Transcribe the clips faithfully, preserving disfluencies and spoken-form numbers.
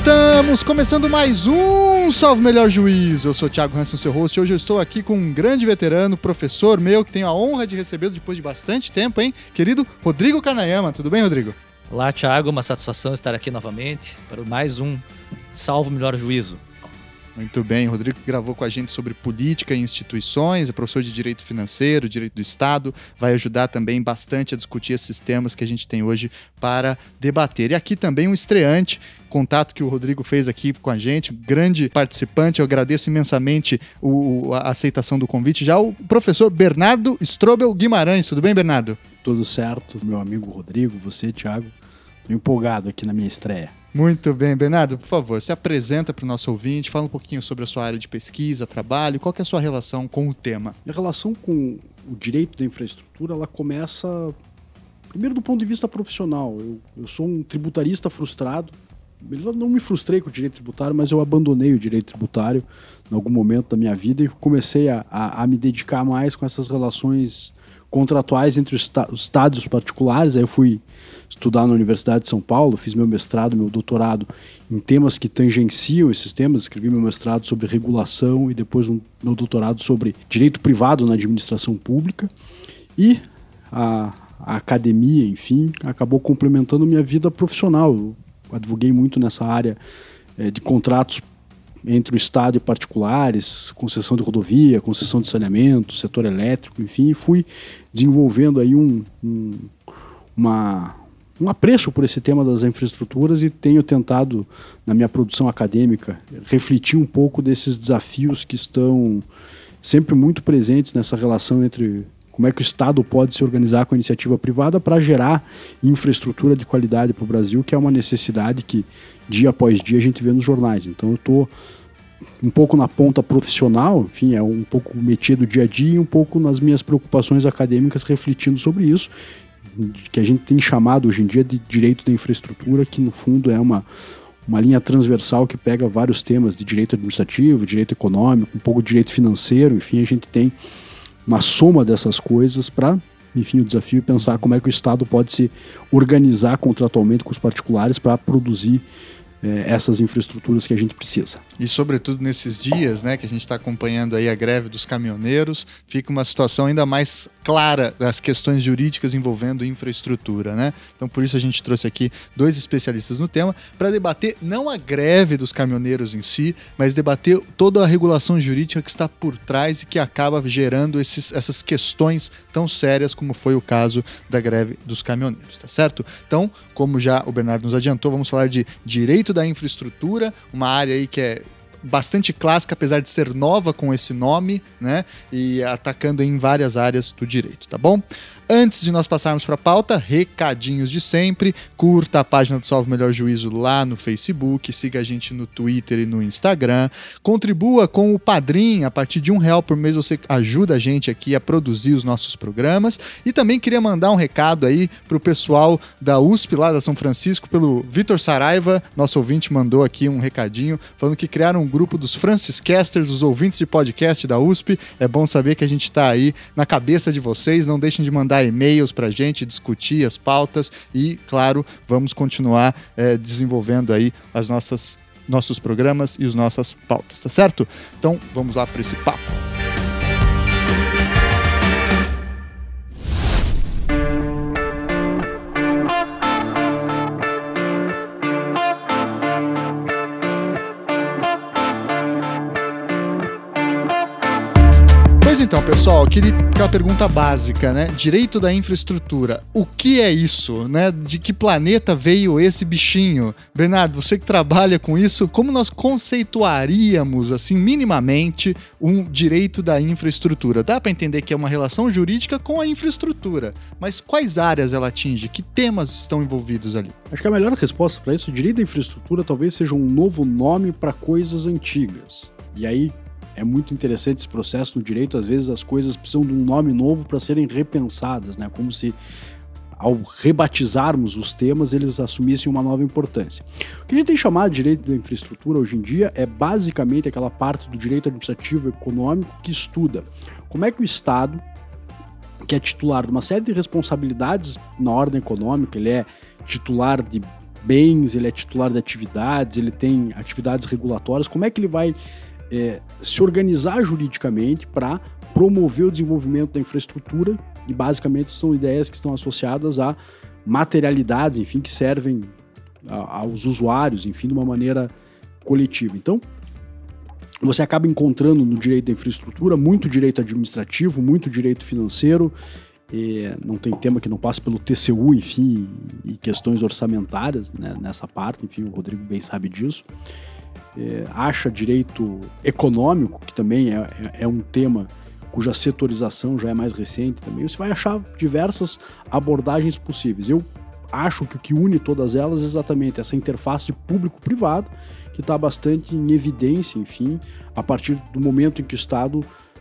Estamos começando mais um Salve Melhor Juízo. Eu sou o Thiago Hansen, seu host, e hoje eu estou aqui com um grande veterano, professor meu, que tenho a honra de recebê-lo depois de bastante tempo, hein? Querido Rodrigo Kanayama. Tudo bem, Rodrigo? Olá, Thiago. Uma satisfação estar aqui novamente para mais um Salve Melhor Juízo. Muito bem, o Rodrigo gravou com a gente sobre política e instituições, é professor de Direito Financeiro, Direito do Estado, vai ajudar também bastante a discutir esses temas que a gente tem hoje para debater. E aqui também um estreante, contato que o Rodrigo fez aqui com a gente, grande participante, eu agradeço imensamente o, a aceitação do convite, já o professor Bernardo Strobel Guimarães. Tudo bem, Bernardo? Tudo certo, meu amigo Rodrigo, você, Thiago, estou empolgado aqui na minha estreia. Muito bem, Bernardo, por favor, se apresenta para o nosso ouvinte, fala um pouquinho sobre a sua área de pesquisa, trabalho, qual que é a sua relação com o tema? A relação com o direito da infraestrutura, ela começa, primeiro, do ponto de vista profissional. Eu, eu sou um tributarista frustrado, eu não me frustrei com o direito tributário, mas eu abandonei o direito tributário em algum momento da minha vida e comecei a, a, a me dedicar mais com essas relações contratuais entre os, esta- os estados particulares. Aí eu fui estudar na Universidade de São Paulo, fiz meu mestrado, meu doutorado em temas que tangenciam esses temas, escrevi meu mestrado sobre regulação e depois um, meu doutorado sobre direito privado na administração pública, e a, a academia, enfim, acabou complementando minha vida profissional. Eu advoguei muito nessa área é, de contratos entre o Estado e particulares, concessão de rodovia, concessão de saneamento, setor elétrico, enfim, e fui desenvolvendo aí um, um, uma, um apreço por esse tema das infraestruturas e tenho tentado, na minha produção acadêmica, refletir um pouco desses desafios que estão sempre muito presentes nessa relação entre como é que o Estado pode se organizar com a iniciativa privada para gerar infraestrutura de qualidade para o Brasil, que é uma necessidade que dia após dia a gente vê nos jornais. Então eu estou um pouco na ponta profissional, enfim, é um pouco o métier do dia a dia e um pouco nas minhas preocupações acadêmicas refletindo sobre isso, que a gente tem chamado hoje em dia de direito da infraestrutura, que no fundo é uma, uma linha transversal que pega vários temas de direito administrativo, direito econômico, um pouco de direito financeiro, enfim, a gente tem uma soma dessas coisas para, enfim, o desafio é pensar como é que o Estado pode se organizar contratualmente com os particulares para produzir eh, essas infraestruturas que a gente precisa. E sobretudo nesses dias, né, que a gente está acompanhando aí a greve dos caminhoneiros, fica uma situação ainda mais clara das questões jurídicas envolvendo infraestrutura, né? Então por isso a gente trouxe aqui dois especialistas no tema para debater não a greve dos caminhoneiros em si, mas debater toda a regulação jurídica que está por trás e que acaba gerando esses, essas questões tão sérias como foi o caso da greve dos caminhoneiros, tá certo? Então, como já o Bernardo nos adiantou, vamos falar de direito da infraestrutura, uma área aí que é bastante clássica, apesar de ser nova com esse nome, né? E atacando em várias áreas do direito, tá bom? Antes de nós passarmos para a pauta, recadinhos de sempre, curta a página do Salve Melhor Juízo lá no Facebook, siga a gente no Twitter e no Instagram, contribua com o Padrim, a partir de um real por mês você ajuda a gente aqui a produzir os nossos programas, e também queria mandar um recado aí para o pessoal da U S P lá da São Francisco, pelo Vitor Saraiva, nosso ouvinte mandou aqui um recadinho, falando que criaram um grupo dos Franciscasters, os ouvintes de podcast da U S P, é bom saber que a gente está aí na cabeça de vocês, não deixem de mandar e-mails para a gente, discutir as pautas e, claro, vamos continuar é, desenvolvendo aí as nossas, nossos programas e as nossas pautas, tá certo? Então, vamos lá para esse papo. Pois então, pessoal, queria aquela pergunta básica, né? Direito da infraestrutura. O que é isso, né? De que planeta veio esse bichinho? Bernardo, você que trabalha com isso, como nós conceituaríamos, assim, minimamente, um direito da infraestrutura? Dá para entender que é uma relação jurídica com a infraestrutura, mas quais áreas ela atinge? Que temas estão envolvidos ali? Acho que a melhor resposta para isso, o direito da infraestrutura talvez seja um novo nome para coisas antigas. E aí, é muito interessante esse processo no direito, às vezes as coisas precisam de um nome novo para serem repensadas, né? Como se ao rebatizarmos os temas, eles assumissem uma nova importância. O que a gente tem chamado de direito da infraestrutura hoje em dia é basicamente aquela parte do direito administrativo e econômico que estuda como é que o Estado, que é titular de uma série de responsabilidades na ordem econômica, ele é titular de bens, ele é titular de atividades, ele tem atividades regulatórias. Como é que ele vai é, se organizar juridicamente para promover o desenvolvimento da infraestrutura? E basicamente são ideias que estão associadas a materialidades, enfim, que servem a, aos usuários, enfim, de uma maneira coletiva. Então, você acaba encontrando no direito da infraestrutura muito direito administrativo, muito direito financeiro. E não tem tema que não passe pelo T C U, enfim, e questões orçamentárias, né, nessa parte, enfim, o Rodrigo bem sabe disso. É, acha direito econômico, que também é, é, é um tema cuja setorização já é mais recente também. Você vai achar diversas abordagens possíveis. Eu acho que o que une todas elas é exatamente essa interface público-privado, que está bastante em evidência, enfim, a partir do momento em que o Estado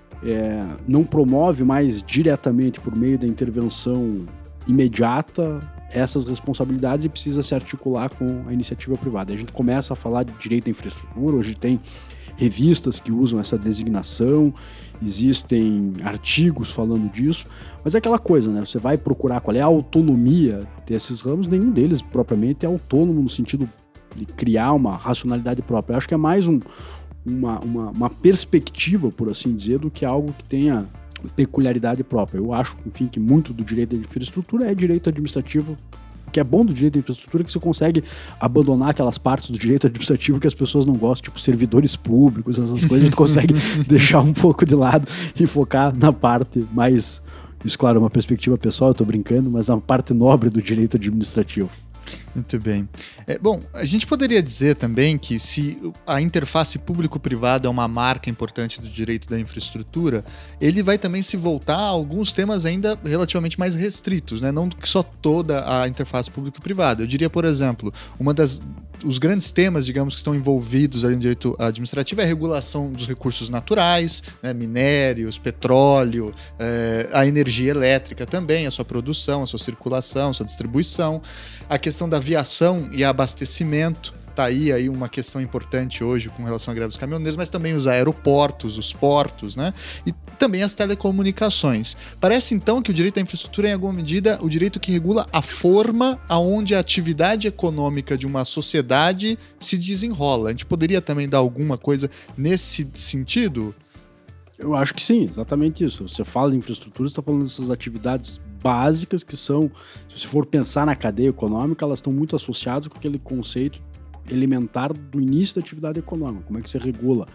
é, não promove mais diretamente por meio da intervenção imediata essas responsabilidades e precisa se articular com a iniciativa privada. A gente começa a falar de direito à infraestrutura, hoje tem revistas que usam essa designação, existem artigos falando disso, mas é aquela coisa, né? Você vai procurar qual é a autonomia desses ramos, nenhum deles propriamente é autônomo no sentido de criar uma racionalidade própria. Eu acho que é mais um, uma, uma, uma perspectiva, por assim dizer, do que algo que tenha peculiaridade própria. Eu acho, enfim, que muito do direito de infraestrutura é direito administrativo. O que é bom do direito de infraestrutura é que você consegue abandonar aquelas partes do direito administrativo que as pessoas não gostam, tipo servidores públicos, essas coisas, a gente consegue deixar um pouco de lado e focar na parte mais, isso claro, é uma perspectiva pessoal, eu tô brincando, mas na parte nobre do direito administrativo. Muito bem. É, bom, a gente poderia dizer também que se a interface público-privada é uma marca importante do direito da infraestrutura, ele vai também se voltar a alguns temas ainda relativamente mais restritos, né? Não só toda a interface público-privada. Eu diria, por exemplo, uma das os grandes temas, digamos, que estão envolvidos ali no direito administrativo é a regulação dos recursos naturais, né, minérios, petróleo, é, a energia elétrica também, a sua produção, a sua circulação, a sua distribuição, a questão da aviação e abastecimento. Está aí, aí uma questão importante hoje com relação à greve dos caminhoneiros, mas também os aeroportos, os portos, né? E também as telecomunicações. Parece, então, que o direito à infraestrutura é, em alguma medida, o direito que regula a forma aonde a atividade econômica de uma sociedade se desenrola. A gente poderia também dar alguma coisa nesse sentido? Eu acho que sim, exatamente isso. Você fala de infraestrutura, você está falando dessas atividades básicas que são, se você for pensar na cadeia econômica, elas estão muito associadas com aquele conceito elementar do início da atividade econômica. Como é que você regula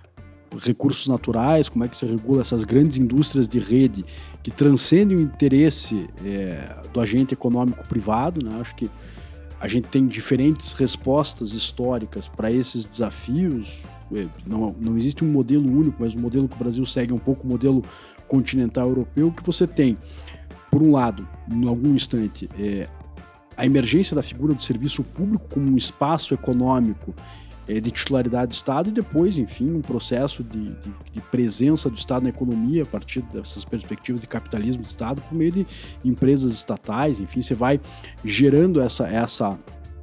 recursos naturais, como é que você regula essas grandes indústrias de rede que transcendem o interesse é, do agente econômico privado, né? Acho que a gente tem diferentes respostas históricas para esses desafios. Não, não existe um modelo único, mas o modelo que o Brasil segue é um pouco o modelo continental europeu, que você tem, por um lado, em algum instante, é, a emergência da figura do serviço público como um espaço econômico é, de titularidade do Estado e depois, enfim, um processo de, de, de presença do Estado na economia a partir dessas perspectivas de capitalismo do Estado por meio de empresas estatais. Enfim, você vai gerando essa, essa,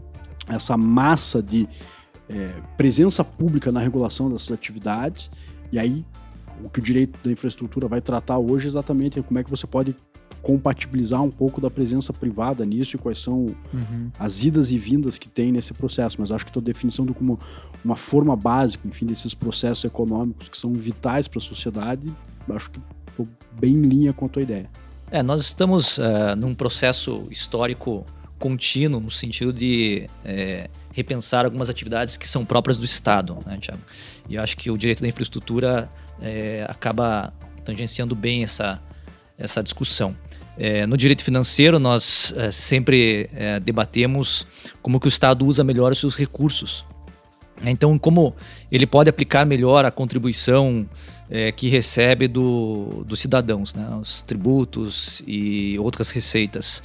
essa massa de é, presença pública na regulação dessas atividades, e aí o que o direito da infraestrutura vai tratar hoje é exatamente como é que você pode compatibilizar um pouco da presença privada nisso e quais são uhum. as idas e vindas que tem nesse processo. Mas acho que a tua definição de como uma forma básica, enfim, desses processos econômicos que são vitais para a sociedade, acho que estou bem em linha com a tua ideia. É, nós estamos uh, num processo histórico contínuo no sentido de é, repensar algumas atividades que são próprias do Estado, né, Thiago? E eu acho que o direito da infraestrutura é, acaba tangenciando bem essa, essa discussão. É, no direito financeiro, nós é, sempre é, debatemos como que o Estado usa melhor os seus recursos. Então, como ele pode aplicar melhor a contribuição é, que recebe do, dos cidadãos, né? Os tributos e outras receitas.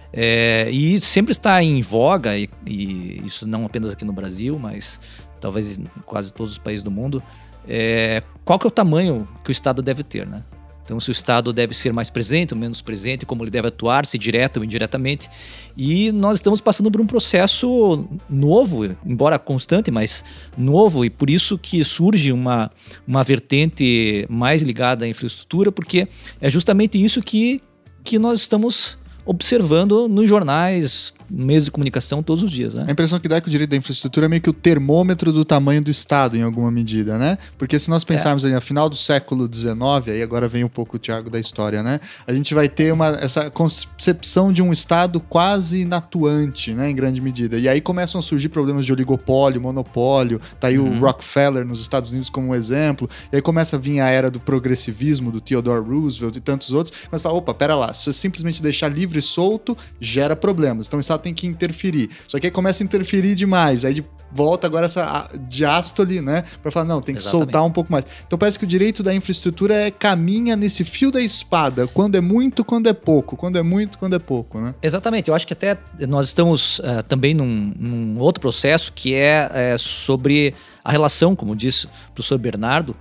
É, e sempre está em voga, e, e isso não apenas aqui no Brasil, mas talvez em quase todos os países do mundo, é, qual que é o tamanho que o Estado deve ter, né? Então, se o Estado deve ser mais presente ou menos presente, como ele deve atuar, se direto ou indiretamente. E nós estamos passando por um processo novo, embora constante, mas novo, e por isso que surge uma, uma vertente mais ligada à infraestrutura, porque é justamente isso que, que nós estamos observando nos jornais, meios de comunicação todos os dias, né? A impressão que dá é que o direito da infraestrutura é meio que o termômetro do tamanho do Estado, em alguma medida, né? Porque se nós pensarmos é. ali no final do século dezenove, aí agora vem um pouco o Thiago da história, né? A gente vai ter uma, essa concepção de um Estado quase inatuante, né? Em grande medida. E aí começam a surgir problemas de oligopólio, monopólio, tá aí uhum. o Rockefeller nos Estados Unidos como um exemplo, e aí começa a vir a era do progressivismo, do Theodore Roosevelt e tantos outros, começa a, opa, pera lá, se você simplesmente deixar livre e solto, gera problemas. Então o Estado tem que interferir. Só que aí começa a interferir demais, aí de, volta agora essa diástole, né, para falar, não, tem que Exatamente. soltar um pouco mais. Então parece que o direito da infraestrutura é, caminha nesse fio da espada, quando é muito, quando é pouco, quando é muito, quando é pouco, né? Exatamente, eu acho que até nós estamos uh, também num, num outro processo que é, é sobre a relação, como disse o professor Bernardo,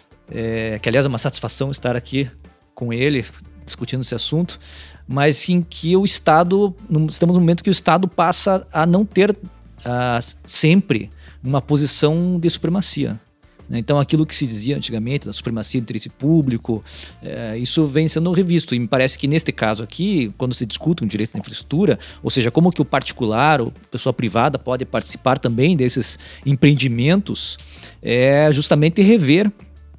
é, que aliás é uma satisfação estar aqui com ele, discutindo esse assunto, mas em que o Estado, estamos num momento que o Estado passa a não ter uh, sempre uma posição de supremacia. Né? Então aquilo que se dizia antigamente da supremacia do interesse público, uh, isso vem sendo revisto, e me parece que neste caso aqui, quando se discute um direito da infraestrutura, ou seja, como que o particular ou pessoa privada pode participar também desses empreendimentos, é justamente rever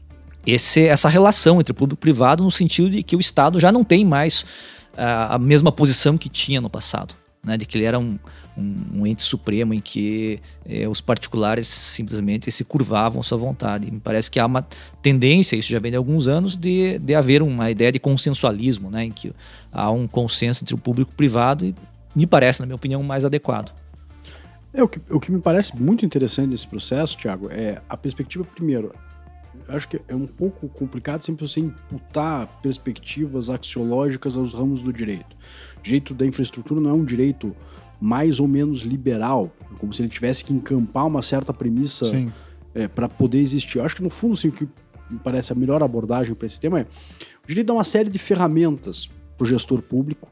Esse, essa relação entre público e privado, no sentido de que o Estado já não tem mais uh, a mesma posição que tinha no passado, né? De que ele era um, um, um ente supremo em que eh, os particulares simplesmente se curvavam à sua vontade. E me parece que há uma tendência, isso já vem de alguns anos, de, de haver uma ideia de consensualismo, né? Em que há um consenso entre o público e o privado, e me parece, na minha opinião, mais adequado. É, o, que, o que me parece muito interessante nesse processo, Thiago, é a perspectiva, primeiro, acho que é um pouco complicado sempre você imputar perspectivas axiológicas aos ramos do direito. O direito da infraestrutura não é um direito mais ou menos liberal, como se ele tivesse que encampar uma certa premissa é, para poder existir. Eu acho que, no fundo, assim, o que me parece a melhor abordagem para esse tema é o direito dá uma série de ferramentas para o gestor público.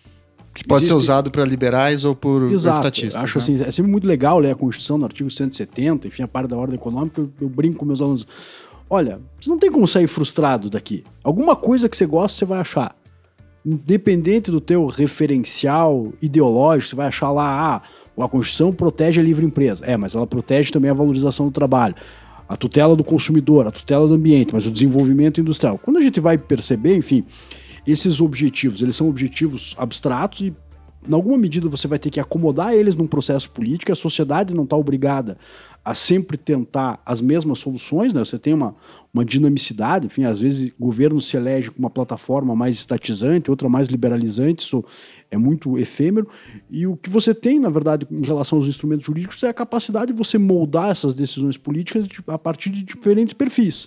Que pode Existe... ser usado para liberais ou por Exato. estatistas. Acho né? assim, é sempre muito legal ler a Constituição no artigo cento e setenta, enfim, a parte da ordem econômica, eu, eu brinco com meus alunos. Olha, você não tem como sair frustrado daqui. Alguma coisa que você gosta, você vai achar. Independente do teu referencial ideológico, você vai achar lá, ah, a Constituição protege a livre empresa. É, mas ela protege também a valorização do trabalho, a tutela do consumidor, a tutela do ambiente, mas o desenvolvimento industrial. Quando a gente vai perceber, enfim, esses objetivos, eles são objetivos abstratos e, em alguma medida, você vai ter que acomodar eles num processo político. A sociedade não está obrigada a sempre tentar as mesmas soluções, né? Você tem uma, uma dinamicidade, enfim, às vezes o governo se elege com uma plataforma mais estatizante, outra mais liberalizante, isso é muito efêmero, e o que você tem, na verdade, em relação aos instrumentos jurídicos é a capacidade de você moldar essas decisões políticas a partir de diferentes perfis.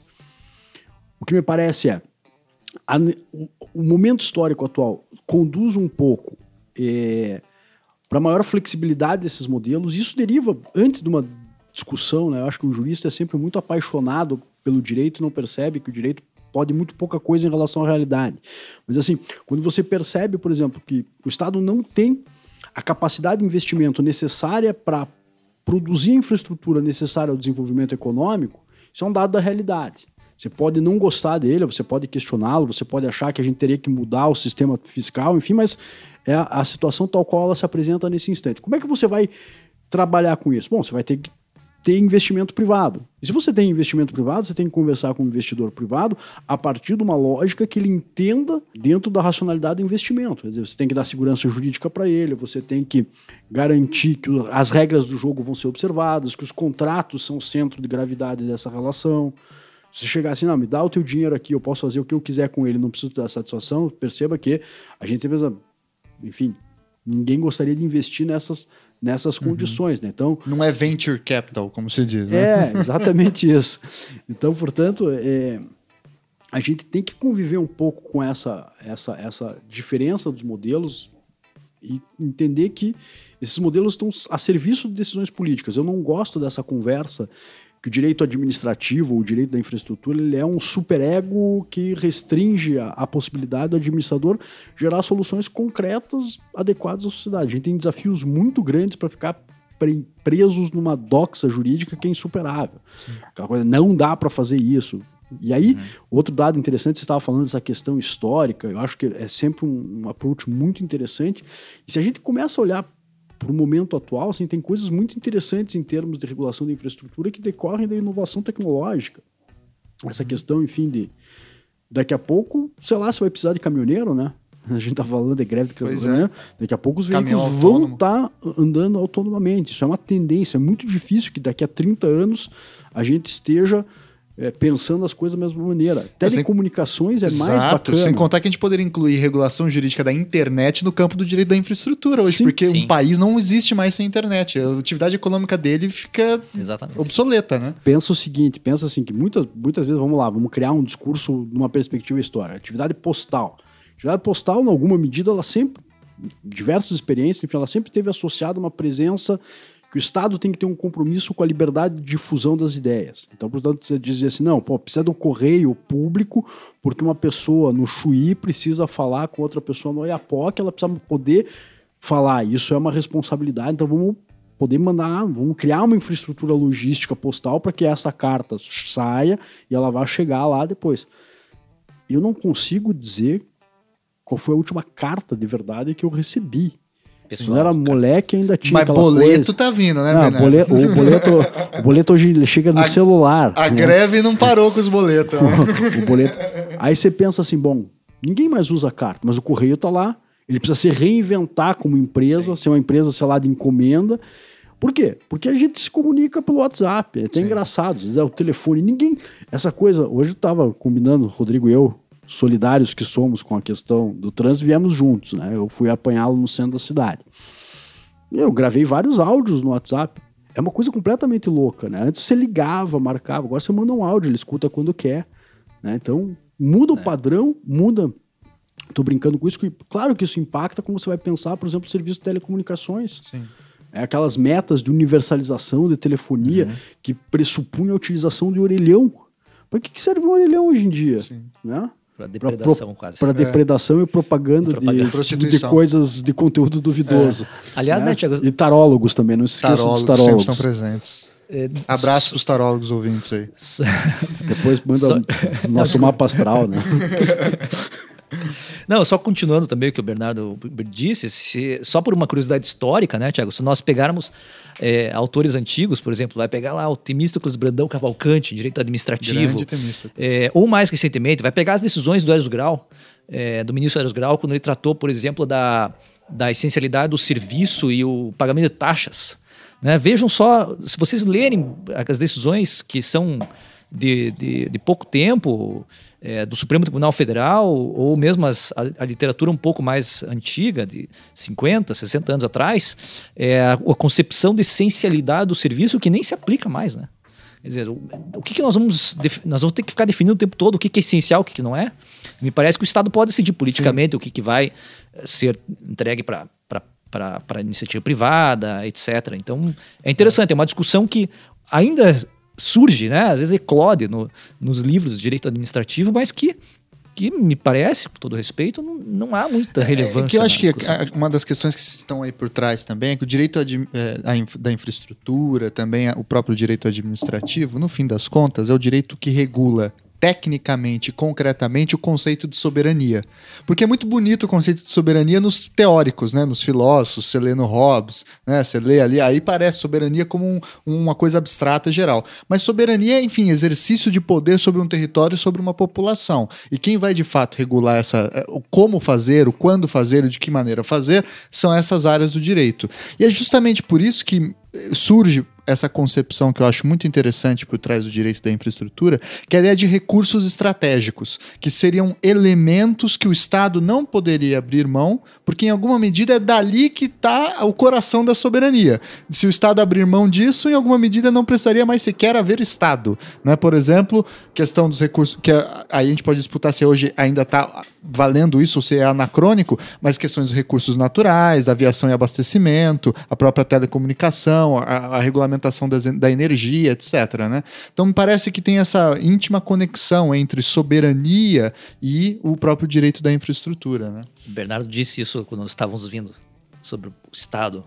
O que me parece é, a, o, o momento histórico atual conduz um pouco é, para maior flexibilidade desses modelos. Isso deriva, antes de uma discussão, né? Eu acho que o jurista é sempre muito apaixonado pelo direito e não percebe que o direito pode muito pouca coisa em relação à realidade. Mas assim, quando você percebe, por exemplo, que o Estado não tem a capacidade de investimento necessária para produzir a infraestrutura necessária ao desenvolvimento econômico, isso é um dado da realidade. Você pode não gostar dele, você pode questioná-lo, você pode achar que a gente teria que mudar o sistema fiscal, enfim, mas é a, a situação tal qual ela se apresenta nesse instante. Como é que você vai trabalhar com isso? Bom, você vai ter que ter investimento privado. E se você tem investimento privado, você tem que conversar com o investidor privado a partir de uma lógica que ele entenda dentro da racionalidade do investimento. Quer dizer, você tem que dar segurança jurídica para ele, você tem que garantir que as regras do jogo vão ser observadas, que os contratos são o centro de gravidade dessa relação. Se você chegar assim, não, me dá o teu dinheiro aqui, eu posso fazer o que eu quiser com ele, não preciso dar satisfação, perceba que a gente sempre, enfim, ninguém gostaria de investir nessas nessas uhum. condições, né? Então, não é venture capital, como se diz, né? É, exatamente isso. Então, portanto, é, a gente tem que conviver um pouco com essa, essa, essa diferença dos modelos e entender que esses modelos estão a serviço de decisões políticas. Eu não gosto dessa conversa que o direito administrativo, o direito da infraestrutura, ele é um superego que restringe a, a possibilidade do administrador gerar soluções concretas adequadas à sociedade. A gente tem desafios muito grandes para ficar pre, presos numa doxa jurídica que é insuperável. Sim. Aquela coisa, não dá para fazer isso. E aí, Uhum. outro dado interessante, você estava falando dessa questão histórica, eu acho que é sempre um, um approach muito interessante. E se a gente começa a olhar para o momento atual, assim, tem coisas muito interessantes em termos de regulação da infraestrutura que decorrem da inovação tecnológica. Essa questão, enfim, de daqui a pouco, sei lá, você vai precisar de caminhoneiro, né? A gente tá falando de greve de caminhoneiro. É. Daqui a pouco os Caminhão veículos vão autônomo. estar andando autonomamente. Isso é uma tendência. É muito difícil que daqui a trinta anos a gente esteja é, pensando as coisas da mesma maneira. Telecomunicações é mais Exato, bacana. sem contar que a gente poderia incluir regulação jurídica da internet no campo do direito da infraestrutura hoje, Sim, porque sim. um país não existe mais sem internet. A atividade econômica dele fica Exatamente. obsoleta, né? Pensa o seguinte, pensa assim, que muitas, muitas vezes, vamos lá, vamos criar um discurso numa perspectiva histórica. Atividade postal. Atividade postal, em alguma medida, ela sempre, diversas experiências, enfim, ela sempre teve associada uma presença que o Estado tem que ter um compromisso com a liberdade de difusão das ideias. Então, portanto, você dizia assim, não, pô, precisa de um correio público, porque uma pessoa no Chuí precisa falar com outra pessoa no Oiapoque, ela precisa poder falar. Isso é uma responsabilidade, então vamos poder mandar, vamos criar uma infraestrutura logística postal para que essa carta saia e ela vá chegar lá depois. Eu não consigo dizer qual foi a última carta de verdade que eu recebi. Pessoal, Quando eu era moleque ainda tinha Mas aquela boleto coisa. tá vindo, né, Ah, Bernardo? boleto, o, boleto, o boleto hoje ele chega no A- celular. A né? greve não parou com os boletos. né? o boleto. Aí você pensa assim, bom, ninguém mais usa carta, mas o correio tá lá, ele precisa se reinventar como empresa, ser uma empresa, sei lá, de encomenda. Por quê? Porque a gente se comunica pelo WhatsApp, é até Sim. engraçado, às vezes é o telefone, ninguém... Essa coisa, hoje eu tava combinando, Rodrigo e eu, solidários que somos com a questão do trânsito, viemos juntos, né? Eu fui apanhá-lo no centro da cidade. Eu gravei vários áudios no WhatsApp. É uma coisa completamente louca, né? Antes você ligava, marcava, agora você manda um áudio, ele escuta quando quer, né? Então, muda o padrão, muda... Tô brincando com isso, que, claro que isso impacta como você vai pensar, por exemplo, o serviço de telecomunicações. Sim. É aquelas metas de universalização de telefonia que pressupunha a utilização de orelhão. Para que, que serve um orelhão hoje em dia? Sim. Né? Para depredação, quase. Para depredação e propaganda, E propaganda. De, Prostituição. de coisas de conteúdo duvidoso. Aliás, né? né, Thiago? E tarólogos também, não se esqueçam Tarólogos dos sempre tarólogos. estão presentes. É, Abraço pros tarólogos ouvintes aí. Depois manda Só- o nosso mapa astral, né? Não, só continuando também o que o Bernardo disse, se- só por uma curiosidade histórica, né, Thiago? Se nós pegarmos é, autores antigos, por exemplo, vai pegar lá o Temístocles Brandão Cavalcante, direito administrativo, Grande temista. é, ou mais recentemente, vai pegar as decisões do Eros Grau, é, do ministro Eros Grau, quando ele tratou, por exemplo, da, da essencialidade do serviço e o pagamento de taxas. Né? Vejam só, se vocês lerem as decisões que são de, de, de pouco tempo, é, do Supremo Tribunal Federal, ou mesmo as, a, a literatura um pouco mais antiga, de cinquenta, sessenta anos atrás, é, a, a concepção de essencialidade do serviço que nem se aplica mais, né? Quer dizer, o, o que, que nós vamos... Def, nós vamos ter que ficar definindo o tempo todo o que, que é essencial, o que, que não é? Me parece que o Estado pode decidir politicamente Sim. o que, que vai ser entregue para para iniciativa privada, etcétera. Então, é interessante, é uma discussão que ainda surge, né? Às vezes eclode no, nos livros de direito administrativo, mas que, que me parece, com todo respeito, não, não há muita relevância. É que eu acho que discussão. uma das questões que estão aí por trás também é que o direito ad, é, a, da infraestrutura, também o próprio direito administrativo, no fim das contas, é o direito que regula tecnicamente, concretamente, o conceito de soberania. Porque é muito bonito o conceito de soberania nos teóricos, né? Nos filósofos, você lê no Hobbes, né? Você lê ali, aí parece soberania como um, uma coisa abstrata geral. Mas soberania é, enfim, exercício de poder sobre um território, sobre uma população. E quem vai, de fato, regular essa, o como fazer, o quando fazer, o de que maneira fazer, são essas áreas do direito. E é justamente por isso que surge essa concepção que eu acho muito interessante por trás do direito da infraestrutura, que é a ideia de recursos estratégicos, que seriam elementos que o Estado não poderia abrir mão, porque em alguma medida é dali que está o coração da soberania. Se o Estado abrir mão disso, em alguma medida não precisaria mais sequer haver Estado. Né? Por exemplo, questão dos recursos, que aí a gente pode disputar se hoje ainda está valendo isso ou se é anacrônico, mas questões dos recursos naturais, da aviação e abastecimento, a própria telecomunicação, a, a regulamentação das, da energia, etcétera. Né? Então me parece que tem essa íntima conexão entre soberania e o próprio direito da infraestrutura. Né? O Bernardo disse isso quando nós estávamos vindo sobre o Estado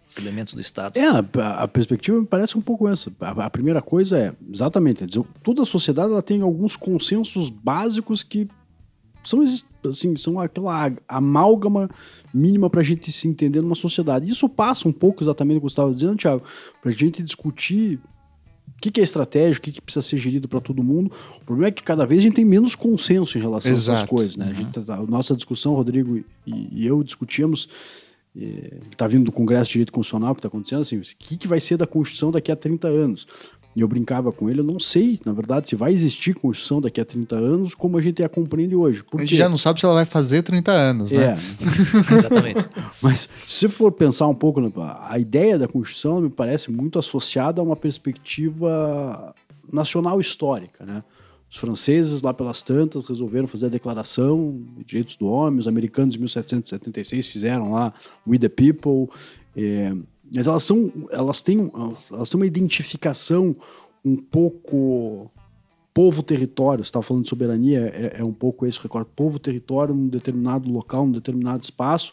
elementos do Estado. É, a, a perspectiva me parece um pouco essa. A, a primeira coisa é, exatamente, é dizer, toda a sociedade ela tem alguns consensos básicos que são, assim, são aquela amálgama mínima para a gente se entender numa sociedade. Isso passa um pouco exatamente do que você estava dizendo, Thiago, para a gente discutir o que, que é estratégico, o que, que precisa ser gerido para todo mundo. O problema é que cada vez a gente tem menos consenso em relação Exato. a essas coisas. Né? Uhum. A, gente, a nossa discussão, Rodrigo e, e eu discutimos, ele está vindo do Congresso de Direito Constitucional que está acontecendo, assim, o que, que vai ser da Constituição daqui a trinta anos? E eu brincava com ele, eu não sei, na verdade, se vai existir Constituição daqui a trinta anos como a gente a compreende hoje. Por A gente quê? já não sabe se ela vai fazer trinta anos, né? É. Exatamente. Mas se você for pensar um pouco, a ideia da Constituição me parece muito associada a uma perspectiva nacional histórica, né? Os franceses, lá pelas tantas, resolveram fazer a Declaração de Direitos do Homem, os americanos, em mil setecentos e setenta e seis, fizeram lá We the People, é, mas elas são, elas têm, elas têm uma identificação um pouco povo-território. Você estava falando de soberania, é, é um pouco esse recorte, povo-território num determinado local, num determinado espaço.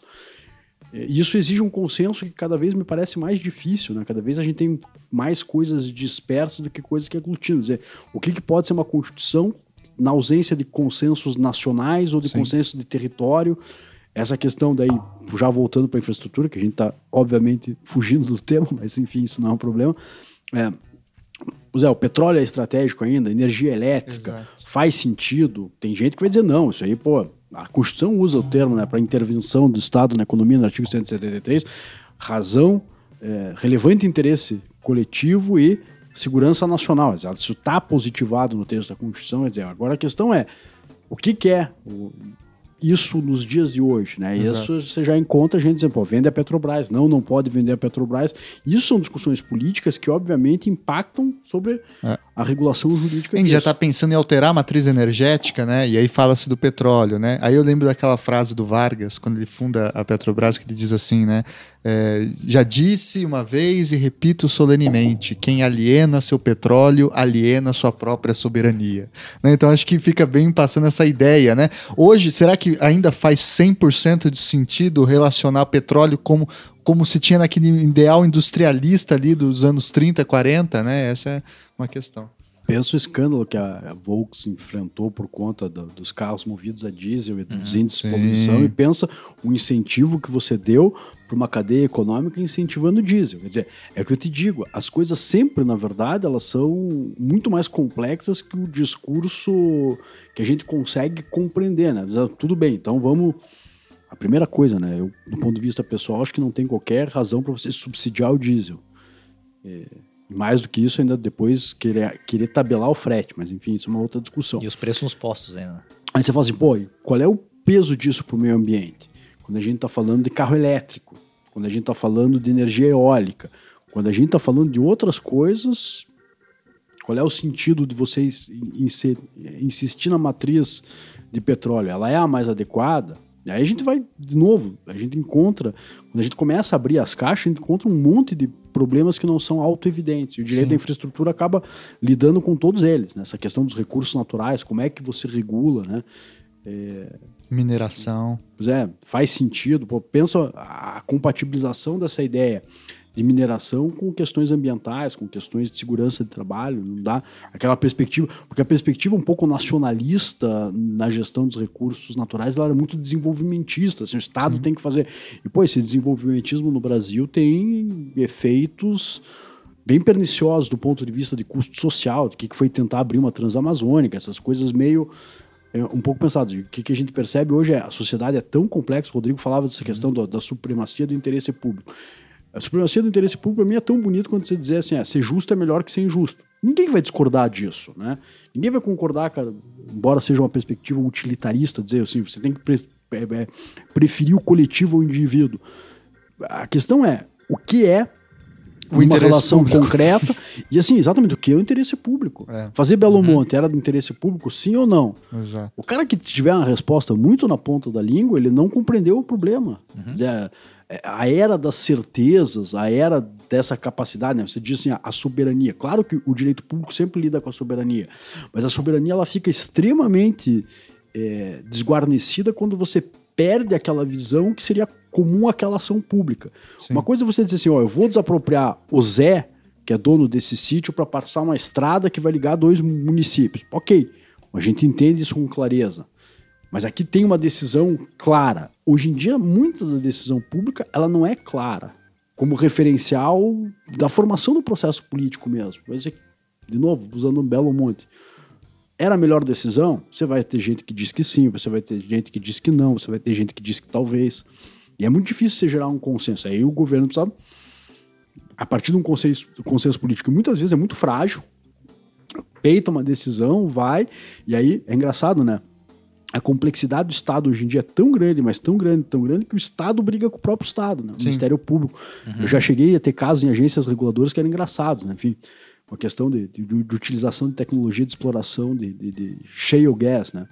E isso exige um consenso que cada vez me parece mais difícil, né? Cada vez a gente tem mais coisas dispersas do que coisas que aglutinam. Quer dizer, o que, que pode ser uma Constituição na ausência de consensos nacionais ou de Sim. consenso de território? Essa questão daí, já voltando para a infraestrutura, que a gente está, obviamente, fugindo do tema, mas enfim, isso não é um problema. É, Zé, o petróleo é estratégico ainda, energia elétrica, Exato. faz sentido. Tem gente que vai dizer, não, isso aí, pô, a Constituição usa o termo, né, para intervenção do Estado na economia, no artigo cento e setenta e três, razão, é, relevante interesse coletivo e segurança nacional. Isso está positivado no texto da Constituição. Quer dizer, agora a questão é, o que, que é o, isso nos dias de hoje, né? Exato. Isso você já encontra gente dizendo, pô, vende a Petrobras. Não, não pode vender a Petrobras. Isso são discussões políticas que, obviamente, impactam sobre É. a regulação jurídica A gente disso. já está pensando em alterar a matriz energética, né? E aí fala-se do petróleo, né? Aí eu lembro daquela frase do Vargas, quando ele funda a Petrobras, que ele diz assim, né? É, já disse uma vez e repito solenemente, quem aliena seu petróleo, aliena sua própria soberania. Né? Então acho que fica bem passando essa ideia, né? Hoje, será que ainda faz cem por cento de sentido relacionar petróleo como, como se tinha naquele ideal industrialista ali dos anos trinta, quarenta, né? Essa é uma questão. Pensa o escândalo que a, a Volks enfrentou por conta do, dos carros movidos a diesel e dos Uhum, índices sim. de poluição, e pensa o incentivo que você deu para uma cadeia econômica incentivando o diesel. Quer dizer, é o que eu te digo, as coisas sempre, na verdade, elas são muito mais complexas que o discurso que a gente consegue compreender, né? Tudo bem, então vamos... A primeira coisa, né? Eu, do ponto de vista pessoal, acho que não tem qualquer razão para você subsidiar o diesel. É... Mais do que isso, ainda depois querer, querer tabelar o frete, mas enfim, isso é uma outra discussão. E os preços nos postos ainda. Aí você fala assim, pô, qual é o peso disso para o meio ambiente? Quando a gente está falando de carro elétrico, quando a gente está falando de energia eólica, quando a gente está falando de outras coisas, qual é o sentido de vocês insistir na matriz de petróleo? Ela é a mais adequada? E aí a gente vai, de novo, a gente encontra, quando a gente começa a abrir as caixas, a gente encontra um monte de problemas que não são auto-evidentes. E o direito Sim. da infraestrutura acaba lidando com todos eles, né? Essa questão dos recursos naturais, como é que você regula, né? É... Mineração. Pois é, faz sentido. Pô, pensa a compatibilização dessa ideia de mineração com questões ambientais, com questões de segurança de trabalho, não dá aquela perspectiva, porque a perspectiva um pouco nacionalista na gestão dos recursos naturais, ela era muito desenvolvimentista, assim, o Estado Sim. tem que fazer, e pô, esse desenvolvimentismo no Brasil tem efeitos bem perniciosos do ponto de vista de custo social, de que foi tentar abrir uma transamazônica, essas coisas meio é, um pouco pensadas. O que, que a gente percebe hoje é a sociedade é tão complexa, o Rodrigo falava dessa questão do, da supremacia do interesse público. A supremacia do interesse público, para mim, é tão bonito quando você dizer assim, ah, ser justo é melhor que ser injusto. Ninguém vai discordar disso, né? Ninguém vai concordar, cara, embora seja uma perspectiva utilitarista, dizer assim, você tem que pre- é, preferir o coletivo ao indivíduo. A questão é, o que é o uma relação público. Concreta e assim, exatamente, o que é o interesse público. É. Fazer Belo uhum. Monte era do interesse público, sim ou não? Exato. O cara que tiver uma resposta muito na ponta da língua, ele não compreendeu o problema. Uhum. É, a era das certezas, a era dessa capacidade, né? Você diz assim, a soberania. Claro que o direito público sempre lida com a soberania, mas a soberania ela fica extremamente é, desguarnecida quando você perde aquela visão que seria comum àquela ação pública. Sim. Uma coisa é você dizer assim, ó, eu vou desapropriar o Zé, que é dono desse sítio, para passar uma estrada que vai ligar dois municípios. Ok, a gente entende isso com clareza. Mas aqui tem uma decisão clara. Hoje em dia, muita da decisão pública, ela não é clara, como referencial da formação do processo político mesmo. Mas, de novo, usando um belo monte. Era a melhor decisão? Você vai ter gente que diz que sim, você vai ter gente que diz que não, você vai ter gente que diz que talvez. E é muito difícil você gerar um consenso. Aí o governo precisa, a partir de um consenso, consenso político, que muitas vezes é muito frágil, peita uma decisão, vai, e aí é engraçado, né? A complexidade do Estado hoje em dia é tão grande, mas tão grande, tão grande, que o Estado briga com o próprio Estado, né? O Sim. Ministério Público. Uhum. Eu já cheguei a ter casos em agências reguladoras que eram engraçados, né? Enfim, uma questão de, de, de utilização de tecnologia de exploração de, de, de shale gas, né?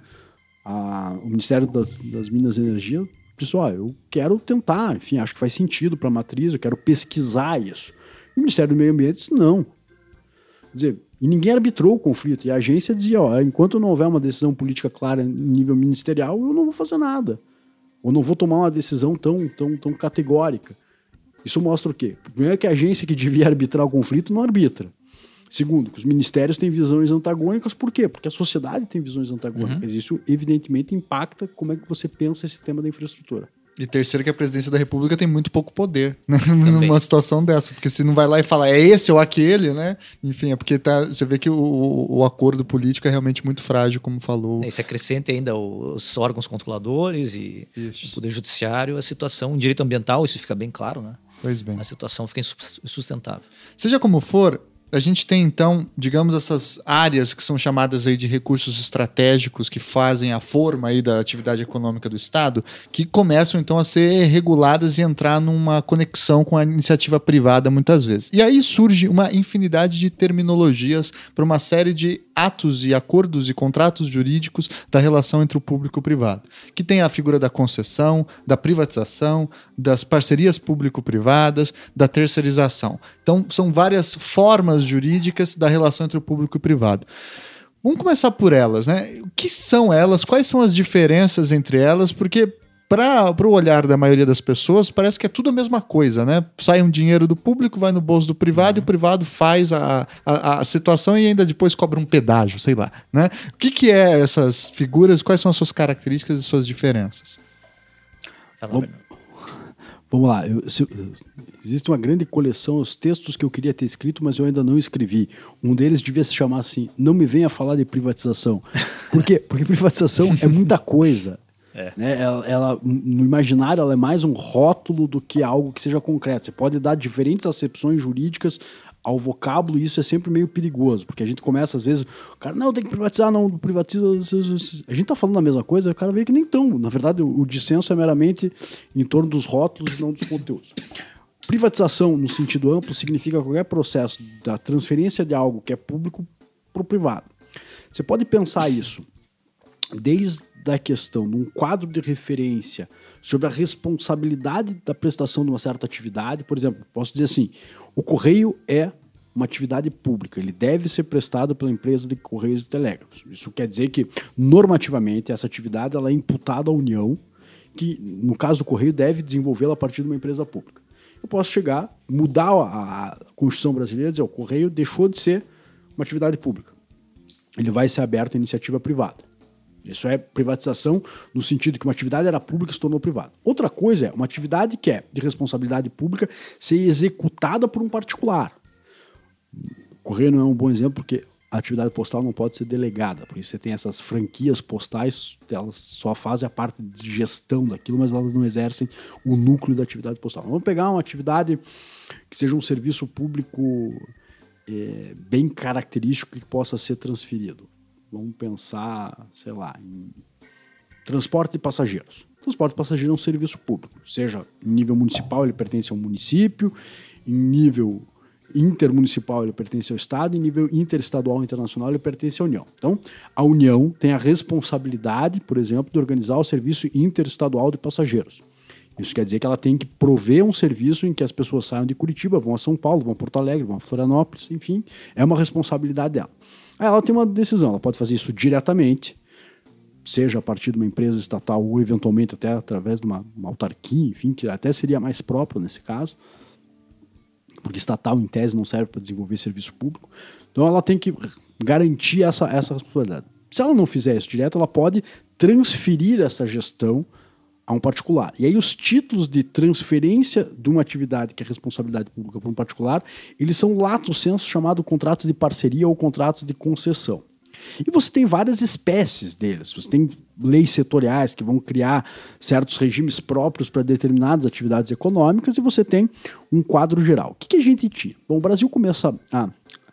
A, o Ministério das, das Minas e Energia disse, ó, eu quero tentar, enfim, acho que faz sentido para a matriz, eu quero pesquisar isso. E o Ministério do Meio Ambiente disse, não. Quer dizer, e ninguém arbitrou o conflito. E a agência dizia, ó, enquanto não houver uma decisão política clara em nível ministerial, eu não vou fazer nada. Ou não vou tomar uma decisão tão, tão, tão categórica. Isso mostra o quê? Primeiro que a agência que devia arbitrar o conflito não arbitra. Segundo, que os ministérios têm visões antagônicas. Por quê? Porque a sociedade tem visões antagônicas. Uhum. Isso, evidentemente, impacta como é que você pensa esse tema da infraestrutura. E terceiro, que a presidência da República tem muito pouco poder, né? Numa situação dessa. Porque se não vai lá e fala, é esse ou aquele, né? Enfim, é porque tá, você vê que o, o acordo político é realmente muito frágil, como falou. E se acrescenta ainda os órgãos controladores e isso. O poder judiciário, a situação, o direito ambiental, isso fica bem claro, né? Pois bem. A situação fica insustentável. Seja como for, a gente tem, então, digamos, essas áreas que são chamadas aí de recursos estratégicos que fazem a forma aí da atividade econômica do Estado, que começam, então, a ser reguladas e entrar numa conexão com a iniciativa privada, muitas vezes. E aí surge uma infinidade de terminologias para uma série de atos e acordos e contratos jurídicos da relação entre o público e o privado, que tem a figura da concessão, da privatização, das parcerias público-privadas, da terceirização. Então, são várias formas jurídicas da relação entre o público e o privado. Vamos começar por elas, né? O que são elas? Quais são as diferenças entre elas? Porque para o olhar da maioria das pessoas, parece que é tudo a mesma coisa, né? Sai um dinheiro do público, vai no bolso do privado, uhum. E o privado faz a, a, a situação e ainda depois cobra um pedágio, sei lá, né? O que, que é essas figuras? Quais são as suas características e suas diferenças? Vamos, vamos lá. Eu, se, existe uma grande coleção, os textos que eu queria ter escrito, mas eu ainda não escrevi. Um deles devia se chamar assim, não me venha falar de privatização. Por quê? Porque privatização é muita coisa. É. Né? Ela, ela, no imaginário, ela é mais um rótulo do que algo que seja concreto. Você pode dar diferentes acepções jurídicas ao vocábulo e isso é sempre meio perigoso, porque a gente começa, às vezes, o cara, não, tem que privatizar, não, privatiza. A gente tá falando a mesma coisa, o cara vê que nem tão. Na verdade, o, o dissenso é meramente em torno dos rótulos e não dos conteúdos. Privatização, no sentido amplo, significa qualquer processo da transferência de algo que é público para o privado. Você pode pensar isso desde da questão de um quadro de referência sobre a responsabilidade da prestação de uma certa atividade. Por exemplo, posso dizer assim, o correio é uma atividade pública, ele deve ser prestado pela empresa de Correios e Telégrafos. Isso quer dizer que, normativamente, essa atividade ela é imputada à União, que, no caso do correio, deve desenvolvê-la a partir de uma empresa pública. Eu posso chegar, mudar a, a Constituição brasileira e dizer, o correio deixou de ser uma atividade pública. Ele vai ser aberto à iniciativa privada. Isso é privatização no sentido que uma atividade era pública e se tornou privada. Outra coisa é uma atividade que é de responsabilidade pública ser executada por um particular. O correio não é um bom exemplo porque a atividade postal não pode ser delegada. Por isso você tem essas franquias postais, elas só fazem a parte de gestão daquilo, mas elas não exercem o núcleo da atividade postal. Vamos pegar uma atividade que seja um serviço público é, bem característico que possa ser transferido. Vamos pensar, sei lá, em transporte de passageiros. Transporte de passageiros é um serviço público. Seja em nível municipal, ele pertence ao município, em nível intermunicipal, ele pertence ao Estado, em nível interestadual e internacional, ele pertence à União. Então, a União tem a responsabilidade, por exemplo, de organizar o serviço interestadual de passageiros. Isso quer dizer que ela tem que prover um serviço em que as pessoas saiam de Curitiba, vão a São Paulo, vão a Porto Alegre, vão a Florianópolis, enfim, é uma responsabilidade dela. Aí ela tem uma decisão, ela pode fazer isso diretamente, seja a partir de uma empresa estatal ou eventualmente até através de uma, uma autarquia, enfim, que até seria mais próprio nesse caso, porque estatal, em tese, não serve para desenvolver serviço público. Então, ela tem que garantir essa, essa responsabilidade. Se ela não fizer isso direto, ela pode transferir essa gestão a um particular. E aí, os títulos de transferência de uma atividade que é responsabilidade pública para um particular, eles são lato sensu chamados contratos de parceria ou contratos de concessão. E você tem várias espécies deles. Você tem leis setoriais que vão criar certos regimes próprios para determinadas atividades econômicas e você tem um quadro geral. O que, que a gente tira? Bom, o Brasil começa a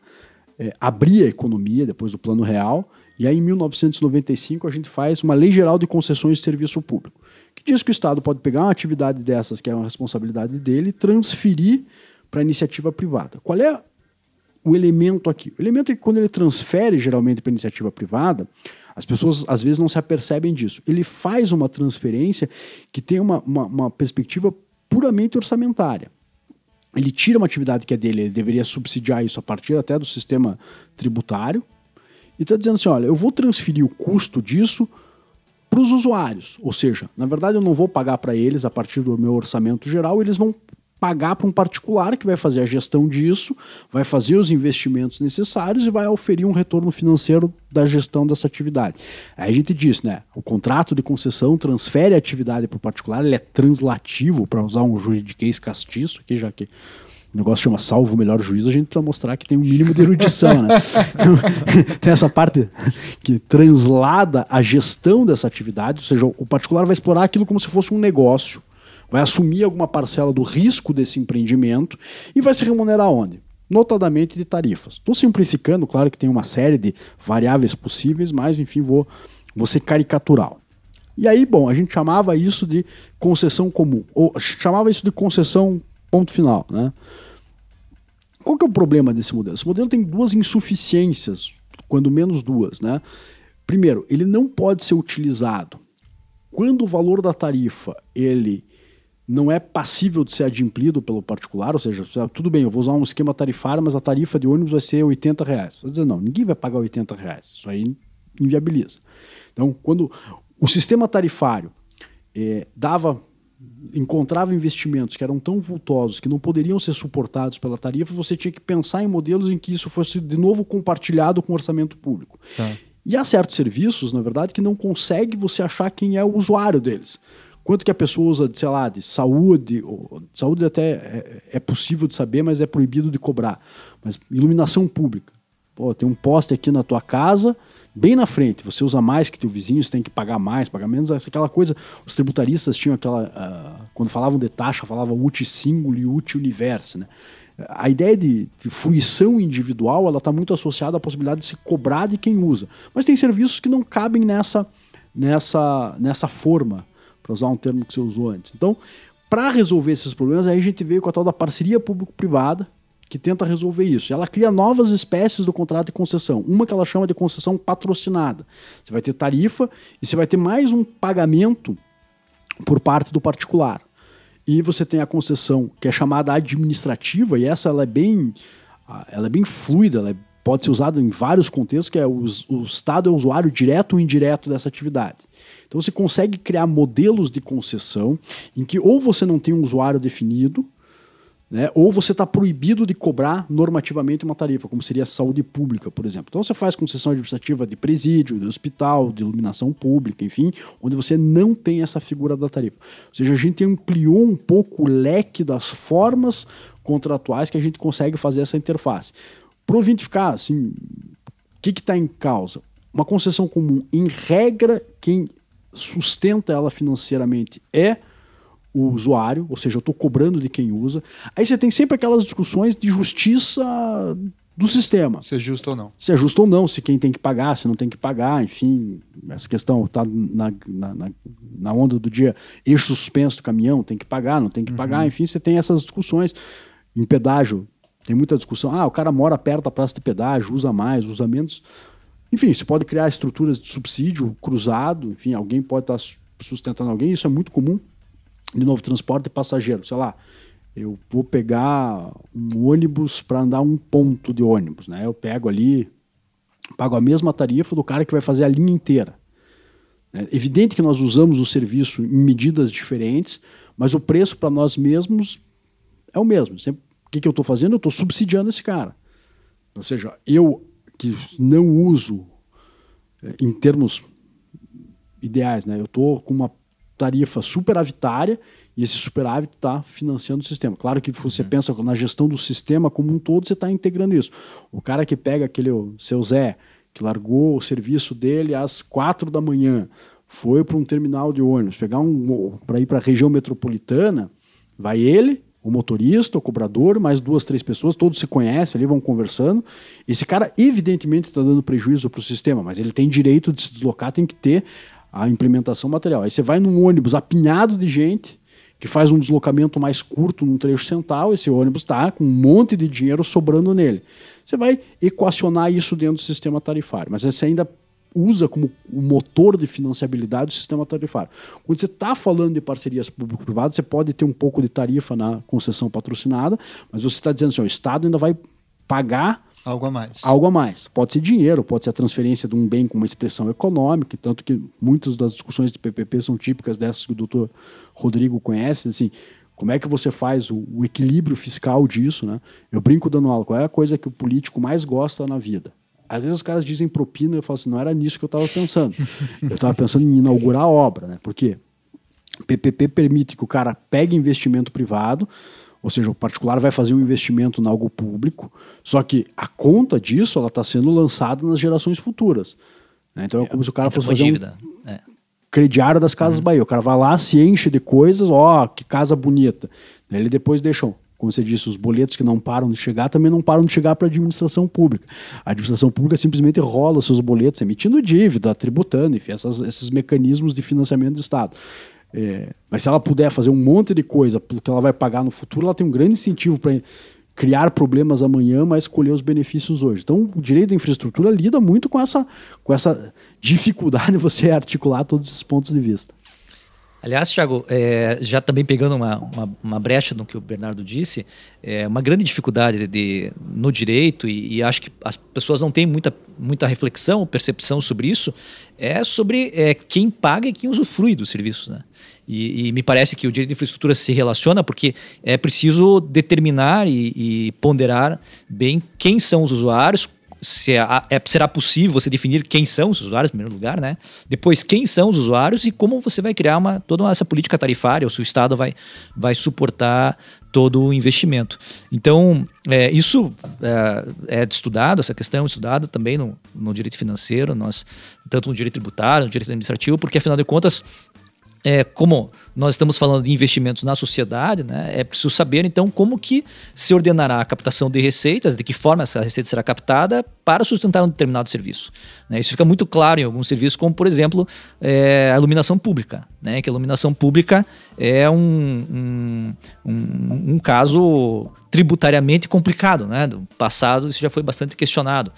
é, abrir a economia depois do Plano Real e aí em mil novecentos e noventa e cinco a gente faz uma Lei Geral de Concessões de Serviço Público, que diz que o Estado pode pegar uma atividade dessas, que é uma responsabilidade dele, e transferir para a iniciativa privada. Qual é o elemento aqui? O elemento é que quando ele transfere geralmente para a iniciativa privada, as pessoas às vezes não se apercebem disso. Ele faz uma transferência que tem uma, uma, uma perspectiva puramente orçamentária. Ele tira uma atividade que é dele, ele deveria subsidiar isso a partir até do sistema tributário, e está dizendo assim, olha, eu vou transferir o custo disso para os usuários. Ou seja, na verdade eu não vou pagar para eles a partir do meu orçamento geral, eles vão pagar para um particular que vai fazer a gestão disso, vai fazer os investimentos necessários e vai oferir um retorno financeiro da gestão dessa atividade. Aí a gente diz, né, o contrato de concessão transfere a atividade para o particular, ele é translativo, para usar um juridiquês castiço, aqui, já que o negócio chama salvo o melhor juízo, a gente precisa mostrar que tem um mínimo de erudição, né? Então, tem essa parte que translada a gestão dessa atividade, ou seja, o particular vai explorar aquilo como se fosse um negócio, vai assumir alguma parcela do risco desse empreendimento e vai se remunerar onde? Notadamente de tarifas. Estou simplificando, claro que tem uma série de variáveis possíveis, mas enfim, vou, vou ser caricatural. E aí, bom, a gente chamava isso de concessão comum, ou chamava isso de concessão ponto final, né? Qual que é o problema desse modelo? Esse modelo tem duas insuficiências, quando menos duas, né? Primeiro, ele não pode ser utilizado quando o valor da tarifa, ele não é passível de ser adimplido pelo particular, ou seja, tudo bem, eu vou usar um esquema tarifário, mas a tarifa de ônibus vai ser oitenta reais. Vou dizer, não, ninguém vai pagar oitenta reais, isso aí inviabiliza. Então, quando o sistema tarifário eh, dava, encontrava investimentos que eram tão vultosos que não poderiam ser suportados pela tarifa, você tinha que pensar em modelos em que isso fosse de novo compartilhado com o orçamento público. Tá. E há certos serviços, na verdade, que não consegue você achar quem é o usuário deles. Quanto que a pessoa usa, sei lá, de saúde, ou, saúde até é, é possível de saber, mas é proibido de cobrar. Mas iluminação pública. Pô, tem um poste aqui na tua casa, bem na frente, você usa mais que teu vizinho, você tem que pagar mais, pagar menos, aquela coisa, os tributaristas tinham aquela, uh, quando falavam de taxa, falavam uti singulo e uti universo, né? A ideia de, de fruição individual, ela está muito associada à possibilidade de se cobrar de quem usa. Mas tem serviços que não cabem nessa, nessa, nessa forma, para usar um termo que você usou antes. Então, para resolver esses problemas, aí a gente veio com a tal da parceria público-privada, que tenta resolver isso. Ela cria novas espécies do contrato de concessão. Uma que ela chama de concessão patrocinada. Você vai ter tarifa e você vai ter mais um pagamento por parte do particular. E você tem a concessão que é chamada administrativa, e essa ela é bem, ela é bem fluida, ela é, pode ser usada em vários contextos, que é o, o Estado é o usuário direto ou indireto dessa atividade. Então você consegue criar modelos de concessão em que ou você não tem um usuário definido, né, ou você está proibido de cobrar normativamente uma tarifa, como seria a saúde pública, por exemplo. Então você faz concessão administrativa de presídio, de hospital, de iluminação pública, enfim, onde você não tem essa figura da tarifa. Ou seja, a gente ampliou um pouco o leque das formas contratuais que a gente consegue fazer essa interface. Para o ouvinte ficar assim, o que está em causa? Uma concessão comum, em regra, quem sustenta ela financeiramente é o usuário, ou seja, eu estou cobrando de quem usa. Aí você tem sempre aquelas discussões de justiça do sistema. Se é justo ou não. Se é justo ou não, se quem tem que pagar, se não tem que pagar, enfim, essa questão está na, na, na onda do dia, eixo suspenso do caminhão, tem que pagar, não tem que uhum. pagar, enfim, você tem essas discussões. Em pedágio, tem muita discussão, ah, o cara mora perto da praça de pedágio, usa mais, usa menos. Enfim, você pode criar estruturas de subsídio cruzado, enfim, alguém pode estar sustentando alguém, isso é muito comum. De novo, transporte de passageiro, sei lá, eu vou pegar um ônibus para andar um ponto de ônibus, né? Eu pego ali, pago a mesma tarifa do cara que vai fazer a linha inteira. É evidente que nós usamos o serviço em medidas diferentes, mas o preço para nós mesmos é o mesmo. Sempre, o que, que eu estou fazendo? Eu estou subsidiando esse cara. Ou seja, eu que não uso é, em termos ideais, né? Eu estou com uma tarifa superavitária e esse superávit está financiando o sistema. Claro que você uhum. pensa na gestão do sistema como um todo, você está integrando isso. O cara que pega aquele o seu Zé, que largou o serviço dele às quatro da manhã, foi para um terminal de ônibus, pegar um para ir para a região metropolitana, vai ele, o motorista, o cobrador, mais duas, três pessoas, todos se conhecem ali, vão conversando. Esse cara, evidentemente, está dando prejuízo para o sistema, mas ele tem direito de se deslocar, tem que ter a implementação material. Aí você vai num ônibus apinhado de gente, que faz um deslocamento mais curto num trecho central, esse ônibus está com um monte de dinheiro sobrando nele. Você vai equacionar isso dentro do sistema tarifário, mas você ainda usa como o motor de financiabilidade o sistema tarifário. Quando você está falando de parcerias público-privadas, você pode ter um pouco de tarifa na concessão patrocinada, mas você está dizendo assim, o Estado ainda vai pagar algo a mais. Algo a mais. Pode ser dinheiro, pode ser a transferência de um bem com uma expressão econômica, tanto que muitas das discussões de P P P são típicas dessas que o doutor Rodrigo conhece, assim, como é que você faz o, o equilíbrio fiscal disso, né? Eu brinco dando aula, qual é a coisa que o político mais gosta na vida? Às vezes os caras dizem propina, eu falo assim, não era nisso que eu estava pensando. Eu estava pensando em inaugurar a obra, né? Porque P P P permite que o cara pegue investimento privado, ou seja, o particular vai fazer um investimento em algo público, só que a conta disso ela está sendo lançada nas gerações futuras. Né? Então é como se o cara fosse fazer dívida. um é. crediário das Casas uhum. Bahia. O cara vai lá, se enche de coisas, ó, que casa bonita. Ele depois deixa, como você disse, os boletos que não param de chegar também não param de chegar para a administração pública. A administração pública simplesmente rola os seus boletos, emitindo dívida, tributando, enfim, essas, esses mecanismos de financiamento do Estado. É, mas se ela puder fazer um monte de coisa que ela vai pagar no futuro, ela tem um grande incentivo para criar problemas amanhã, mas colher os benefícios hoje. Então, o direito da infraestrutura lida muito com essa, com essa dificuldade de você articular todos esses pontos de vista. Aliás, Thiago, é, já também pegando uma, uma, uma brecha no que o Bernardo disse, é uma grande dificuldade de, de, no direito, e, e acho que as pessoas não têm muita, muita reflexão, percepção sobre isso, é sobre é, quem paga e quem usufrui do serviço, né? E, e me parece que o direito de infraestrutura se relaciona porque é preciso determinar e, e ponderar bem quem são os usuários. Se é, é, será possível você definir quem são os usuários, em primeiro lugar, né? Depois, quem são os usuários e como você vai criar uma, toda essa política tarifária, ou se o Estado vai, vai suportar todo o investimento. Então, é, isso é, é estudado, essa questão é estudada também no, no direito financeiro, nós, tanto no direito tributário, no direito administrativo, porque, afinal de contas, É, como nós estamos falando de investimentos na sociedade, né, é preciso saber, então, como que se ordenará a captação de receitas, de que forma essa receita será captada para sustentar um determinado serviço. Né, isso fica muito claro em alguns serviços, como, por exemplo, é, a iluminação pública. Né, que a iluminação pública é um, um, um, um caso tributariamente complicado. Né, do passado isso já foi bastante questionado.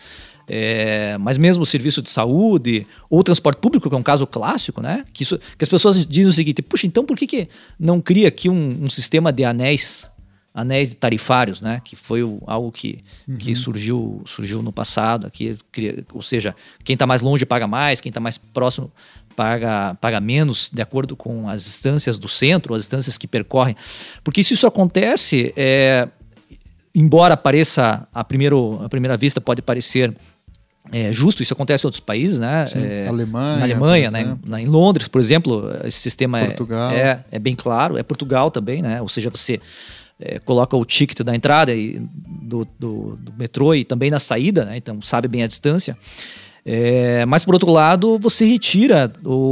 É, mas mesmo o serviço de saúde ou transporte público, que é um caso clássico, né? Que, isso, que as pessoas dizem o seguinte: puxa, então por que, que não cria aqui um, um sistema de anéis, anéis tarifários, né? Que foi o, algo que, uhum. que surgiu, surgiu no passado, aqui, ou seja, quem está mais longe paga mais, quem está mais próximo paga, paga menos, de acordo com as distâncias do centro, as distâncias que percorrem. Porque se isso acontece, é, embora pareça, a, primeiro, a primeira vista pode parecer É justo, isso acontece em outros países, né? Sim, é, Alemanha, na Alemanha, né? Na, em Londres, por exemplo, esse sistema é, é, é bem claro. É Portugal também, né? Ou seja, você é, coloca o ticket da entrada e, do, do, do metrô e também na saída, né? Então sabe bem a distância. É, mas, por outro lado, você retira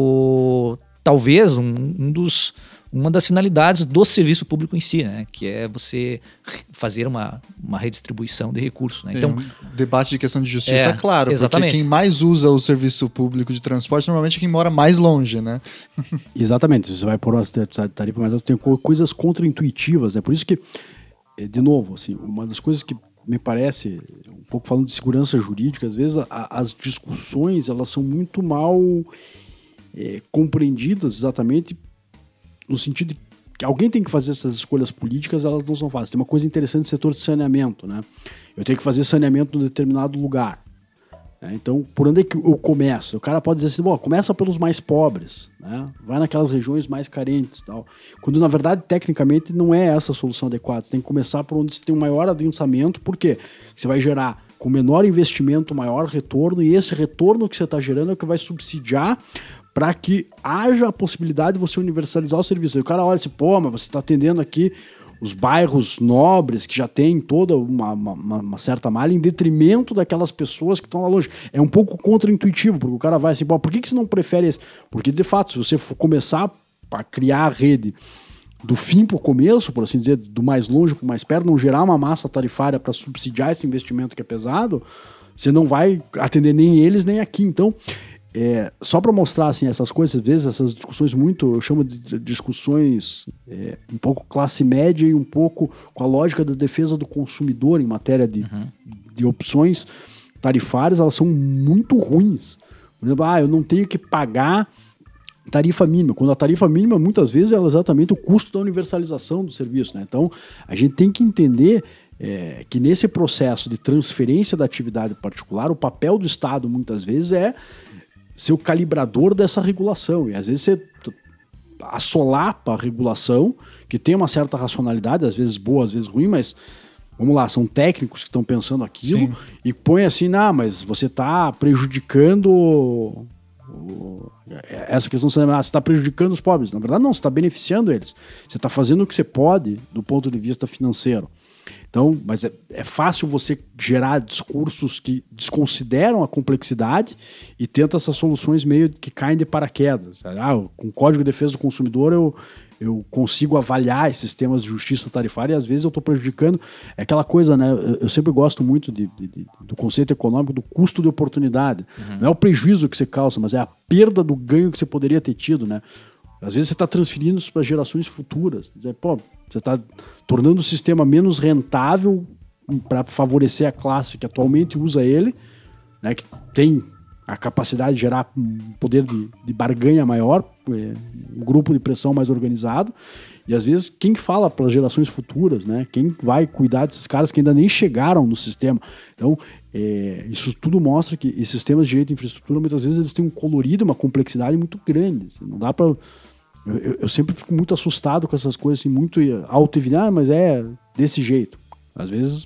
o, talvez um, um dos... uma das finalidades do serviço público em si, né? Que é você fazer uma, uma redistribuição de recursos. Né? Então, um debate de questão de justiça, é, claro, exatamente. Porque quem mais usa o serviço público de transporte normalmente é quem mora mais longe, né? Exatamente, você vai pôr uma tarifa mais alta, tem coisas contraintuitivas, né? Por isso que, de novo, assim, uma das coisas que me parece, um pouco falando de segurança jurídica, às vezes a, as discussões elas são muito mal é, compreendidas exatamente no sentido de que alguém tem que fazer essas escolhas políticas, elas não são fáceis. Tem uma coisa interessante no setor de saneamento, né? Eu tenho que fazer saneamento em um determinado lugar. Né? Então, por onde é que eu começo? O cara pode dizer assim, bom, começa pelos mais pobres, né? Vai naquelas regiões mais carentes e tal. Quando, na verdade, tecnicamente, não é essa a solução adequada. Você tem que começar por onde você tem um maior adensamento, porque você vai gerar com menor investimento, maior retorno, e esse retorno que você está gerando é o que vai subsidiar para que haja a possibilidade de você universalizar o serviço. Aí o cara olha assim, pô, mas você está atendendo aqui os bairros nobres, que já tem toda uma, uma, uma certa malha, em detrimento daquelas pessoas que estão lá longe. É um pouco contraintuitivo, porque o cara vai assim, pô, por que, que você não prefere esse? Porque, de fato, se você for começar a criar a rede do fim para o começo, por assim dizer, do mais longe para o mais perto, não gerar uma massa tarifária para subsidiar esse investimento que é pesado, você não vai atender nem eles, nem aqui. Então, É, só para mostrar assim, essas coisas, às vezes essas discussões muito, eu chamo de discussões é, um pouco classe média e um pouco com a lógica da defesa do consumidor em matéria de, uhum. de opções tarifárias, elas são muito ruins. Por exemplo, ah, eu não tenho que pagar tarifa mínima, quando a tarifa mínima muitas vezes é exatamente o custo da universalização do serviço, né? Então a gente tem que entender é, que nesse processo de transferência da atividade particular, o papel do Estado muitas vezes é ser o calibrador dessa regulação. E às vezes você assolapa a regulação, que tem uma certa racionalidade, às vezes boa, às vezes ruim, mas vamos lá, são técnicos que estão pensando aquilo. Sim. E põe assim, não, mas você está prejudicando o, o, essa questão, você está prejudicando os pobres. Na verdade não, você está beneficiando eles. Você está fazendo o que você pode do ponto de vista financeiro. Então, mas é, é fácil você gerar discursos que desconsideram a complexidade e tentam essas soluções meio que caem de paraquedas. Ah, com o Código de Defesa do Consumidor eu, eu consigo avaliar esses temas de justiça tarifária e às vezes eu estou prejudicando. É aquela coisa, né? Eu, eu sempre gosto muito de, de, de, do conceito econômico do custo de oportunidade. Uhum. Não é o prejuízo que você causa, mas é a perda do ganho que você poderia ter tido, né? Às vezes você está transferindo isso para gerações futuras. Dizer, pô, você está tornando o sistema menos rentável para favorecer a classe que atualmente usa ele, né, que tem a capacidade de gerar um poder de, de barganha maior, um grupo de pressão mais organizado. E às vezes quem fala para as gerações futuras, né, quem vai cuidar desses caras que ainda nem chegaram no sistema. Então, é, isso tudo mostra que esses sistemas de direito de infraestrutura, muitas vezes, eles têm um colorido, uma complexidade muito grande. Não dá para... Eu, eu sempre fico muito assustado com essas coisas, assim, muito auto-evidente, ah, mas é desse jeito. Às vezes...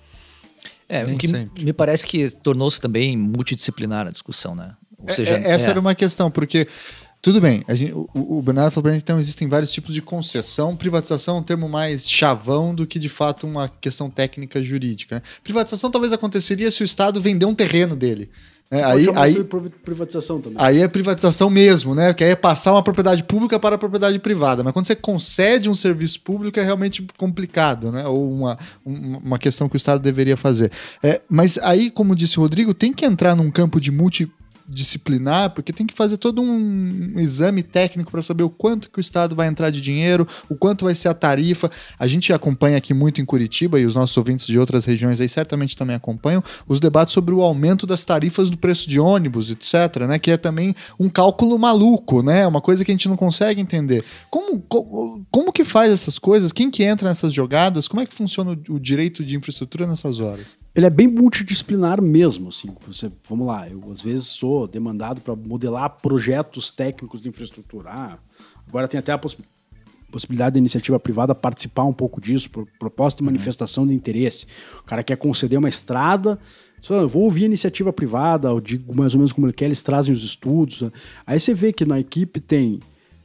É, o que sempre. Me parece que tornou-se também multidisciplinar a discussão, né? Ou seja, é, essa é... era uma questão, porque... Tudo bem, a gente, o, o Bernardo falou pra gente que então, existem vários tipos de concessão. Privatização é um termo mais chavão do que, de fato, uma questão técnica jurídica. Né? Privatização talvez aconteceria se o Estado vender um terreno dele. É, aí, aí, privatização também. Aí é privatização mesmo, né? Que aí é passar uma propriedade pública para a propriedade privada. Mas quando você concede um serviço público é realmente complicado, né? Ou uma, uma questão que o Estado deveria fazer. É, mas aí, como disse o Rodrigo, tem que entrar num campo de multi disciplinar, porque tem que fazer todo um exame técnico para saber o quanto que o Estado vai entrar de dinheiro, o quanto vai ser a tarifa. A gente acompanha aqui muito em Curitiba, e os nossos ouvintes de outras regiões aí certamente também acompanham, os debates sobre o aumento das tarifas do preço de ônibus, etc, né, que é também um cálculo maluco, né, uma coisa que a gente não consegue entender. Como, como, como que faz essas coisas? Quem que entra nessas jogadas? Como é que funciona o, o direito de infraestrutura nessas horas? Ele é bem multidisciplinar mesmo, assim. Você, vamos lá, eu às vezes sou demandado para modelar projetos técnicos de infraestrutura. Ah, agora tem até a poss possibilidade da iniciativa privada participar um pouco disso, por proposta de manifestação de interesse. O cara quer conceder uma estrada, só, eu vou ouvir a iniciativa privada, eu digo mais ou menos como ele quer, eles trazem os estudos. Né? Aí você vê que na equipe tem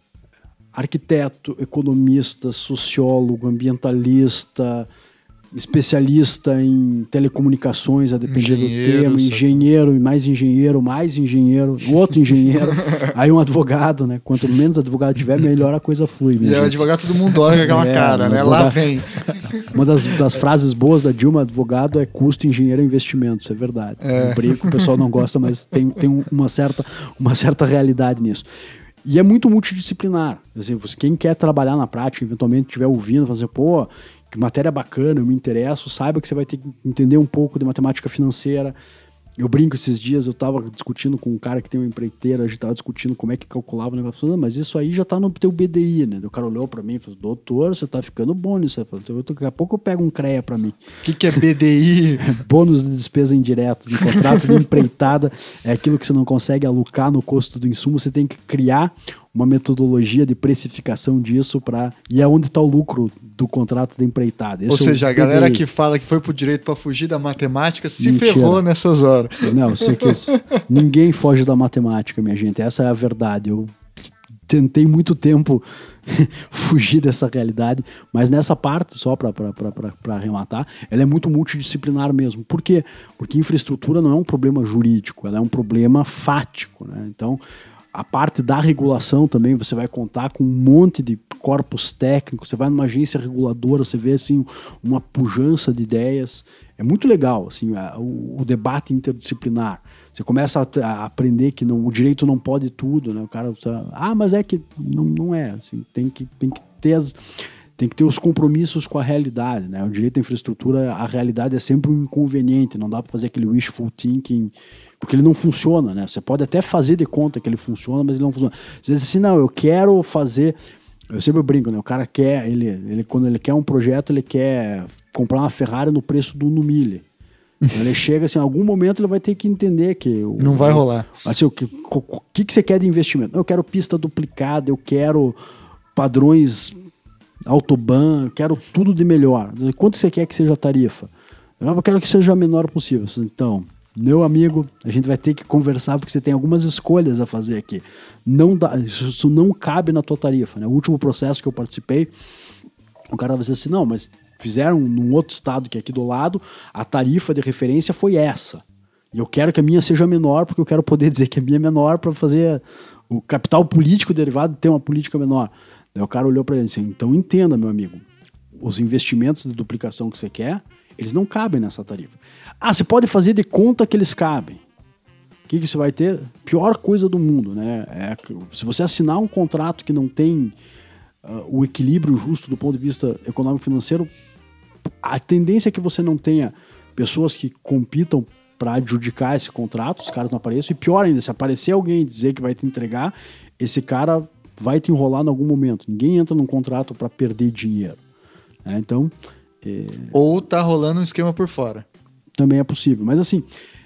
arquiteto, economista, sociólogo, ambientalista, especialista em telecomunicações, a depender engenheiro, do tema, engenheiro, e mais engenheiro, mais engenheiro, outro engenheiro, aí um advogado, né? Quanto menos advogado tiver, melhor a coisa flui. E o advogado todo mundo olha com aquela é, cara, né? Advogado... Lá vem. Uma das, das frases boas da Dilma, advogado é custo, engenheiro é investimento, isso é verdade. É. Um brinco, o pessoal não gosta, mas tem, tem uma, certa, uma certa realidade nisso. E é muito multidisciplinar. Assim, quem quer trabalhar na prática, eventualmente estiver ouvindo, fazer, pô, que matéria bacana, eu me interesso, saiba que você vai ter que entender um pouco de matemática financeira, Eu brinco esses dias, eu tava discutindo com um cara que tem uma empreiteira, a gente tava discutindo como é que calculava o negócio. Não, mas isso aí já tá no teu B D I, né? O cara olhou pra mim e falou, doutor, você tá ficando bom nisso. Falei, daqui a pouco eu pego um CREA pra mim. O que, que é B D I? Bônus de despesa indireta, de contrato de empreitada. É aquilo que você não consegue alocar no custo do insumo, você tem que criar uma metodologia de precificação disso para e é onde está o lucro do contrato de empreitada. Esse Ou seja, é a galera que fala que foi pro direito para fugir da matemática se Mentira. ferrou nessas horas. Não, sei que isso, ninguém foge da matemática, minha gente. Essa é a verdade. Eu tentei muito tempo fugir dessa realidade, mas nessa parte, só para arrematar, ela é muito multidisciplinar mesmo. Por quê? Porque infraestrutura não é um problema jurídico, ela é um problema fático, né? Então, a parte da regulação também, você vai contar com um monte de corpos técnicos, você vai numa agência reguladora, você vê assim, uma pujança de ideias. É muito legal assim, a, o, o debate interdisciplinar. Você começa a, a aprender que não, o direito não pode tudo, né? O cara, ah, mas é que não, não é. Assim, tem, que, tem, que ter as, tem que ter os compromissos com a realidade, né? O direito à infraestrutura, a realidade é sempre um inconveniente, não dá para fazer aquele wishful thinking, porque ele não funciona, né? Você pode até fazer de conta que ele funciona, mas ele não funciona. Você diz assim, não, eu quero fazer... Eu sempre brinco, né? O cara quer, ele, ele, quando ele quer um projeto, ele quer comprar uma Ferrari no preço do Uno Mille. Então ele chega assim, em algum momento ele vai ter que entender que... O, não vai rolar. Assim, o que, o que, que você quer de investimento? Eu quero pista duplicada, eu quero padrões autobahn, eu quero tudo de melhor. Quanto você quer que seja a tarifa? Eu quero que seja a menor possível. Então... Meu amigo, a gente vai ter que conversar porque você tem algumas escolhas a fazer aqui. Não dá, isso não cabe na tua tarifa, né? O último processo que eu participei, o cara vai dizer assim, não, mas fizeram num outro estado que é aqui do lado, a tarifa de referência foi essa. E eu quero que a minha seja menor porque eu quero poder dizer que a minha é menor para fazer o capital político derivado de ter uma política menor. Daí o cara olhou para ele assim, então entenda, meu amigo, os investimentos de duplicação que você quer, eles não cabem nessa tarifa. Ah, você pode fazer de conta que eles cabem. O que, que você vai ter? Pior coisa do mundo, né? É, se você assinar um contrato que não tem uh, o equilíbrio justo do ponto de vista econômico-financeiro, a tendência é que você não tenha pessoas que compitam para adjudicar esse contrato, os caras não apareçam, e pior ainda, se aparecer alguém e dizer que vai te entregar, esse cara vai te enrolar em algum momento. Ninguém entra num contrato para perder dinheiro. Né? Então... É... Ou tá rolando um esquema por fora. Também é possível, mas assim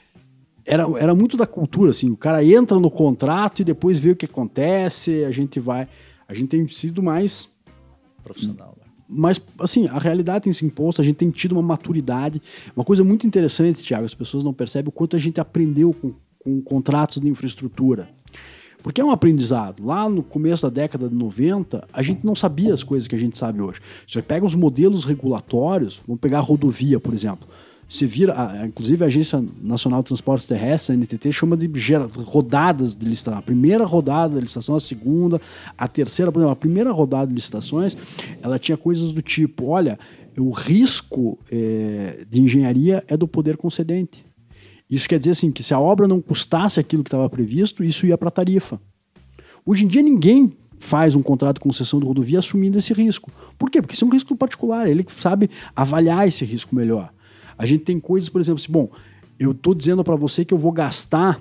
era, era muito da cultura, assim, o cara entra no contrato e depois vê o que acontece, a gente vai, a gente tem sido mais profissional, né? Mas assim, a realidade tem se imposto, a gente tem tido uma maturidade, uma coisa muito interessante, Thiago, as pessoas não percebem o quanto a gente aprendeu com, com contratos de infraestrutura. Porque é um aprendizado. Lá no começo da década de noventa, a gente não sabia as coisas que a gente sabe hoje. Você pega os modelos regulatórios, vamos pegar a rodovia, por exemplo. Você vira, a, inclusive a Agência Nacional de Transportes Terrestres, a N T T, chama de gera, rodadas de licitação. A primeira rodada de licitação, a segunda, a terceira, por exemplo, a primeira rodada de licitações, ela tinha coisas do tipo, olha, o risco é, de engenharia é do poder concedente. Isso quer dizer assim, que se a obra não custasse aquilo que estava previsto, isso ia para a tarifa. Hoje em dia ninguém faz um contrato de concessão de rodovia assumindo esse risco. Por quê? Porque isso é um risco particular, ele sabe avaliar esse risco melhor. A gente tem coisas, por exemplo, assim, bom, eu estou dizendo para você que eu vou gastar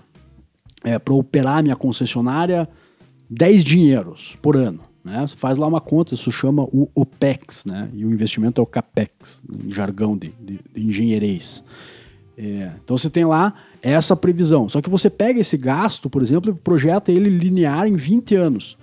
é, para operar a minha concessionária dez dinheiros por ano. Né? Você faz lá uma conta, isso chama o OPEX, né? E o investimento é o CAPEX, em jargão de, de, de engenheirês. É, então você tem lá essa previsão. Só que você pega esse gasto, por exemplo, e projeta ele linear em vinte anos.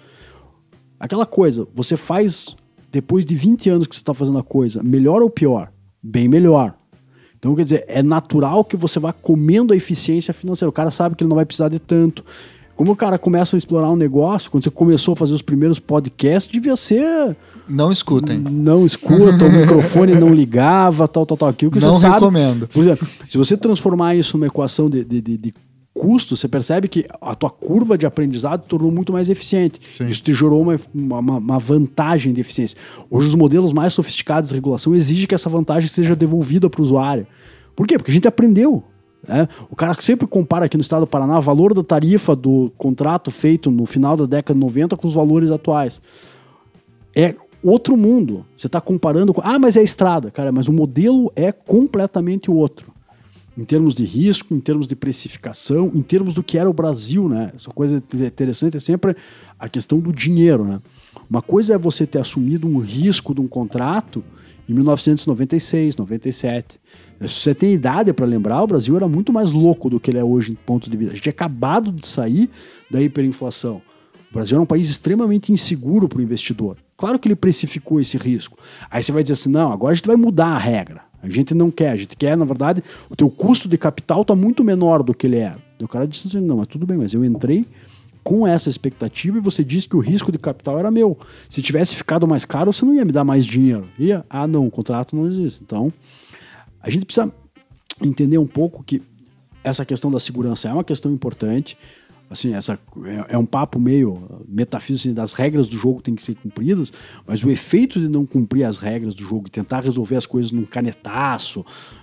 Aquela coisa, você faz, depois de vinte anos que você está fazendo a coisa, melhor ou pior? Bem melhor. Então, quer dizer, é natural que você vá comendo a eficiência financeira. O cara sabe que ele não vai precisar de tanto. Como o cara começa a explorar um negócio, quando você começou a fazer os primeiros podcasts, devia ser... Não escutem. Não escuta, o microfone não ligava, tal, tal, tal. Aquilo que não você sabe. recomendo. Por exemplo, se você transformar isso numa equação de, de, de, de custo, você percebe que a tua curva de aprendizado tornou muito mais eficiente. Sim. Isso te gerou uma, uma, uma vantagem de eficiência. Hoje, os modelos mais sofisticados de regulação exigem que essa vantagem seja devolvida para o usuário. Por quê? Porque a gente aprendeu. Né? O cara sempre compara aqui no estado do Paraná o valor da tarifa do contrato feito no final da década de noventa com os valores atuais. É outro mundo. Você está comparando com... Ah, mas é a estrada. Cara, mas o modelo é completamente outro. em termos de risco, em termos de precificação, em termos do que era o Brasil, né? Essa coisa interessante é sempre a questão do dinheiro, né? Uma coisa é você ter assumido um risco de um contrato em mil novecentos e noventa e seis, noventa e sete. Se você tem idade para lembrar, o Brasil era muito mais louco do que ele é hoje em ponto de vista. A gente tinha acabado de sair da hiperinflação. O Brasil era um país extremamente inseguro para o investidor. Claro que ele precificou esse risco. Aí você vai dizer assim, não, agora a gente vai mudar a regra. A gente não quer, a gente quer, na verdade, o teu custo de capital está muito menor do que ele era. E o cara disse assim, não, mas tudo bem, mas eu entrei com essa expectativa e você disse que o risco de capital era meu. Se tivesse ficado mais caro, você não ia me dar mais dinheiro. Ia? Ah, não, o contrato não existe. Então, a gente precisa entender um pouco que essa questão da segurança é uma questão importante. Assim, essa é, é um papo meio metafísico, assim, das regras do jogo têm que ser cumpridas, mas o efeito de não cumprir as regras do jogo e tentar resolver as coisas num canetaço,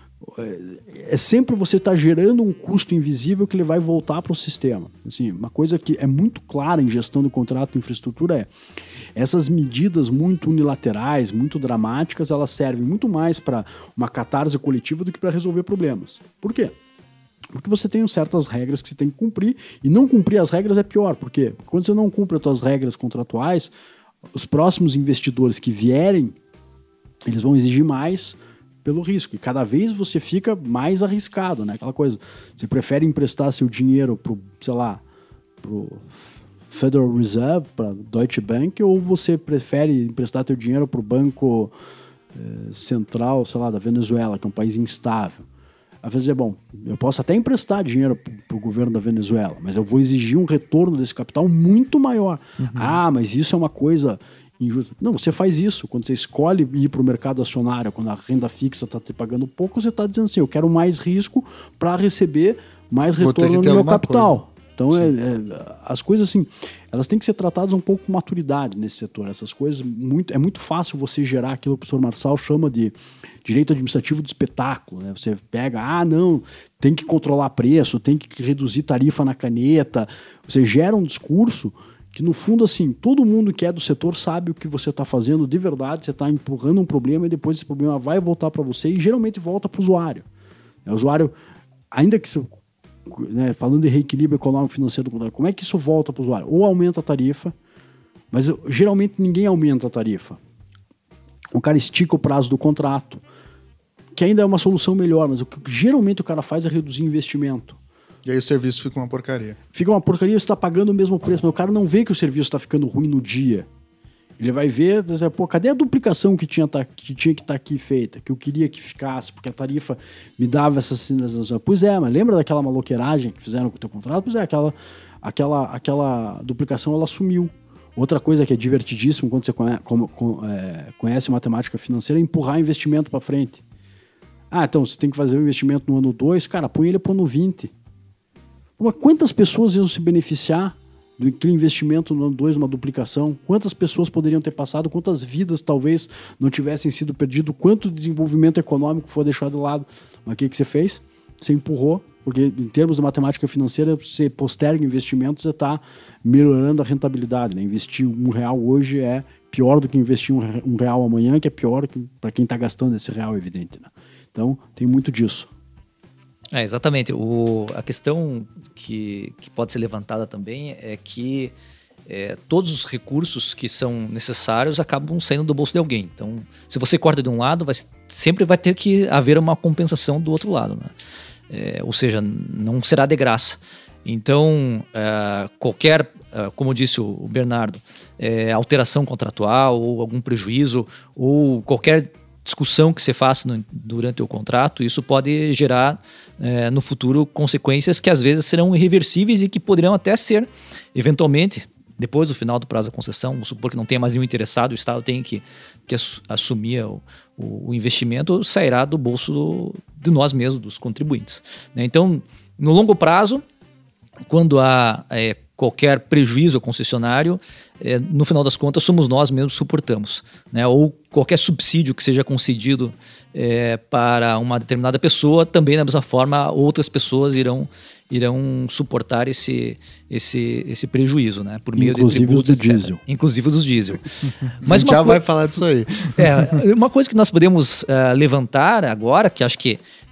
é, é sempre você estar tá gerando um custo invisível que ele vai voltar para o sistema. Assim, uma coisa que é muito clara em gestão de contrato de infraestrutura é essas medidas muito unilaterais, muito dramáticas, elas servem muito mais para uma catarse coletiva do que para resolver problemas. Por quê? Porque você tem certas regras que você tem que cumprir, e não cumprir as regras é pior. Por quê? Porque quando você não cumpre as suas regras contratuais, os próximos investidores que vierem, eles vão exigir mais pelo risco. E cada vez você fica mais arriscado, né? Aquela coisa, você prefere emprestar seu dinheiro pro, sei lá, pro Federal Reserve, para Deutsche Bank, ou você prefere emprestar teu dinheiro pro Banco eh, Central, sei lá, da Venezuela, que é um país instável. Às vezes é bom, eu posso até emprestar dinheiro para o governo da Venezuela, mas eu vou exigir um retorno desse capital muito maior. Uhum. Ah, mas isso é uma coisa injusta. Não, você faz isso. Quando você escolhe ir para o mercado acionário, quando a renda fixa está te pagando pouco, você está dizendo assim, eu quero mais risco para receber mais retorno no meu capital. Coisa. Então, é, é, as coisas assim, elas têm que ser tratadas um pouco com maturidade nesse setor. Essas coisas, muito, é muito fácil você gerar aquilo que o professor Marçal chama de direito administrativo de espetáculo, né? Você pega, ah, não, tem que controlar preço, tem que reduzir tarifa na caneta. Você gera um discurso que, no fundo, assim, todo mundo que é do setor sabe o que você está fazendo de verdade, você está empurrando um problema e depois esse problema vai voltar para você e geralmente volta para o usuário. O usuário, ainda que... Né, falando de reequilíbrio econômico financeiro, como é que isso volta para o usuário? Ou aumenta a tarifa, mas geralmente ninguém aumenta a tarifa. O cara estica o prazo do contrato, que ainda é uma solução melhor, mas o que geralmente o cara faz é reduzir investimento. E aí o serviço fica uma porcaria. Fica uma porcaria, você está pagando o mesmo preço, mas o cara não vê que o serviço está ficando ruim no dia. Ele vai ver, pô, cadê a duplicação que tinha, que tinha que estar aqui feita, que eu queria que ficasse, porque a tarifa me dava essa sinalização. Pois é, mas lembra daquela maloqueiragem que fizeram com o teu contrato? Pois é, aquela, aquela, aquela duplicação ela sumiu. Outra coisa que é divertidíssimo quando você conhece, como, com, é, conhece matemática financeira é empurrar investimento para frente. Ah, então você tem que fazer o investimento no ano dois, cara, põe ele para o ano vinte. Mas quantas pessoas iam se beneficiar do investimento no ano dois, uma duplicação? Quantas pessoas poderiam ter passado? Quantas vidas talvez não tivessem sido perdidas? Quanto desenvolvimento econômico foi deixado de lado? Mas o que, que você fez? Você empurrou, porque em termos de matemática financeira, você posterga investimentos, você está melhorando a rentabilidade. Né? Investir um real hoje é pior do que investir um real amanhã, que é pior para quem está gastando esse real, evidente. Né? Então, tem muito disso. É, exatamente. O, a questão que, que pode ser levantada também é que é, todos os recursos que são necessários acabam saindo do bolso de alguém. Então, se você corta de um lado, vai, sempre vai ter que haver uma compensação do outro lado, né? É, ou seja, não será de graça. Então, é, qualquer, é, como disse o Bernardo, é, alteração contratual ou algum prejuízo ou qualquer discussão que você faça no, durante o contrato, isso pode gerar é, no futuro consequências que às vezes serão irreversíveis e que poderão até ser, eventualmente, depois do final do prazo da concessão, vamos supor que não tenha mais nenhum interessado, o Estado tem que, que assumir o, o, o investimento, sairá do bolso do, de nós mesmos, dos contribuintes. Né? Então, no longo prazo, quando há é, qualquer prejuízo ao concessionário, é, no final das contas somos nós mesmos que suportamos, né? Ou qualquer subsídio que seja concedido é, para uma determinada pessoa, também da mesma forma outras pessoas irão, irão suportar esse, esse, esse prejuízo, né? Por meio inclusive de tributos, os do diesel. Inclusive dos diesel. Mas já co- vai falar disso aí. É, uma coisa que nós podemos uh, levantar agora, que acho que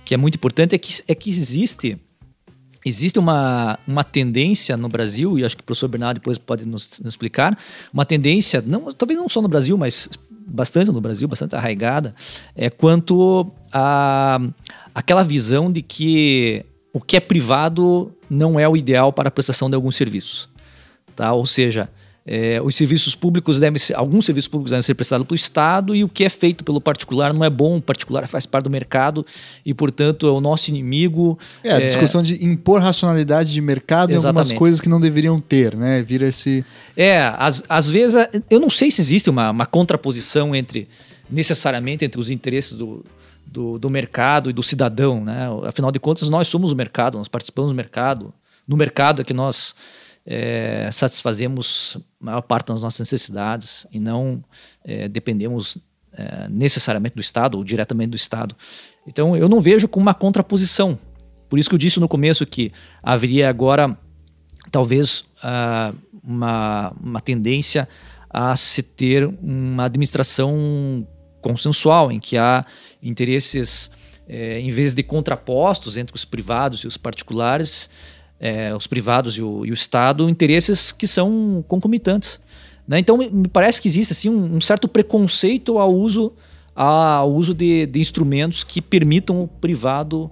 que é muito importante é que, é que existe, existe uma, uma tendência no Brasil, e acho que o professor Bernardo depois pode nos, nos explicar, uma tendência, não, talvez não só no Brasil, mas bastante no Brasil, bastante arraigada, é quanto a aquela visão de que o que é privado não é o ideal para a prestação de alguns serviços. Tá? Ou seja, é, os serviços públicos devem ser, alguns serviços públicos devem ser prestados pelo Estado, e o que é feito pelo particular não é bom, o particular faz parte do mercado e, portanto, é o nosso inimigo. É, a é... discussão de impor racionalidade de mercado em algumas coisas que não deveriam ter, né? Vira esse... É, às, às vezes, eu não sei se existe uma, uma contraposição entre, necessariamente, entre os interesses do, do, do mercado e do cidadão, né? Afinal de contas, nós somos o mercado, nós participamos do mercado. No mercado é que nós é, satisfazemos a maior parte das nossas necessidades e não é, dependemos é, necessariamente do Estado ou diretamente do Estado. Então, eu não vejo como uma contraposição. Por isso que eu disse no começo que haveria agora, talvez, uh, uma, uma tendência a se ter uma administração consensual, em que há interesses, é, em vez de contrapostos entre os privados e os particulares, é, os privados e o, e o Estado, interesses que são concomitantes. Né? Então, me parece que existe assim, um, um certo preconceito ao uso, ao uso de, de instrumentos que permitam o privado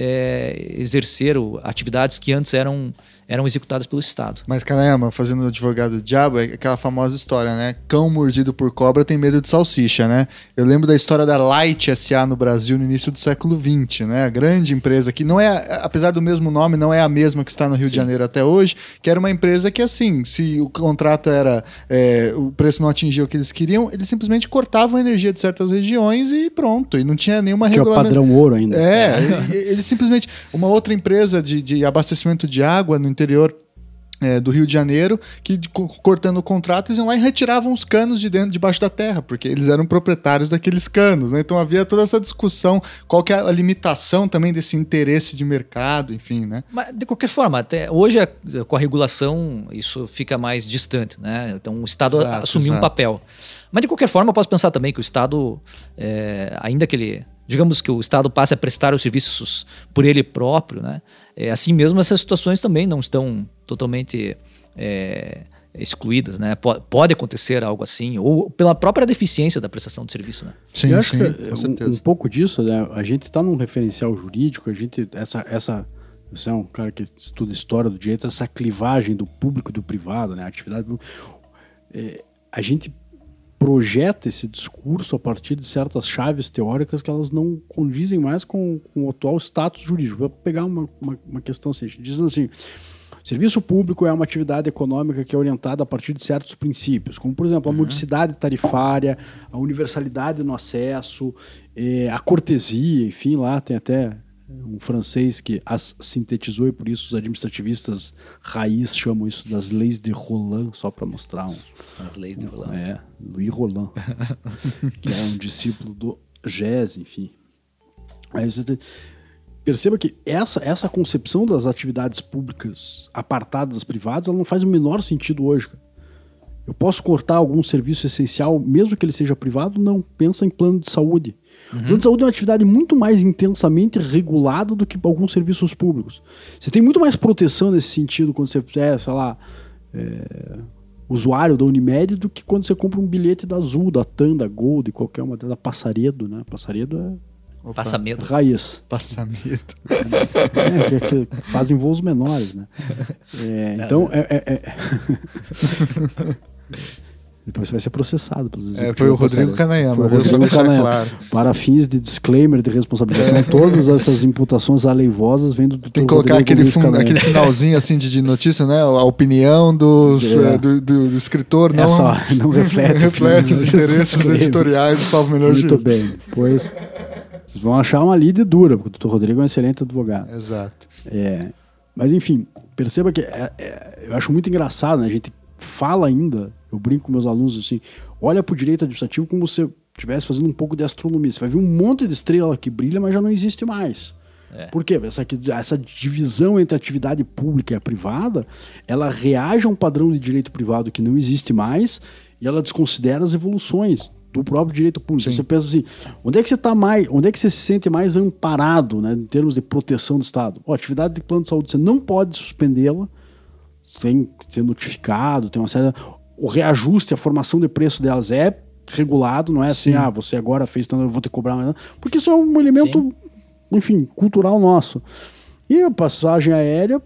é, exercer o, atividades que antes eram, eram executadas pelo Estado. Mas, caramba, fazendo o advogado do diabo, é aquela famosa história, né? Cão mordido por cobra tem medo de salsicha, né? Eu lembro da história da Light S A no Brasil no início do século vinte, né? A grande empresa que não é, apesar do mesmo nome, não é a mesma que está no Rio Sim. de Janeiro até hoje, que era uma empresa que, assim, se o contrato era, é, o preço não atingia o que eles queriam, eles simplesmente cortavam a energia de certas regiões e pronto, e não tinha nenhuma regulamentação. Tinha padrão ouro ainda. É, é. Eles simplesmente... Uma outra empresa de, de abastecimento de água no interior é, do Rio de Janeiro, que cortando o contrato, eles iam lá e retiravam os canos de dentro, debaixo da terra, porque eles eram proprietários daqueles canos, né? Então havia toda essa discussão, qual que é a limitação também desse interesse de mercado, enfim, né? Mas, de qualquer forma, até hoje, com a regulação, isso fica mais distante, né? Então o Estado exato, assumiu exato. um papel. Mas, de qualquer forma, eu posso pensar também que o Estado, é, ainda que ele... Digamos que o Estado passe a prestar os serviços por ele próprio, né? É, assim mesmo, essas situações também não estão totalmente é, excluídas, né? Pode, pode acontecer algo assim, ou pela própria deficiência da prestação de serviço, né? Sim, eu acho sim, que com certeza. Um, um pouco disso, né? A gente está num referencial jurídico, a gente, essa, essa, você é um cara que estuda história do direito, essa clivagem do público e do privado, né? A atividade, é, a gente projeta esse discurso a partir de certas chaves teóricas que elas não condizem mais com, com o atual status jurídico. Vou pegar uma, uma, uma questão assim, dizendo assim, serviço público é uma atividade econômica que é orientada a partir de certos princípios, como, por exemplo, a uhum. modicidade tarifária, a universalidade no acesso, eh, a cortesia, enfim, lá tem até um francês que as sintetizou e por isso os administrativistas raiz chamam isso das leis de Roland, só para mostrar um... As leis de Roland. É, Louis Roland, que é um discípulo do Gese, enfim. Aí você tem... Perceba que essa, essa concepção das atividades públicas apartadas das privadas, ela não faz o menor sentido hoje. Eu posso cortar algum serviço essencial, mesmo que ele seja privado? Não. Pensa em plano de saúde. Uhum. O plano de saúde é uma atividade muito mais intensamente regulada do que alguns serviços públicos. Você tem muito mais proteção nesse sentido quando você é, sei lá, é, usuário da Unimed do que quando você compra um bilhete da Azul, da TAM, da Gol, de qualquer uma da Passaredo, né? Passaredo é... Opa. Passa medo. Raiz. Passa medo. É, que, que fazem voos menores, né? É, então, é... é, é... Depois você vai ser processado pelos é, foi o Rodrigo Canayama. Foi o Rodrigo Canayama. Claro. Para fins de disclaimer de responsabilização, é. todas essas imputações aleivosas vêm do doutor Tem que colocar aquele, fun- aquele finalzinho assim de, de notícia, né? A opinião dos, é. uh, do, do, do escritor não, é só, não reflete, reflete os interesses editoriais do Salvo Melhor Juízo. Muito bem. Pois vocês vão achar uma lide dura, porque o doutor Rodrigo é um excelente advogado. Exato. É, mas enfim, perceba que é, é, eu acho muito engraçado, né? A gente fala ainda, eu brinco com meus alunos assim, olha para o direito administrativo como se você estivesse fazendo um pouco de astronomia. Você vai ver um monte de estrela que brilha, mas já não existe mais. É. Por quê? Essa, essa divisão entre a atividade pública e a privada, ela reage a um padrão de direito privado que não existe mais e ela desconsidera as evoluções. do próprio direito público. Sim. Você pensa assim, onde é que você tá mais, onde é que você se sente mais amparado, né, em termos de proteção do Estado? Ó, atividade de plano de saúde, você não pode suspendê-la, tem que ser notificado, tem uma série... O reajuste, a formação de preço delas é regulado, não é assim, Sim. ah, você agora fez, então eu vou ter que cobrar mais. Porque isso é um elemento, Sim. enfim, cultural nosso. E a passagem aérea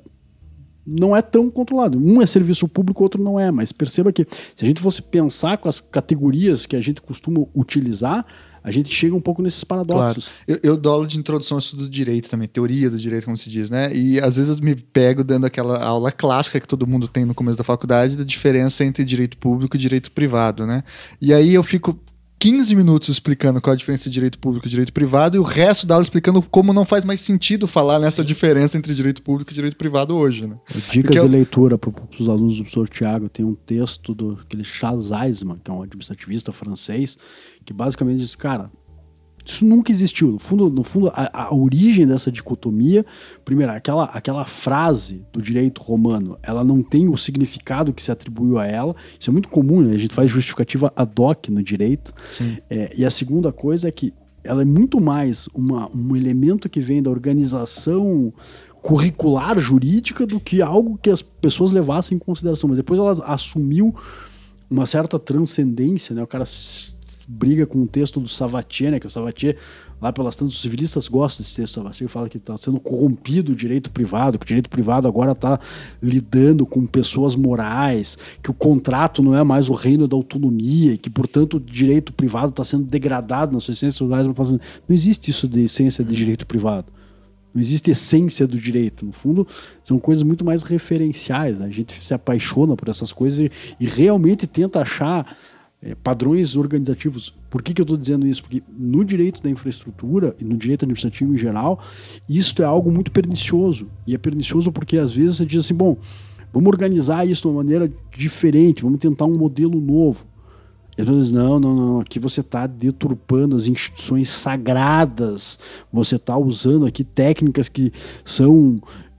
não é tão controlado. Um é serviço público, outro não é. Mas perceba que se a gente fosse pensar com as categorias que a gente costuma utilizar, a gente chega um pouco nesses paradoxos. Claro. Eu, eu dou aula de introdução ao estudo do direito também, teoria do direito, como se diz, né? E às vezes eu me pego dando aquela aula clássica que todo mundo tem no começo da faculdade, da diferença entre direito público e direito privado, né? E aí eu fico quinze minutos explicando qual a diferença de direito público e direito privado e o resto da aula explicando como não faz mais sentido falar nessa diferença entre direito público e direito privado hoje, né? Dicas Porque de eu... leitura para os alunos do professor Tiago. Tem um texto do aquele Charles Eisman, que é um administrativista francês, que basicamente diz, cara, isso nunca existiu. No fundo, no fundo a, a origem dessa dicotomia, primeiro, aquela, aquela frase do direito romano, ela não tem o significado que se atribuiu a ela. Isso é muito comum, né? A gente faz justificativa ad hoc no direito. É, e a segunda coisa é que ela é muito mais uma, um elemento que vem da organização curricular jurídica do que algo que as pessoas levassem em consideração. Mas depois ela assumiu uma certa transcendência, né? O cara briga com o texto do Savatier, né? Que o Savatier, lá pelas tantas, os civilistas gostam desse texto do Savatier, que fala que está sendo corrompido o direito privado, que o direito privado agora está lidando com pessoas morais, que o contrato não é mais o reino da autonomia, e que, portanto, o direito privado está sendo degradado na sua essência. Não existe isso de essência de direito privado. Não existe essência do direito. No fundo, são coisas muito mais referenciais, né? A gente se apaixona por essas coisas e, e realmente tenta achar é, padrões organizativos. Por que, que eu estou dizendo isso? Porque no direito da infraestrutura e no direito administrativo em geral, isto é algo muito pernicioso. E é pernicioso porque às vezes você diz assim, bom, vamos organizar isso de uma maneira diferente, vamos tentar um modelo novo. E as pessoas dizem, não, não, não, aqui você está deturpando as instituições sagradas, você está usando aqui técnicas que são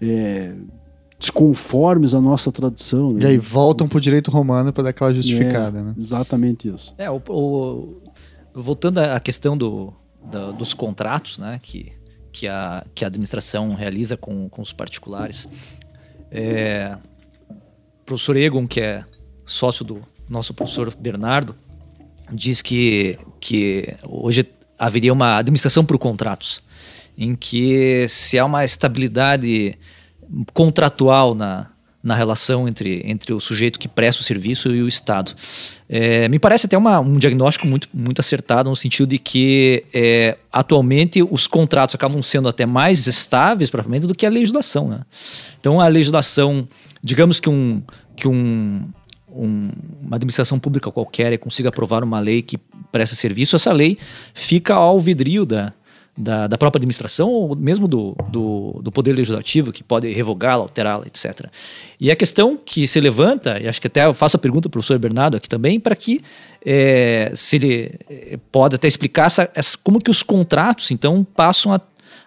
é, desconformes à nossa tradição. Né? E aí voltam para o direito romano para dar aquela justificada. É, né? Exatamente isso. É, o, o, voltando à questão do, da, dos contratos, né, que, que, a, que a administração realiza com, com os particulares, é, o professor Egon, que é sócio do nosso professor Bernardo, diz que, que hoje haveria uma administração por contratos, em que se há uma estabilidade contratual na, na relação entre, entre o sujeito que presta o serviço e o Estado. É, me parece até uma, um diagnóstico muito, muito acertado, no sentido de que é, atualmente os contratos acabam sendo até mais estáveis propriamente do que a legislação, né? Então a legislação, digamos que um... Que um Um, uma administração pública qualquer consiga aprovar uma lei que presta serviço, essa lei fica ao vidrio da, da, da própria administração ou mesmo do, do, do poder legislativo, que pode revogá-la, alterá-la, etcétera. E a questão que se levanta, e acho que até eu faço a pergunta para o professor Bernardo aqui também, para que é, se ele pode até explicar essa, essa, como que os contratos então passam a,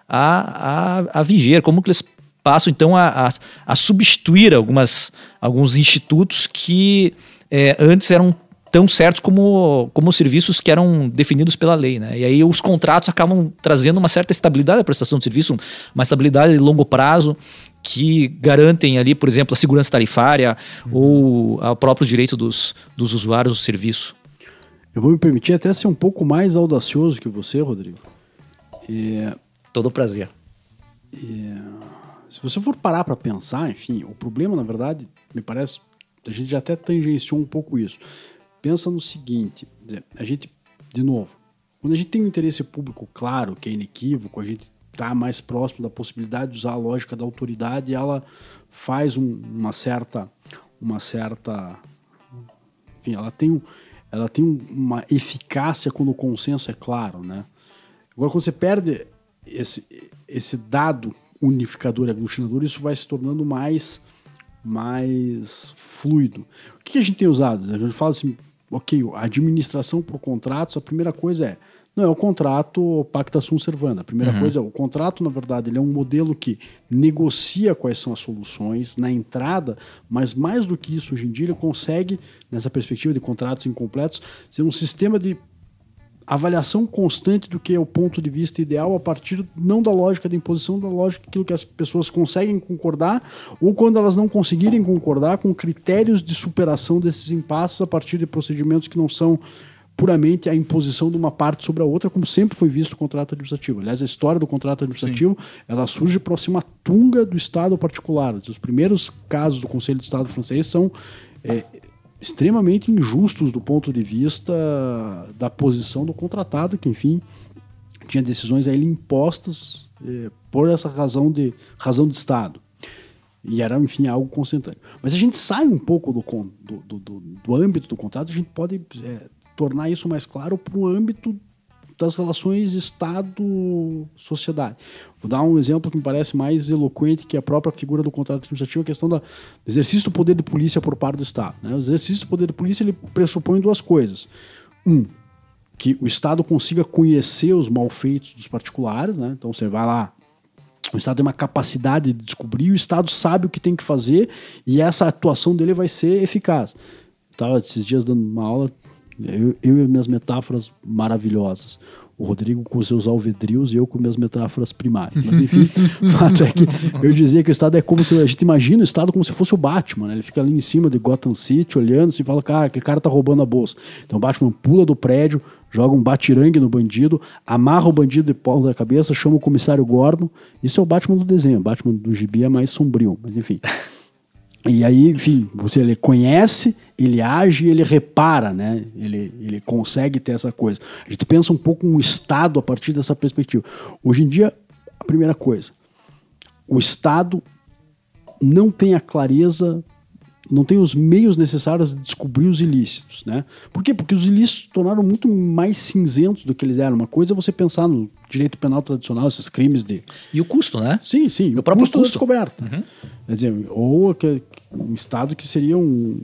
a, a, a viger, como que eles passam então a, a, a substituir algumas, alguns institutos que é, antes eram tão certos como, como os serviços que eram definidos pela lei, né? E aí os contratos acabam trazendo uma certa estabilidade à prestação de serviço, uma estabilidade de longo prazo que garantem ali, por exemplo, a segurança tarifária uhum. ou o próprio direito dos, dos usuários do serviço. Eu vou me permitir até ser um pouco mais audacioso que você, Rodrigo. E... Todo prazer. E... Se você for parar para pensar, enfim, o problema, na verdade, me parece, a gente já até tangenciou um pouco isso. Pensa no seguinte, a gente, de novo, quando a gente tem um interesse público claro, que é inequívoco, a gente está mais próximo da possibilidade de usar a lógica da autoridade e ela faz um, uma certa, uma certa, enfim, ela tem, um, ela tem uma eficácia quando o consenso é claro, né? Agora, quando você perde esse, esse dado unificador e aglutinador, isso vai se tornando mais, mais fluido. O que a gente tem usado? A gente fala assim, ok, a administração por contratos, a primeira coisa é, não é o contrato pacta sunt servanda. A primeira uhum. coisa é, o contrato, na verdade, ele é um modelo que negocia quais são as soluções na entrada, mas mais do que isso, hoje em dia, ele consegue, nessa perspectiva de contratos incompletos, ser um sistema de avaliação constante do que é o ponto de vista ideal a partir não da lógica da imposição, da lógica daquilo que as pessoas conseguem concordar ou quando elas não conseguirem concordar com critérios de superação desses impasses a partir de procedimentos que não são puramente a imposição de uma parte sobre a outra, como sempre foi visto o contrato administrativo. Aliás, a história do contrato administrativo, Sim. ela surge para uma tunga do Estado particular. Os primeiros casos do Conselho de Estado francês são é, extremamente injustos do ponto de vista da posição do contratado, que, enfim, tinha decisões a ele impostas é, por essa razão de, razão de Estado. E era, enfim, algo consentâneo. Mas se a gente sai um pouco do, do, do, do âmbito do contrato, a gente pode... É, tornar isso mais claro para o âmbito das relações Estado-sociedade. Vou dar um exemplo que me parece mais eloquente que a própria figura do contrato administrativo, a questão do exercício do poder de polícia por parte do Estado. Né? O exercício do poder de polícia ele pressupõe duas coisas. Um, que o Estado consiga conhecer os malfeitos dos particulares. Né? Então você vai lá, o Estado tem uma capacidade de descobrir, o Estado sabe o que tem que fazer e essa atuação dele vai ser eficaz. Estava esses dias dando uma aula... Eu, eu e minhas metáforas maravilhosas. O Rodrigo com os seus alvedrios e eu com minhas metáforas primárias. Mas enfim, o fato é que eu dizia que o Estado é como se... A gente imagina o Estado como se fosse o Batman, né? Ele fica ali em cima de Gotham City, olhando assim, e fala, cara, aquele cara tá roubando a bolsa. Então o Batman pula do prédio, joga um batirangue no bandido, amarra o bandido de pau da cabeça, chama o comissário Gordon. Isso é o Batman do desenho. O Batman do gibi é mais sombrio, mas enfim... E aí, enfim, você, ele conhece, ele age, ele repara, né? Ele, ele consegue ter essa coisa. A gente pensa um pouco no Estado a partir dessa perspectiva. Hoje em dia, a primeira coisa, o Estado não tem a clareza, não tem os meios necessários de descobrir os ilícitos, né? Por quê? Porque os ilícitos se tornaram muito mais cinzentos do que eles eram. Uma coisa é você pensar no direito penal tradicional, esses crimes de... E o custo, né? Sim, sim. O, o próprio custo, custo. da descoberta. Uhum. Quer dizer, ou que, um Estado que seria um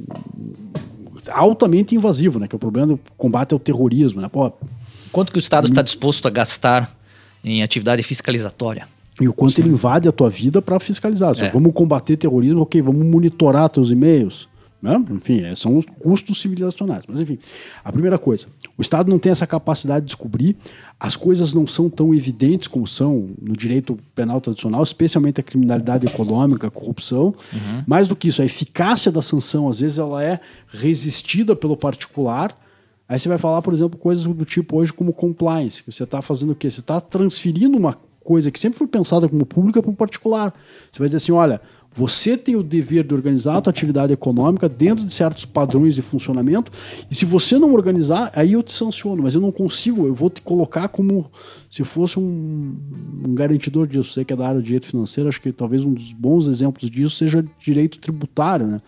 altamente invasivo, né? Que é o problema do combate ao terrorismo, né? Pô, quanto que o Estado hum. está disposto a gastar em atividade fiscalizatória? E o quanto Sim. ele invade a tua vida para fiscalizar. É. Vamos combater terrorismo, ok, vamos monitorar teus e-mails. Né? Enfim, são os custos civilizacionais. Mas enfim, a primeira coisa, o Estado não tem essa capacidade de descobrir, as coisas não são tão evidentes como são no direito penal tradicional, especialmente a criminalidade econômica, a corrupção. Uhum. Mais do que isso, a eficácia da sanção, às vezes ela é resistida pelo particular. Aí você vai falar, por exemplo, coisas do tipo hoje como compliance, que você está fazendo o quê? Você está transferindo uma coisa que sempre foi pensada como pública para o particular. Você vai dizer assim, olha, você tem o dever de organizar a tua atividade econômica dentro de certos padrões de funcionamento e se você não organizar, aí eu te sanciono, mas eu não consigo, eu vou te colocar como se fosse um, um garantidor disso. Você que é da área de direito financeiro, acho que talvez um dos bons exemplos disso seja direito tributário, né?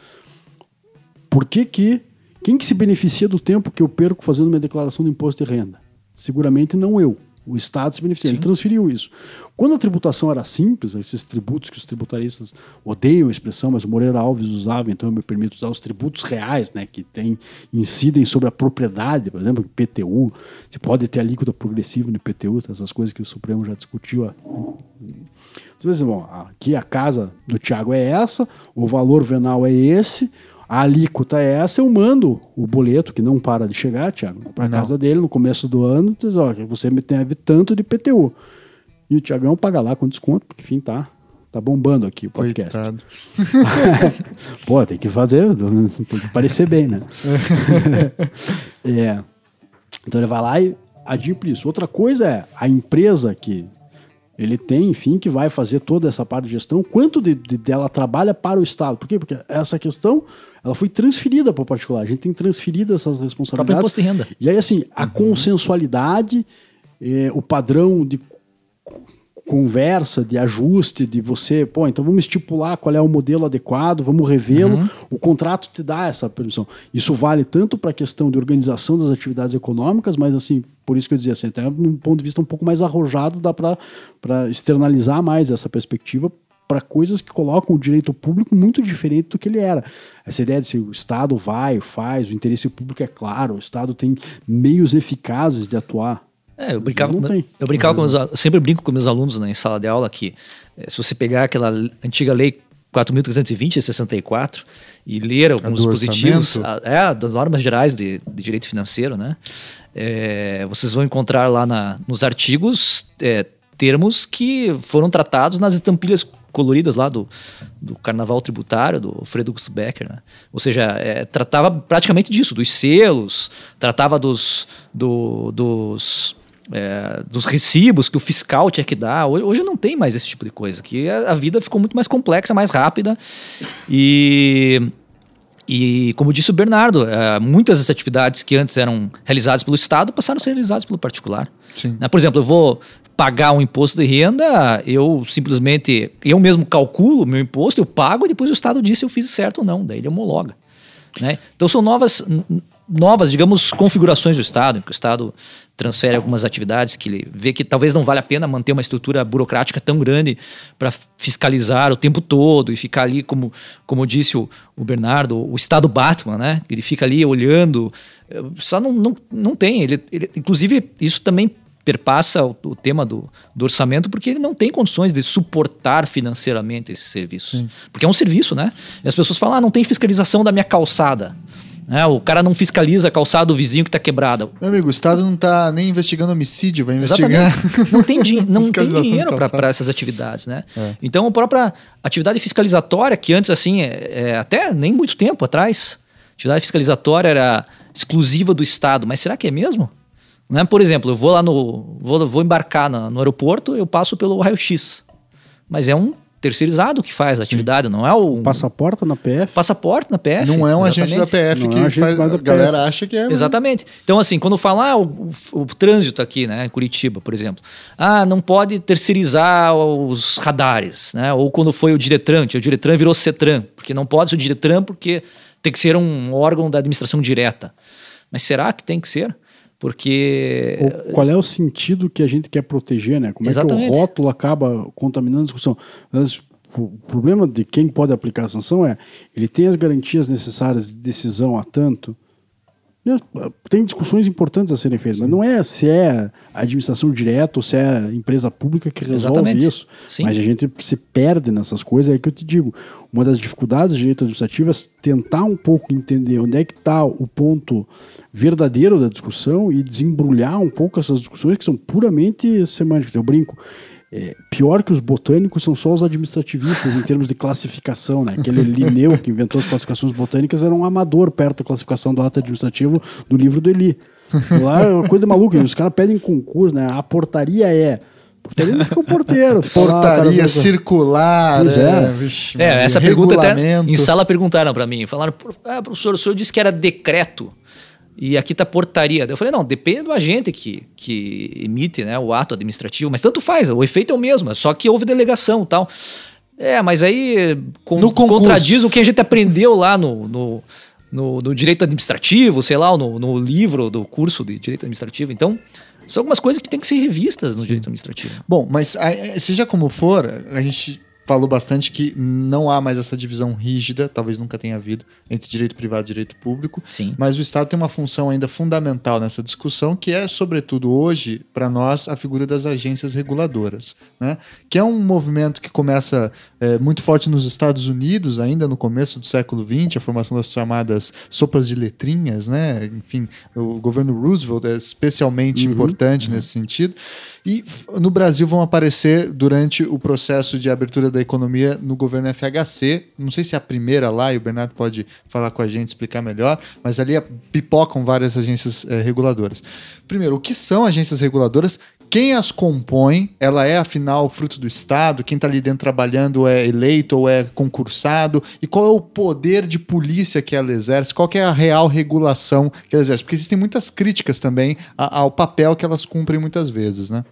Por que que, quem que se beneficia do tempo que eu perco fazendo minha declaração de imposto de renda? Seguramente não eu. O Estado se beneficia, Sim. ele transferiu isso. Quando a tributação era simples, esses tributos que os tributaristas odeiam a expressão, mas o Moreira Alves usava, então eu me permito usar os tributos reais, né, que tem, incidem sobre a propriedade, por exemplo, I P T U, você pode ter alíquota progressiva no I P T U, essas coisas que o Supremo já discutiu. Você vai dizer, bom, aqui a casa do Thiago é essa, o valor venal é esse, a alíquota é essa, eu mando o boleto, que não para de chegar, Thiago, para a casa dele no começo do ano, diz, ó, você me deve tanto de I P T U. E o Thiagão paga lá com desconto, porque enfim, tá, tá bombando aqui o podcast. Pô, tem que fazer, tem que parecer bem, né? É. Então ele vai lá e adimple isso. Outra coisa é a empresa que ele tem, enfim, que vai fazer toda essa parte de gestão, quanto de, de, dela trabalha para o Estado. Por quê? Porque essa questão, ela foi transferida para o particular. A gente tem transferido essas responsabilidades. O próprio imposto de renda. E aí, assim, a uhum. consensualidade, eh, o padrão de conversa, de ajuste, de você, pô, então vamos estipular qual é o modelo adequado, vamos revê-lo. Uhum. O contrato te dá essa permissão. Isso vale tanto para a questão de organização das atividades econômicas, mas assim, por isso que eu dizia assim, até um ponto de vista um pouco mais arrojado, dá para externalizar mais essa perspectiva para coisas que colocam o direito público muito diferente do que ele era. Essa ideia de se o Estado vai, faz, o interesse público é claro, o Estado tem meios eficazes de atuar. É, eu brincava, com, eu brincava com meus, eu sempre brinco com meus alunos, né, em sala de aula que é, se você pegar aquela antiga lei quatro mil trezentos e vinte de sessenta e quatro e ler alguns dispositivos, a, é, das normas gerais de, de direito financeiro, né, é, vocês vão encontrar lá na, nos artigos é, termos que foram tratados nas estampilhas coloridas lá do, do Carnaval Tributário, do Alfredo Augusto Becker, né? Ou seja, é, tratava praticamente disso, dos selos, tratava dos, do, dos, é, dos recibos que o fiscal tinha que dar. Hoje, hoje não tem mais esse tipo de coisa, que a, a vida ficou muito mais complexa, mais rápida e... E, como disse o Bernardo, é, muitas das atividades que antes eram realizadas pelo Estado passaram a ser realizadas pelo particular. Sim. Né? Por exemplo, eu vou pagar um imposto de renda, eu simplesmente, eu mesmo calculo o meu imposto, eu pago e depois o Estado diz se eu fiz certo ou não, daí ele homologa. Né? Então são novas, novas, digamos, configurações do Estado, em que o Estado transfere algumas atividades que ele vê que talvez não vale a pena manter uma estrutura burocrática tão grande para fiscalizar o tempo todo e ficar ali, como, como disse o, o Bernardo, o Estado Batman, né? Ele fica ali olhando, só não, não, não tem, ele, ele, inclusive isso também perpassa o, o tema do, do orçamento, porque ele não tem condições de suportar financeiramente esse serviço. Sim. Porque é um serviço, né? E as pessoas falam, ah, não tem fiscalização da minha calçada. É, o cara não fiscaliza a calçada do vizinho que está quebrada. Meu amigo, o Estado não está nem investigando homicídio, vai investigar... Exatamente. Não tem, di- não tem dinheiro para essas atividades, né? É. Então, a própria atividade fiscalizatória, que antes, assim, é, é, até nem muito tempo atrás, a atividade fiscalizatória era exclusiva do Estado. Mas será que é mesmo? Né? Por exemplo, eu vou lá no... Vou, vou embarcar no, no aeroporto, eu passo pelo raio-x. Mas é um terceirizado que faz a atividade, não é o... Passaporte na P F? Passaporte na P F. Não é um exatamente. agente da P F não que é um faz, da a P F. galera acha que é... Exatamente. Então, assim, quando falar ah, o, o, o trânsito aqui, né, em Curitiba, por exemplo, ah, não pode terceirizar os radares, né? Ou quando foi o Diretran, o Diretran virou CETRAN, porque não pode ser o Diretran porque tem que ser um órgão da administração direta. Mas será que tem que ser? Porque... Ou qual é o sentido que a gente quer proteger, né? Como Exatamente. É que o rótulo acaba contaminando a discussão? Mas, o problema de quem pode aplicar a sanção é ele tem as garantias necessárias de decisão a tanto. Tem discussões importantes a serem feitas, mas não é se é a administração direta ou se é a empresa pública que resolve Exatamente. Isso. Sim. Mas a gente se perde nessas coisas, é que eu te digo. Uma das dificuldades do direito administrativo é tentar um pouco entender onde é que está o ponto verdadeiro da discussão e desembrulhar um pouco essas discussões que são puramente semânticas. Eu brinco. É, pior que os botânicos são só os administrativistas em termos de classificação, né? Aquele Linneu que inventou as classificações botânicas era um amador perto da classificação do ato administrativo do livro do Eli. Lá é uma coisa maluca, os caras pedem concurso, né? A portaria é... Portaria não fica o porteiro. Fica portaria lá, circular. Pois é. é, vixe, é essa pergunta até em sala perguntaram para mim. Falaram, ah, professor, o senhor disse que era decreto. E aqui está portaria. Eu falei, não, depende do agente que, que emite, né, o ato administrativo, mas tanto faz, o efeito é o mesmo, só que houve delegação e tal. É, mas aí com, contradiz o que a gente aprendeu lá no, no, no, no direito administrativo, sei lá, no, no livro do curso de direito administrativo. Então, são algumas coisas que têm que ser revistas no Sim. direito administrativo. Bom, mas seja como for, a gente... falou bastante que não há mais essa divisão rígida, talvez nunca tenha havido, entre direito privado e direito público. Sim. Mas o Estado tem uma função ainda fundamental nessa discussão, que é, sobretudo hoje, para nós, a figura das agências reguladoras, né? Que é um movimento que começa é, muito forte nos Estados Unidos, ainda no começo do século vinte, a formação das chamadas sopas de letrinhas, né? Enfim, o governo Roosevelt é especialmente uhum. importante uhum. nesse sentido. E no Brasil vão aparecer durante o processo de abertura da economia no governo F H C. Não sei se é a primeira lá, e o Bernardo pode falar com a gente, explicar melhor, mas ali pipocam várias agências é, reguladoras. Primeiro, o que são agências reguladoras? Quem as compõe? Ela é, afinal, fruto do Estado? Quem está ali dentro trabalhando é eleito ou é concursado? E qual é o poder de polícia que ela exerce? Qual que é a real regulação que ela exerce? Porque existem muitas críticas também ao papel que elas cumprem muitas vezes, né?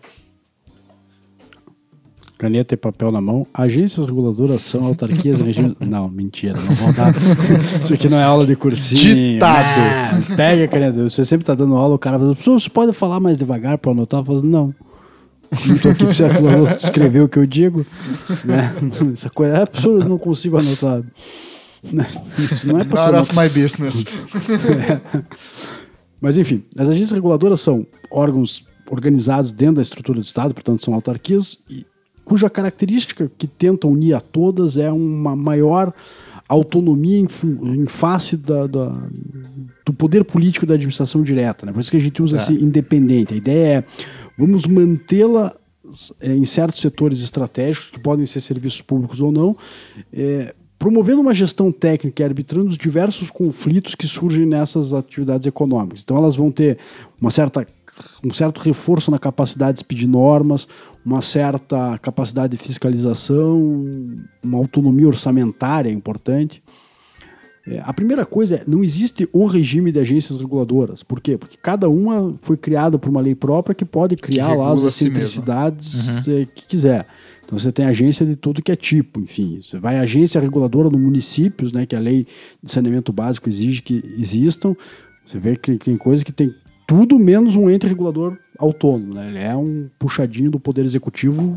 Caneta e papel na mão. Agências reguladoras são autarquias e regimes... Não, mentira, não vão dar. Isso aqui não é aula de cursinho. Ditado. Ah, pega a caneta. Você sempre tá dando aula, o cara fala, você pode falar mais devagar para anotar? Eu falo, não. Não tô aqui para escrever o que eu digo. Né? Essa coisa, é, professor, eu não consigo anotar. Isso não é para Not of my business. É. Mas enfim, as agências reguladoras são órgãos organizados dentro da estrutura do Estado, portanto são autarquias, e cuja característica que tenta unir a todas é uma maior autonomia em, em face da, da, do poder político da administração direta, né? Por isso que a gente usa é. esse independente. A ideia é, vamos mantê-la é, em certos setores estratégicos, que podem ser serviços públicos ou não, é, promovendo uma gestão técnica e arbitrando os diversos conflitos que surgem nessas atividades econômicas. Então elas vão ter uma certa, um certo reforço na capacidade de expedir normas, uma certa capacidade de fiscalização, uma autonomia orçamentária importante. É, a primeira coisa é, não existe o regime de agências reguladoras. Por quê? Porque cada uma foi criada por uma lei própria que pode criar que lá as excentricidades uhum. que quiser. Então você tem agência de tudo que é tipo, enfim. Você vai à agência reguladora no municípios, né, que a lei de saneamento básico exige que existam. Você vê que tem coisa que tem tudo menos um ente regulador autônomo, né? Ele é um puxadinho do poder executivo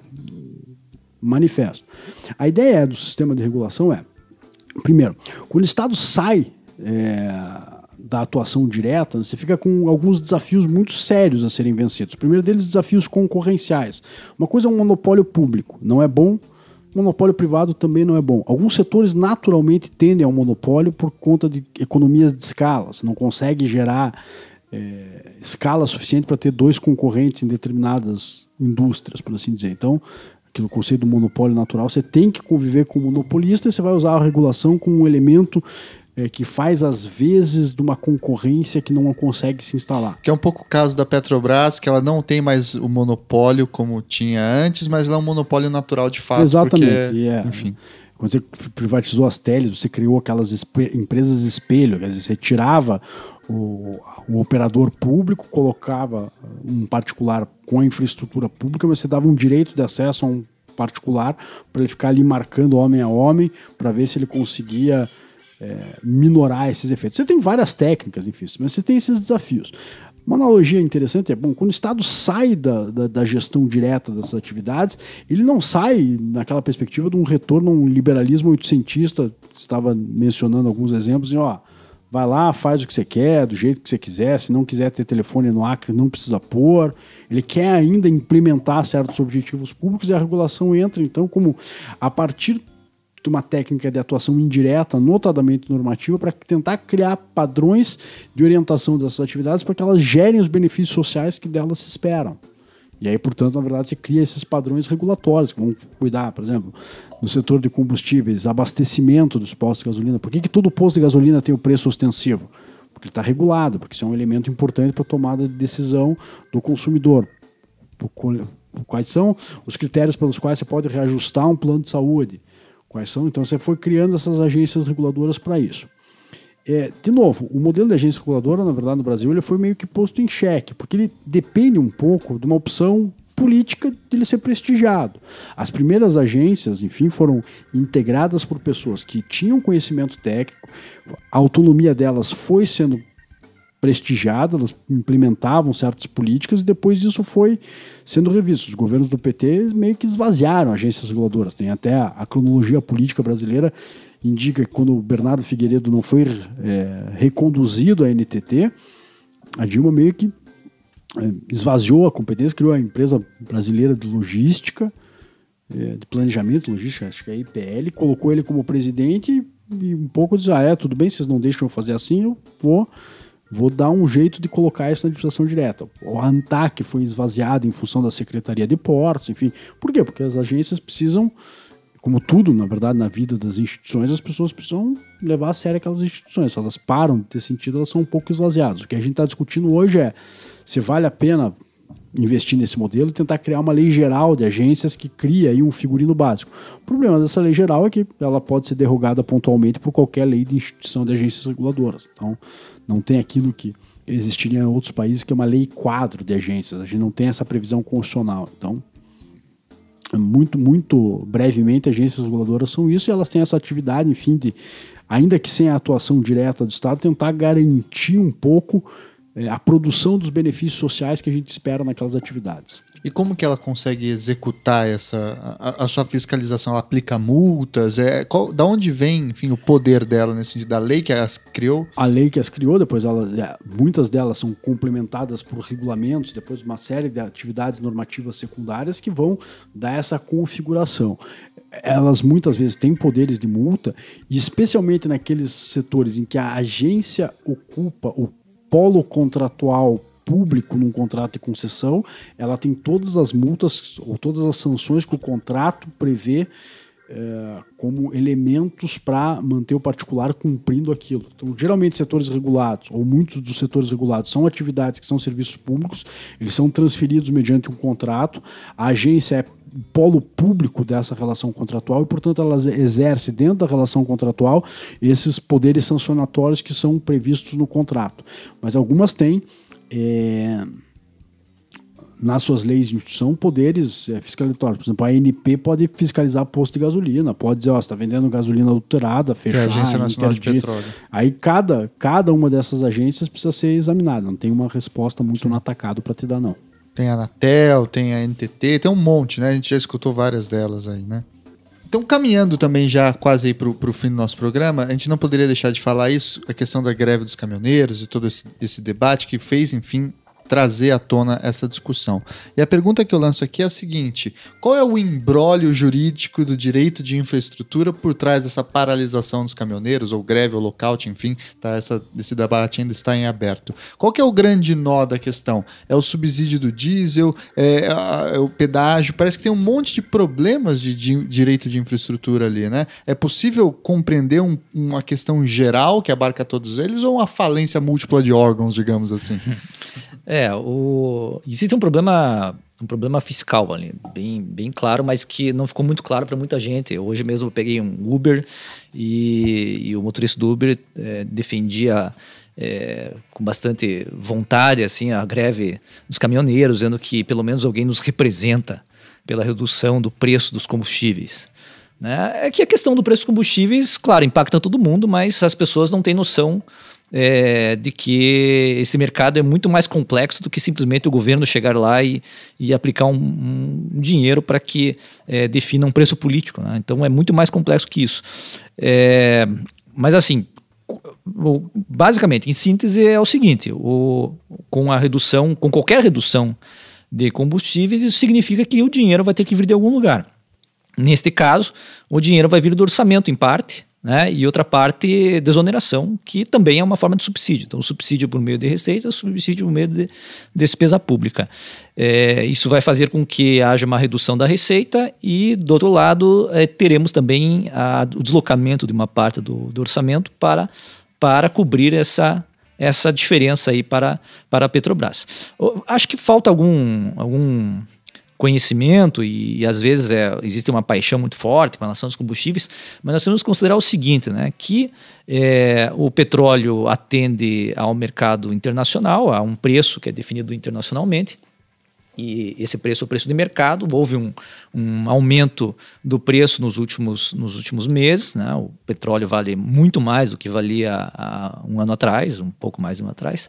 manifesto. A ideia do sistema de regulação é, primeiro, quando o Estado sai é, da atuação direta, você fica com alguns desafios muito sérios a serem vencidos. O primeiro deles, desafios concorrenciais. Uma coisa é um monopólio público, não é bom. Monopólio privado também não é bom. Alguns setores naturalmente tendem ao monopólio por conta de economias de escala. Você não consegue gerar é, escala suficiente para ter dois concorrentes em determinadas indústrias, por assim dizer. Então, aquilo conceito do monopólio natural, você tem que conviver com o monopolista e você vai usar a regulação como um elemento é, que faz, às vezes, de uma concorrência que não consegue se instalar. Que é um pouco o caso da Petrobras, que ela não tem mais o monopólio como tinha antes, mas ela é um monopólio natural de fato. Exatamente. Porque, é, enfim. Quando você privatizou as teles, você criou aquelas espe- empresas espelho, quer dizer, você tirava o, o operador público, colocava um particular com a infraestrutura pública, mas você dava um direito de acesso a um particular para ele ficar ali marcando homem a homem, para ver se ele conseguia é, minorar esses efeitos. Você tem várias técnicas, enfim, mas você tem esses desafios. Uma analogia interessante é, bom, quando o Estado sai da, da, da gestão direta dessas atividades, ele não sai naquela perspectiva de um retorno a um liberalismo oitocentista, você estava mencionando alguns exemplos, e, ó, vai lá, faz o que você quer, do jeito que você quiser, se não quiser ter telefone no Acre, não precisa pôr. Ele quer ainda implementar certos objetivos públicos e a regulação entra, então, como a partir de uma técnica de atuação indireta, notadamente normativa, para tentar criar padrões de orientação dessas atividades para que elas gerem os benefícios sociais que delas se esperam. E aí, portanto, na verdade, você cria esses padrões regulatórios que vão cuidar, por exemplo, no setor de combustíveis, abastecimento dos postos de gasolina. Por que, que todo posto de gasolina tem o preço ostensivo? Porque ele está regulado, porque isso é um elemento importante para a tomada de decisão do consumidor. Quais são os critérios pelos quais você pode reajustar um plano de saúde? Quais são? Então, você foi criando essas agências reguladoras para isso. É, de novo, o modelo de agência reguladora, na verdade, no Brasil, ele foi meio que posto em xeque, porque ele depende um pouco de uma opção política de ele ser prestigiado. As primeiras agências, enfim, foram integradas por pessoas que tinham conhecimento técnico, a autonomia delas foi sendo prestigiada, elas implementavam certas políticas e depois isso foi sendo revisto. Os governos do P T meio que esvaziaram agências reguladoras. Tem até a, a cronologia política brasileira indica que quando o Bernardo Figueiredo não foi é, reconduzido à N T T, a Dilma meio que é, esvaziou a competência, criou a empresa brasileira de logística, é, de planejamento logística, acho que é a I P L, colocou ele como presidente e um pouco disse, ah, é, tudo bem, vocês não deixam eu fazer assim, eu vou... Vou dar um jeito de colocar isso na administração direta. O ANTAC foi esvaziado em função da Secretaria de Portos, enfim. Por quê? Porque as agências precisam, como tudo, na verdade, na vida das instituições, as pessoas precisam levar a sério aquelas instituições. Se elas param de ter sentido, elas são um pouco esvaziadas. O que a gente está discutindo hoje é se vale a pena investir nesse modelo e tentar criar uma lei geral de agências que cria aí um figurino básico. O problema dessa lei geral é que ela pode ser derrogada pontualmente por qualquer lei de instituição de agências reguladoras. Então, não tem aquilo que existiria em outros países, que é uma lei quadro de agências. A gente não tem essa previsão constitucional. Então, muito, muito brevemente, agências reguladoras são isso e elas têm essa atividade, enfim, de, ainda que sem a atuação direta do Estado, tentar garantir um pouco é, a produção dos benefícios sociais que a gente espera naquelas atividades. E como que ela consegue executar essa a, a sua fiscalização? Ela aplica multas? É, qual, da onde vem, enfim, o poder dela nesse sentido? Da lei que as criou? A lei que as criou, depois ela, muitas delas são complementadas por regulamentos, depois uma série de atividades normativas secundárias que vão dar essa configuração. Elas muitas vezes têm poderes de multa, e especialmente naqueles setores em que a agência ocupa o polo contratual público num contrato de concessão, ela tem todas as multas ou todas as sanções que o contrato prevê é, como elementos para manter o particular cumprindo aquilo. Então, geralmente, setores regulados, ou muitos dos setores regulados, são atividades que são serviços públicos, eles são transferidos mediante um contrato, a agência é polo público dessa relação contratual e, portanto, ela exerce dentro da relação contratual esses poderes sancionatórios que são previstos no contrato. Mas algumas têm, é, nas suas leis de instituição, poderes é, fiscalizatórios. Por exemplo, a A N P pode fiscalizar posto de gasolina, pode dizer, ó, você está vendendo gasolina adulterada, fechar, é a Agência Nacional de Petróleo. Aí cada, cada uma dessas agências precisa ser examinada, não tem uma resposta muito no atacado para te dar, não. Tem a Anatel, tem a N T T, tem um monte, né? A gente já escutou várias delas aí, né? Então, caminhando também já quase aí pro, pro fim do nosso programa, a gente não poderia deixar de falar isso, a questão da greve dos caminhoneiros e todo esse, esse debate que fez, enfim, trazer à tona essa discussão. E a pergunta que eu lanço aqui é a seguinte: qual é o imbróglio jurídico do direito de infraestrutura por trás dessa paralisação dos caminhoneiros, ou greve, ou lockout, enfim, tá, essa, esse debate ainda está em aberto. Qual que é o grande nó da questão? É o subsídio do diesel? É, é o pedágio? Parece que tem um monte de problemas de, de direito de infraestrutura ali, né? É possível compreender um, uma questão geral que abarca todos eles, ou uma falência múltipla de órgãos, digamos assim? É, o... existe um problema, um problema fiscal ali, bem, bem claro, mas que não ficou muito claro para muita gente. Hoje mesmo eu peguei um Uber e, e o motorista do Uber é, defendia é, com bastante vontade assim, a greve dos caminhoneiros, dizendo que pelo menos alguém nos representa pela redução do preço dos combustíveis. Né? É que a questão do preço dos combustíveis, claro, impacta todo mundo, mas as pessoas não têm noção É, de que esse mercado é muito mais complexo do que simplesmente o governo chegar lá e, e aplicar um, um dinheiro para que é, defina um preço político. Né? Então é muito mais complexo que isso. É, mas assim, o, basicamente, em síntese, é o seguinte: o, com a redução, com qualquer redução de combustíveis, isso significa que o dinheiro vai ter que vir de algum lugar. Neste caso, o dinheiro vai vir do orçamento, em parte, né? E outra parte, desoneração, que também é uma forma de subsídio. Então, o subsídio por meio de receita, o subsídio por meio de despesa pública. É, isso vai fazer com que haja uma redução da receita e, do outro lado, é, teremos também a, o deslocamento de uma parte do, do orçamento para, para cobrir essa, essa diferença aí para, para a Petrobras. Eu acho que falta algum... algum conhecimento e, e às vezes é, existe uma paixão muito forte com relação aos combustíveis, mas nós temos que considerar o seguinte, né, que é, o petróleo atende ao mercado internacional, a um preço que é definido internacionalmente, e esse preço é o preço de mercado. Houve um, um aumento do preço nos últimos, nos últimos meses, né? O petróleo vale muito mais do que valia há um ano atrás, um pouco mais de um ano atrás.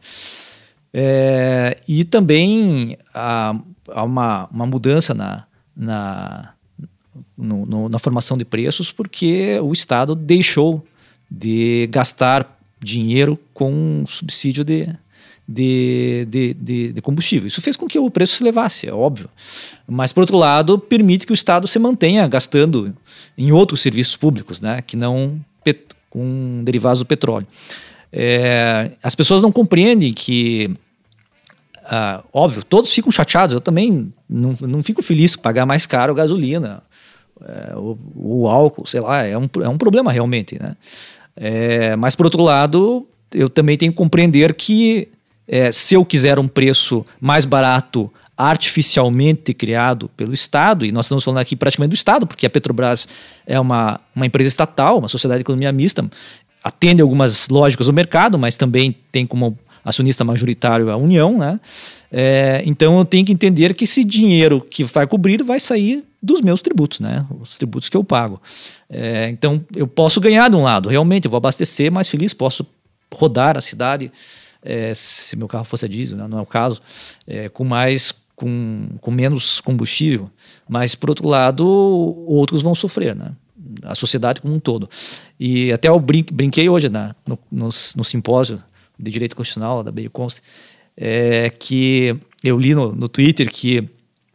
É, e também há, há uma, uma mudança na, na, no, no, na formação de preços, porque o Estado deixou de gastar dinheiro com subsídio de, de, de, de, de combustível. Isso fez com que o preço se elevasse, é óbvio. Mas, por outro lado, permite que o Estado se mantenha gastando em outros serviços públicos, né, que não pet, com derivados do petróleo. É, as pessoas não compreendem que, ah, óbvio, todos ficam chateados. Eu também não, não fico feliz com pagar mais caro a gasolina, é, o, o álcool, sei lá, é um, é um problema realmente, né? É, mas, por outro lado, eu também tenho que compreender que é, se eu quiser um preço mais barato artificialmente criado pelo Estado, e nós estamos falando aqui praticamente do Estado, porque a Petrobras é uma, uma empresa estatal, uma sociedade de economia mista, atende algumas lógicas do mercado, mas também tem como acionista majoritário a União, né? É, então eu tenho que entender que esse dinheiro que vai cobrir vai sair dos meus tributos, né? Os tributos que eu pago. É, então eu posso ganhar de um lado, realmente, eu vou abastecer mais feliz, posso rodar a cidade, é, se meu carro fosse a diesel, né? Não é o caso, é, com mais com, com menos combustível, mas, por outro lado, outros vão sofrer, né? A sociedade como um todo. E até eu brin- brinquei hoje né? no, no, no simpósio de Direito Constitucional da B I Const, é, que eu li no, no Twitter que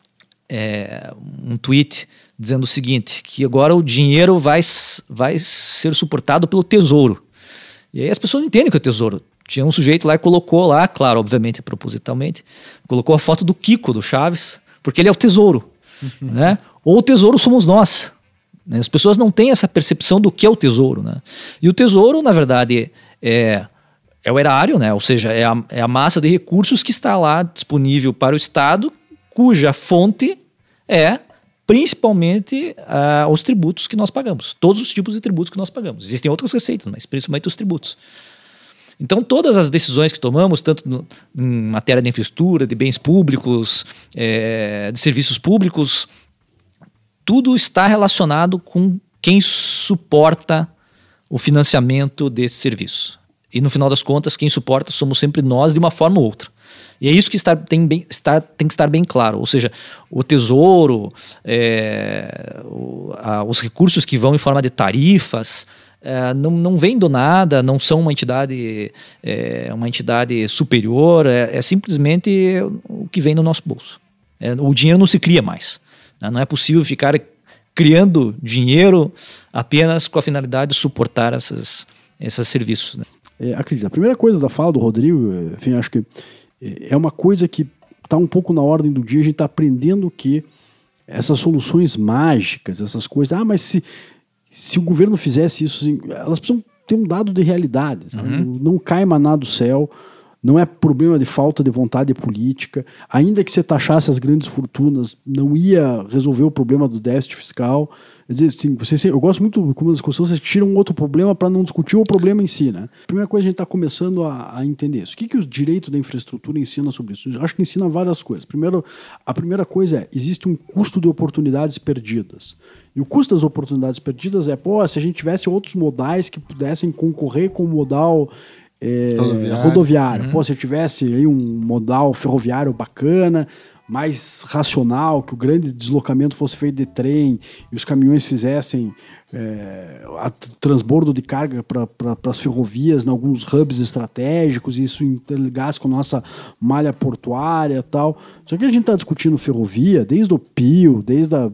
é, um tweet dizendo o seguinte, que agora o dinheiro vai, vai ser suportado pelo Tesouro. E aí as pessoas não entendem o que é o Tesouro. Tinha um sujeito lá que colocou lá, claro, obviamente, propositalmente, colocou a foto do Kiko, do Chaves, porque ele é o Tesouro. Uhum. Né? Ou o Tesouro somos nós. Né? As pessoas não têm essa percepção do que é o Tesouro. Né? E o Tesouro, na verdade, é, é o erário, né? Ou seja, é a, é a massa de recursos que está lá disponível para o Estado, cuja fonte é principalmente uh, os tributos que nós pagamos. Todos os tipos de tributos que nós pagamos. Existem outras receitas, mas principalmente os tributos. Então, todas as decisões que tomamos, tanto no, em matéria de infraestrutura, de bens públicos, é, de serviços públicos, tudo está relacionado com quem suporta o financiamento desses serviços. E, no final das contas, quem suporta somos sempre nós, de uma forma ou outra. E é isso que está, tem, bem, está, tem que estar bem claro. Ou seja, o Tesouro, é, o, a, os recursos que vão em forma de tarifas, é, não, não vêm do nada, não são uma entidade, é, uma entidade superior, é, é simplesmente o que vem no nosso bolso. É, o dinheiro não se cria mais. Né? Não é possível ficar criando dinheiro apenas com a finalidade de suportar essas, esses serviços. Né? É, acredito. A primeira coisa da fala do Rodrigo, enfim, acho que é uma coisa que está um pouco na ordem do dia. A gente está aprendendo que essas soluções mágicas, essas coisas, ah, mas se, se o governo fizesse isso, assim, elas precisam ter um dado de realidade. Uhum. Não cai maná do céu, não é problema de falta de vontade política. Ainda que você taxasse as grandes fortunas, não ia resolver o problema do déficit fiscal. Quer dizer, assim, você, eu gosto muito como a discussão, você tira um outro problema para não discutir o problema em si. Né? Primeira coisa, a gente está começando a, a entender isso. O que, que o direito da infraestrutura ensina sobre isso? Eu acho que ensina várias coisas. Primeiro, a primeira coisa é, existe um custo de oportunidades perdidas. E o custo das oportunidades perdidas é, pô, se a gente tivesse outros modais que pudessem concorrer com o modal é, rodoviário, rodoviário. Uhum. Pô, se eu tivesse aí um modal ferroviário bacana, mais racional, que o grande deslocamento fosse feito de trem e os caminhões fizessem é, a transbordo de carga para pra, as ferrovias em alguns hubs estratégicos, e isso interligasse com a nossa malha portuária e tal. Só que a gente está discutindo ferrovia desde o P I O, desde a...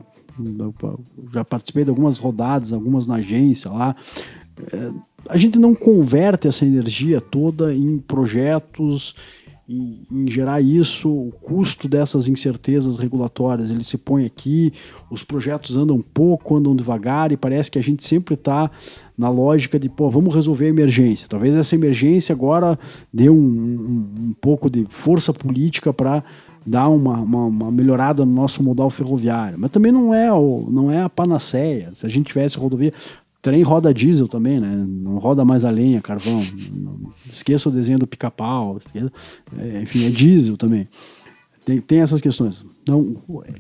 já participei de algumas rodadas, algumas na agência lá. É, a gente não converte essa energia toda em projetos, Em, em gerar isso, o custo dessas incertezas regulatórias, ele se põe aqui, os projetos andam pouco, andam devagar, e parece que a gente sempre está na lógica de, pô, vamos resolver a emergência. Talvez essa emergência agora dê um, um, um pouco de força política para dar uma, uma, uma melhorada no nosso modal ferroviário. Mas também não é, o, não é a panaceia. Se a gente tivesse rodovia... Trem roda diesel também, né? Não roda mais a lenha, carvão. Não esqueça o desenho do pica-pau. É, enfim, é diesel também. Tem, tem essas questões. Então,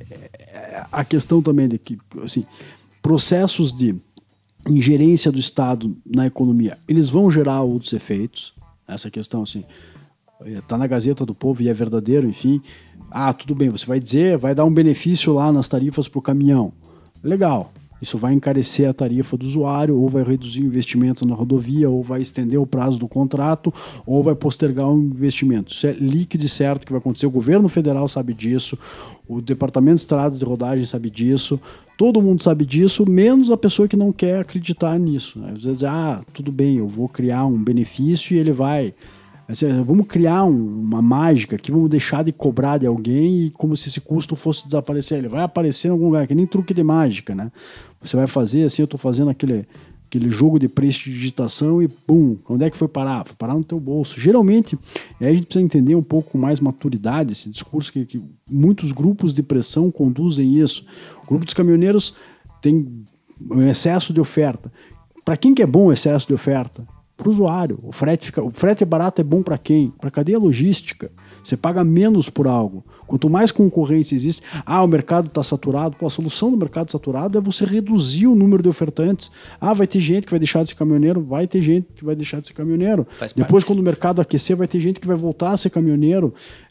a questão também de que, assim, processos de ingerência do Estado na economia, eles vão gerar outros efeitos. Essa questão, assim, está na Gazeta do Povo e é verdadeiro, enfim. Ah, tudo bem, você vai dizer, vai dar um benefício lá nas tarifas para o caminhão. Legal. Isso vai encarecer a tarifa do usuário, ou vai reduzir o investimento na rodovia, ou vai estender o prazo do contrato, ou vai postergar o investimento. Isso é líquido e certo que vai acontecer. O governo federal sabe disso, o Departamento de Estradas de Rodagem sabe disso, todo mundo sabe disso, menos a pessoa que não quer acreditar nisso. Às vezes, ah, tudo bem, eu vou criar um benefício e ele vai... Vamos criar um, uma mágica que vamos deixar de cobrar de alguém e como se esse custo fosse desaparecer. Ele vai aparecer em algum lugar, que nem truque de mágica, né? Você vai fazer assim, eu estou fazendo aquele, aquele jogo de prestidigitação e pum, onde é que foi parar? Foi parar no teu bolso. Geralmente, aí a gente precisa entender um pouco com mais maturidade esse discurso que, que muitos grupos de pressão conduzem isso. O grupo dos caminhoneiros tem um excesso de oferta. Para quem que é bom o excesso de oferta? Para o usuário. O frete, fica, o frete é barato, é bom para quem? Para a cadeia logística. Você paga menos por algo. Quanto mais concorrência existe, ah, o mercado está saturado. Pô, a solução do mercado saturado é você reduzir o número de ofertantes. Ah, vai ter gente que vai deixar de ser caminhoneiro, vai ter gente que vai deixar de ser caminhoneiro. Faz Depois, parte. quando o mercado aquecer, vai ter gente que vai voltar a ser caminhoneiro.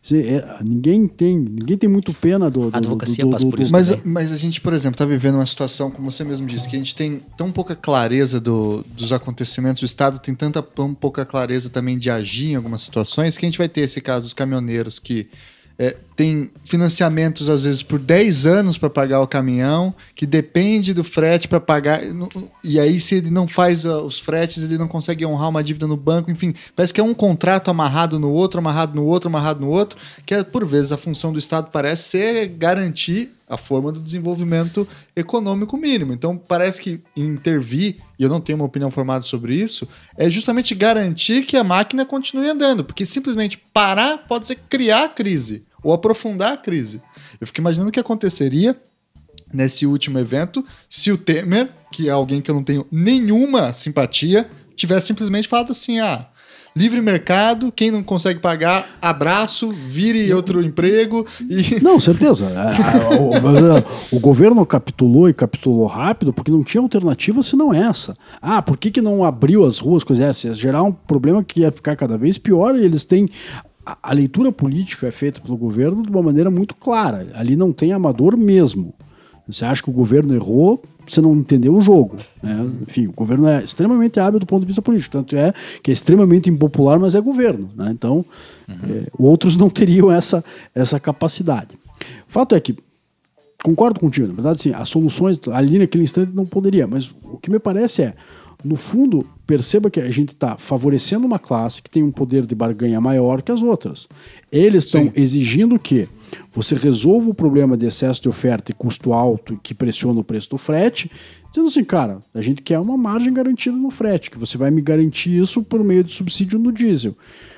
É, ninguém tem, ninguém tem muito pena do... do A advocacia do, do, passa por do, isso Mas, também. mas a gente, por exemplo, está vivendo uma situação, como você mesmo disse, que a gente tem tão pouca clareza do, dos acontecimentos, o Estado tem tanta tão pouca clareza também de agir em algumas situações, que a gente vai ter esse caso dos caminhoneiros que é, tem financiamentos, às vezes, por dez anos para pagar o caminhão, que depende do frete para pagar, e aí se ele não faz uh, os fretes, ele não consegue honrar uma dívida no banco, enfim, parece que é um contrato amarrado no outro, amarrado no outro, amarrado no outro, que é, por vezes a função do Estado parece ser garantir a forma do desenvolvimento econômico mínimo. Então, parece que intervir, e eu não tenho uma opinião formada sobre isso, é justamente garantir que a máquina continue andando, porque simplesmente parar pode ser criar a crise, ou aprofundar a crise. Eu fico imaginando o que aconteceria nesse último evento se o Temer, que é alguém que eu não tenho nenhuma simpatia, tivesse simplesmente falado assim, ah, livre mercado, quem não consegue pagar, abraço, vire outro emprego e... Não, certeza. o, o, o governo capitulou e capitulou rápido porque não tinha alternativa senão essa. Ah, por que, que não abriu as ruas? Coisa essa? Ia gerar um problema que ia ficar cada vez pior e eles têm... A, a leitura política é feita pelo governo de uma maneira muito clara. Ali não tem amador mesmo. Você acha que o governo errou, você não entendeu o jogo. Né? Enfim, o governo é extremamente hábil do ponto de vista político. Tanto é que é extremamente impopular, mas é governo. Né? Então, uhum. é, outros não teriam essa, essa capacidade. O fato é que, concordo contigo, na verdade, sim, as soluções ali naquele instante não poderia. Mas o que me parece é, no fundo, perceba que a gente está favorecendo uma classe que tem um poder de barganha maior que as outras. Eles estão exigindo que você resolva o problema de excesso de oferta e custo alto que pressiona o preço do frete, dizendo assim, cara, a gente quer uma margem garantida no frete, que você vai me garantir isso por meio de subsídio no diesel.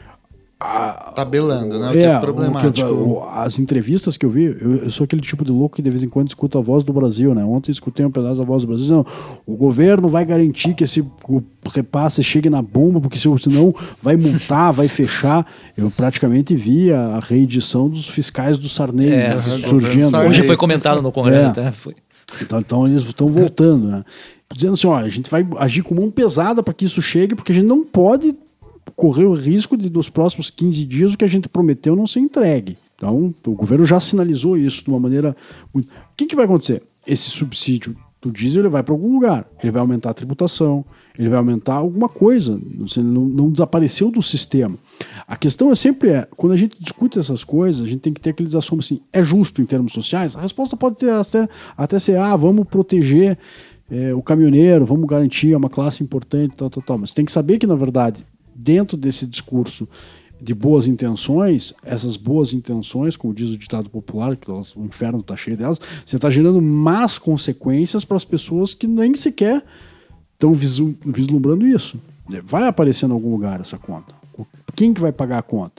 A, Tabelando, né? O é, que é problemático. O que, o, as entrevistas que eu vi, eu, eu sou aquele tipo de louco que de vez em quando escuta a voz do Brasil, né? Ontem eu escutei um pedaço da voz do Brasil, não, o governo vai garantir que esse repasse chegue na bomba, porque senão vai multar, vai fechar. Eu praticamente vi a, a reedição dos fiscais do Sarney é, né, surgindo. Sarney. Hoje foi comentado no Congresso, é. até foi. Então, então eles estão voltando, né? Dizendo assim, ó, a gente vai agir com mão pesada para que isso chegue, porque a gente não pode correr o risco de, dos próximos quinze dias, o que a gente prometeu não ser entregue. Então, o governo já sinalizou isso de uma maneira... Muito... O que, que vai acontecer? Esse subsídio do diesel ele vai para algum lugar. Ele vai aumentar a tributação, ele vai aumentar alguma coisa. Ele não, não desapareceu do sistema. A questão é sempre, é, quando a gente discute essas coisas, a gente tem que ter aqueles assuntos assim, é justo em termos sociais? A resposta pode ter até, até ser, ah, vamos proteger é, o caminhoneiro, vamos garantir uma classe importante, tal, tal, tal. Mas tem que saber que, na verdade, dentro desse discurso de boas intenções, essas boas intenções, como diz o ditado popular, que elas, o inferno está cheio delas, você está gerando más consequências para as pessoas que nem sequer estão vislumbrando isso. Vai aparecer em algum lugar essa conta. Quem que vai pagar a conta?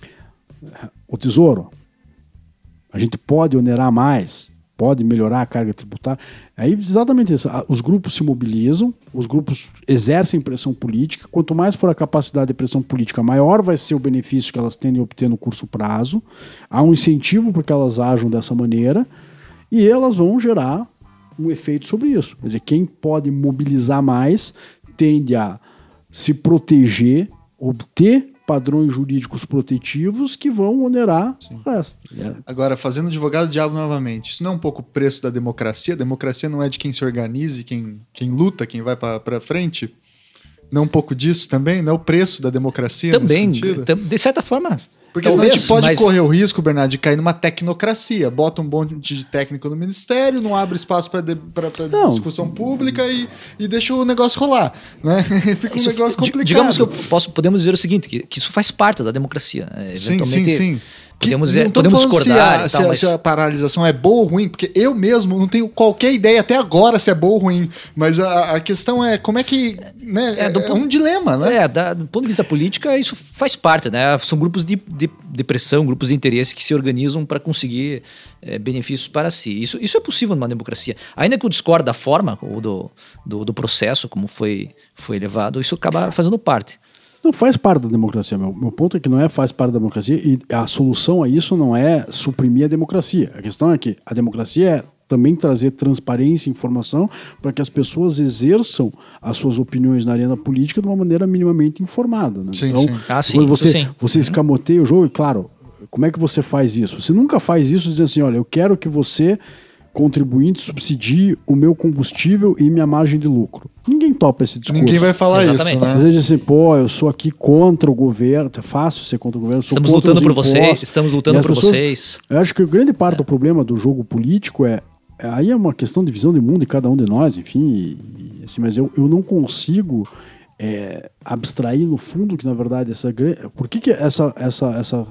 O Tesouro? A gente pode onerar mais? Pode melhorar a carga tributária? Aí, exatamente isso. Os grupos se mobilizam, os grupos exercem pressão política. Quanto mais for a capacidade de pressão política, maior vai ser o benefício que elas tendem a obter no curto prazo. Há um incentivo para que elas ajam dessa maneira e elas vão gerar um efeito sobre isso. Quer dizer, quem pode mobilizar mais tende a se proteger, obter padrões jurídicos protetivos que vão onerar Sim. o resto. É. Agora, fazendo advogado diabo novamente, isso não é um pouco o preço da democracia? A democracia não é de quem se organize, quem, quem luta, quem vai para frente? Não é um pouco disso também? Não é o preço da democracia também, nesse sentido? De certa forma... Porque Talvez, senão a gente pode mas... correr o risco, Bernardo, de cair numa tecnocracia. Bota um monte de técnico no ministério, não abre espaço para discussão pública e, e deixa o negócio rolar. Né? Fica um isso, negócio complicado. Digamos que eu posso, podemos dizer o seguinte, que, que isso faz parte da democracia. Eventualmente, sim, sim, sim. Podemos, não podemos discordar. Se a, e tal, se, a, mas... se a paralisação é boa ou ruim, porque eu mesmo não tenho qualquer ideia até agora se é boa ou ruim. Mas a, a questão é como é que. Né, é, é, é um dilema, né? É, da, do ponto de vista político, isso faz parte, né? São grupos de, de, de pressão, grupos de interesse que se organizam para conseguir é, benefícios para si. Isso, isso é possível numa democracia. Ainda que eu discorde da forma ou do, do, do processo, como foi, foi levado, isso acaba fazendo parte. Não faz parte da democracia. Meu, meu ponto é que não é faz parte da democracia e a solução a isso não é suprimir a democracia. A questão é que a democracia é também trazer transparência e informação para que as pessoas exerçam as suas opiniões na arena política de uma maneira minimamente informada. Né? Sim, então, sim. Ah, sim, quando você, sim. você escamoteia o jogo, e claro, como é que você faz isso? Você nunca faz isso dizendo assim, olha, eu quero que você, contribuinte, subsidie o meu combustível e minha margem de lucro. Ninguém topa esse discurso. Ninguém vai falar Exatamente. isso, né? Às vezes assim, pô, eu sou aqui contra o governo. É fácil ser contra o governo. Sou Estamos contra lutando os por impostos. vocês, estamos lutando E as por pessoas- vocês. Eu acho que grande parte do problema do jogo político é. Aí é uma questão de visão de mundo de cada um de nós, enfim. E, e, assim, mas eu, eu não consigo é, abstrair no fundo que, na verdade, essa grande. Por que, que essa. essa, essa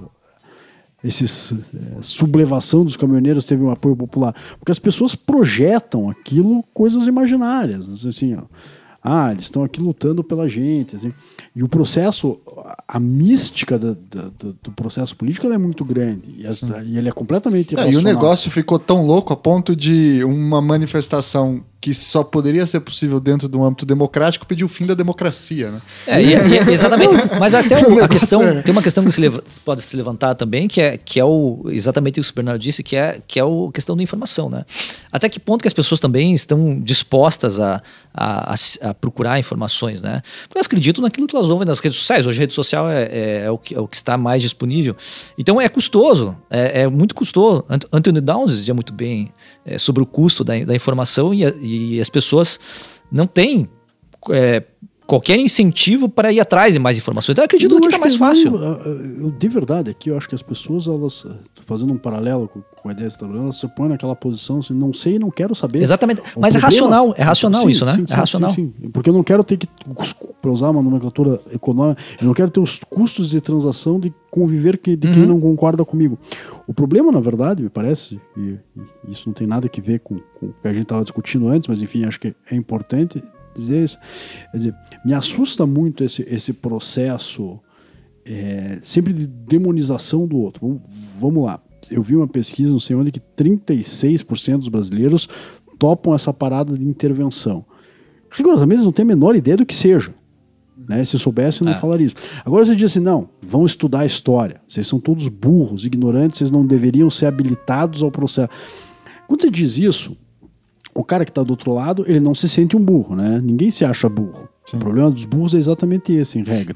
esses é, sublevação dos caminhoneiros teve um apoio popular? Porque as pessoas projetam aquilo coisas imaginárias. Assim, ó. Ah, eles estão aqui lutando pela gente. Assim. E o processo, a mística da, da, do, do processo político ela é muito grande. E, as, e ele é completamente Não, e o irracional. negócio ficou tão louco a ponto de uma manifestação que só poderia ser possível dentro de um âmbito democrático pedir o fim da democracia, né? É, e- e- exatamente. Mas até o- O a negócio questão, é- tem uma questão que se leva- pode se levantar também, que é, que é o, exatamente o que o Bernardo disse, que é, que é a questão da informação, né? Até que ponto que as pessoas também estão dispostas a, a, a- a procurar informações, né? Porque elas acreditam naquilo que elas ouvem nas redes sociais. Hoje a rede social é, é, é o, que, é o que está mais disponível. Então é custoso, é, é muito custoso. Ant- Anthony Downs dizia muito bem é, sobre o custo da, da informação e, a- e as pessoas não têm é, qualquer incentivo para ir atrás de mais informações. Então eu acredito Não, que acho está mais que fácil. não, eu, de verdade, aqui eu acho que as pessoas, elas, fazendo um paralelo com, com a ideia de trabalhando, elas se põem naquela posição assim, não sei, não quero saber. Exatamente. O Mas é problema- racional, é racional Sim, isso, né? sim, é sim, racional. Sim, sim. Porque eu não quero ter que, para usar uma nomenclatura econômica, eu não quero ter os custos de transação de conviver que, de quem Uhum. não concorda comigo. O problema, na verdade, me parece, e, e isso não tem nada a ver com, com o que a gente estava discutindo antes, mas enfim, acho que é importante dizer isso. Quer dizer, me assusta muito esse, esse processo é, sempre de demonização do outro. Vamos, vamos lá. Eu vi uma pesquisa, não sei onde, que trinta e seis por cento dos brasileiros topam essa parada de intervenção. Rigorosamente, eles não têm a menor ideia do que seja. Né? Se soubesse, não É. falaria isso. Agora você diz assim, não, vão estudar a história. Vocês são todos burros, ignorantes, vocês não deveriam ser habilitados ao processo. Quando você diz isso, o cara que está do outro lado, ele não se sente um burro, né? Ninguém se acha burro. Sim. O problema dos burros é exatamente esse, em regra.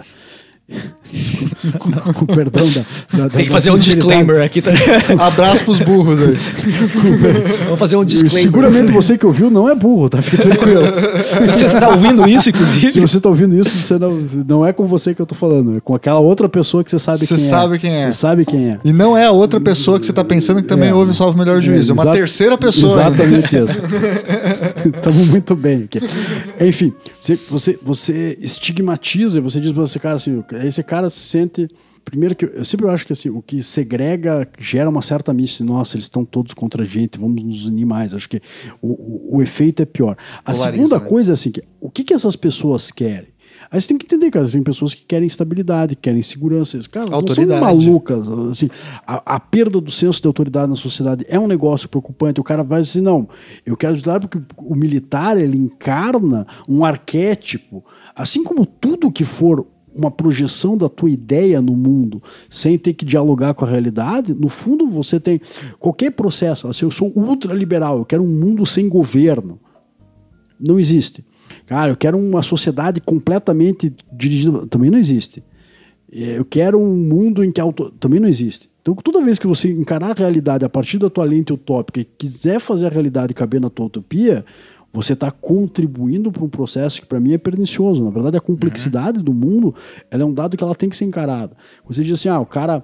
com, com perdão da, da Tem que da fazer um sinceridade. disclaimer aqui. Tá? Abraço pros burros aí. Vamos fazer um E disclaimer. seguramente você que ouviu não é burro, tá? Fica tranquilo. Se você está ouvindo isso, Se inclusive. você tá ouvindo isso, você não, não é com você que eu tô falando, é com aquela outra pessoa que você sabe Você quem é. sabe quem é. Você sabe quem é. E não é a outra pessoa que você tá pensando que também É. ouve o Salve Melhor Juízo. É uma Exa- terceira pessoa ainda. Exatamente isso. Estamos muito bem aqui. Enfim, você, você, você estigmatiza, você diz para esse cara assim, esse cara se sente... Primeiro que eu, eu sempre acho que assim, o que segrega gera uma certa mística. Nossa, eles estão todos contra a gente, vamos nos unir mais. Acho que o, o, o efeito é pior. A Polariza, segunda né? coisa é assim, que, o que, que essas pessoas querem? Aí você tem que entender, cara, tem pessoas que querem estabilidade, que querem segurança. Cara, elas não são Autoridade. malucas. Assim, a, a perda do senso de autoridade na sociedade é um negócio preocupante. O cara vai dizer, não, eu quero ajudar porque o militar, ele encarna um arquétipo. Assim como tudo que for uma projeção da tua ideia no mundo, sem ter que dialogar com a realidade, no fundo você tem qualquer processo. Assim, eu sou ultraliberal, eu quero um mundo sem governo. Não existe. Cara, eu quero uma sociedade completamente dirigida. Também não existe. Eu quero um mundo em que... Auto... Também não existe. Então, toda vez que você encarar a realidade a partir da tua lente utópica e quiser fazer a realidade caber na tua utopia, você está contribuindo para um processo que, para mim, é pernicioso. Na verdade, a complexidade uhum. do mundo ela é um dado que ela tem que ser encarada. Você diz assim, ah, o cara...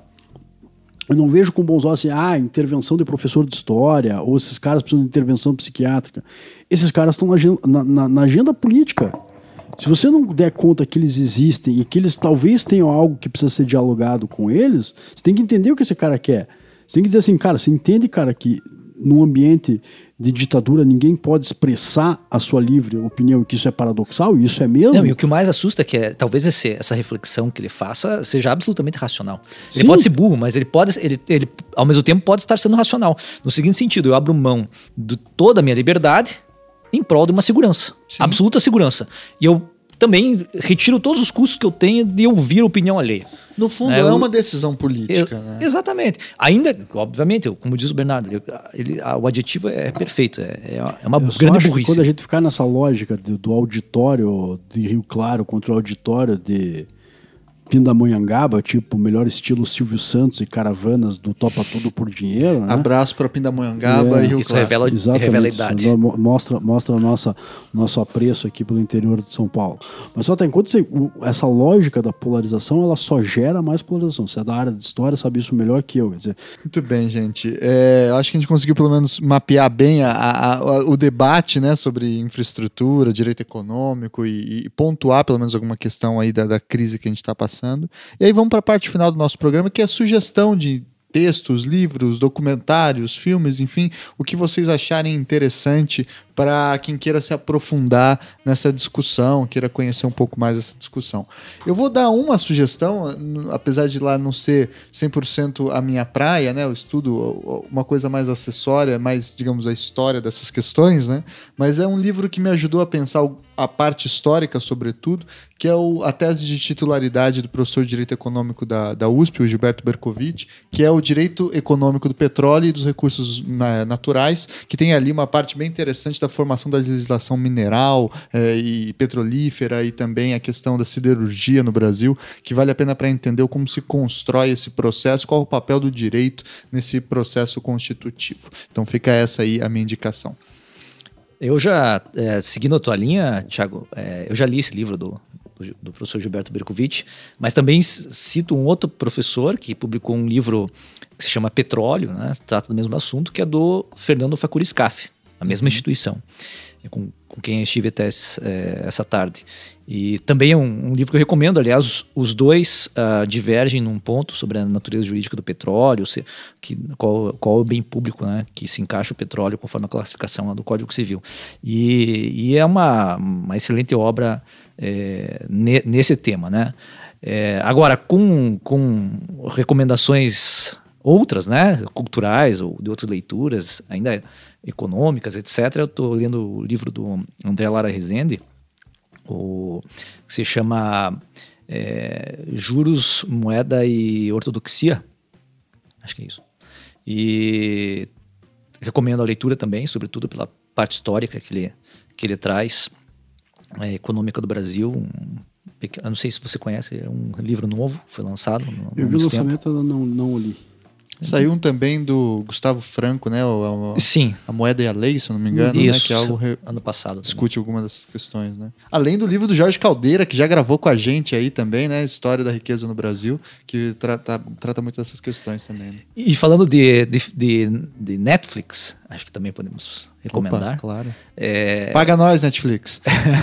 Eu não vejo com bons olhos assim, ah, intervenção de professor de história, ou esses caras precisam de intervenção psiquiátrica. Esses caras estão na agenda, na, na agenda política. Se você não der conta que eles existem e que eles talvez tenham algo que precisa ser dialogado com eles, você tem que entender o que esse cara quer. Você tem que dizer assim, cara, você entende, cara, que num ambiente de ditadura ninguém pode expressar a sua livre opinião, que isso é paradoxal, e isso é mesmo. Não, e o que mais assusta é que é, talvez esse, essa reflexão que ele faça seja absolutamente racional. Ele Sim. pode ser burro, mas ele pode, ele, ele ao mesmo tempo pode estar sendo racional. No seguinte sentido, eu abro mão de toda a minha liberdade em prol de uma segurança, Sim. absoluta segurança. E eu também retiro todos os custos que eu tenho de ouvir a opinião alheia. No fundo, É, é eu- uma decisão política, Eu- né? Exatamente. Ainda, obviamente, eu- como diz o Bernardo, ele, ele- a- o adjetivo é perfeito, é, é uma Eu só grande acho que burrice. quando a gente ficar nessa lógica do, do auditório de Rio Claro contra o auditório de Pindamonhangaba, tipo, melhor estilo Silvio Santos e caravanas do Topa Tudo por Dinheiro, né? Abraço para Pindamonhangaba É. e Rio Isso Claro. revela, Exatamente. revela a idade. Isso mo- Mostra, mostra a nossa, nosso apreço aqui pelo interior de São Paulo. Mas só tem enquanto você, o- essa lógica da polarização, ela só gera mais polarização. Você é da área de história, sabe isso melhor que eu. Quer dizer, Muito bem, gente. É, eu acho que a gente conseguiu pelo menos mapear bem a- a- a- o debate, né, sobre infraestrutura, direito econômico e, e pontuar pelo menos alguma questão aí da, da crise que a gente está passando. E aí vamos para a parte final do nosso programa, que é a sugestão de textos, livros, documentários, filmes, enfim, o que vocês acharem interessante para quem queira se aprofundar nessa discussão, queira conhecer um pouco mais essa discussão. Eu vou dar uma sugestão, n- apesar de lá não ser cem por cento a minha praia, né? Eu estudo uma coisa mais acessória, mais, digamos, a história dessas questões, né? Mas é um livro que me ajudou a pensar o- a parte histórica, sobretudo, que é o, a tese de titularidade do professor de Direito Econômico da, da U S P, o Gilberto Bercovitch, que é o Direito Econômico do Petróleo e dos Recursos na- Naturais, que tem ali uma parte bem interessante da formação da legislação mineral eh, e petrolífera e também a questão da siderurgia no Brasil, que vale a pena para entender como se constrói esse processo, qual o papel do direito nesse processo constitutivo. Então fica essa aí a minha indicação. Eu já, é, seguindo a tua linha, Thiago, é, eu já li esse livro do, do, do professor Gilberto Bercovitch, mas também c- cito um outro professor que publicou um livro que se chama Petróleo, né, trata do mesmo assunto, que é do Fernando Facuri Scaff, a mesma instituição, é com, com quem eu estive até esse, é, essa tarde. E também é um, um livro que eu recomendo, aliás, os, os dois ah, divergem num ponto sobre a natureza jurídica do petróleo, se, que, qual, qual é o bem público, né, que se encaixa o petróleo conforme a classificação lá do Código Civil. E, e é uma, uma excelente obra é, ne, nesse tema, né? É, agora, com, com recomendações outras, né, culturais ou de outras leituras, ainda econômicas, etcétera, eu estou lendo o livro do André Lara Rezende, o, que se chama é, Juros, Moeda e Ortodoxia. Acho que é isso. E recomendo a leitura também, sobretudo pela parte histórica que ele, que ele traz, é, econômica do Brasil. Um, eu não sei se você conhece, é um livro novo, foi lançado. No, eu vi o lançamento, eu não, não o li. Saiu um também do Gustavo Franco, né? O, a, Sim. A Moeda e a Lei, se eu não me engano, Isso, né? Que é algo re... ano passado. discute alguma dessas questões, né? Além do livro do Jorge Caldeira, que já gravou com a gente aí também, né? História da Riqueza no Brasil, que trata, trata muito dessas questões também. Né? E falando de, de, de, de Netflix, acho que também podemos recomendar. Opa, claro. É... Paga nós, Netflix.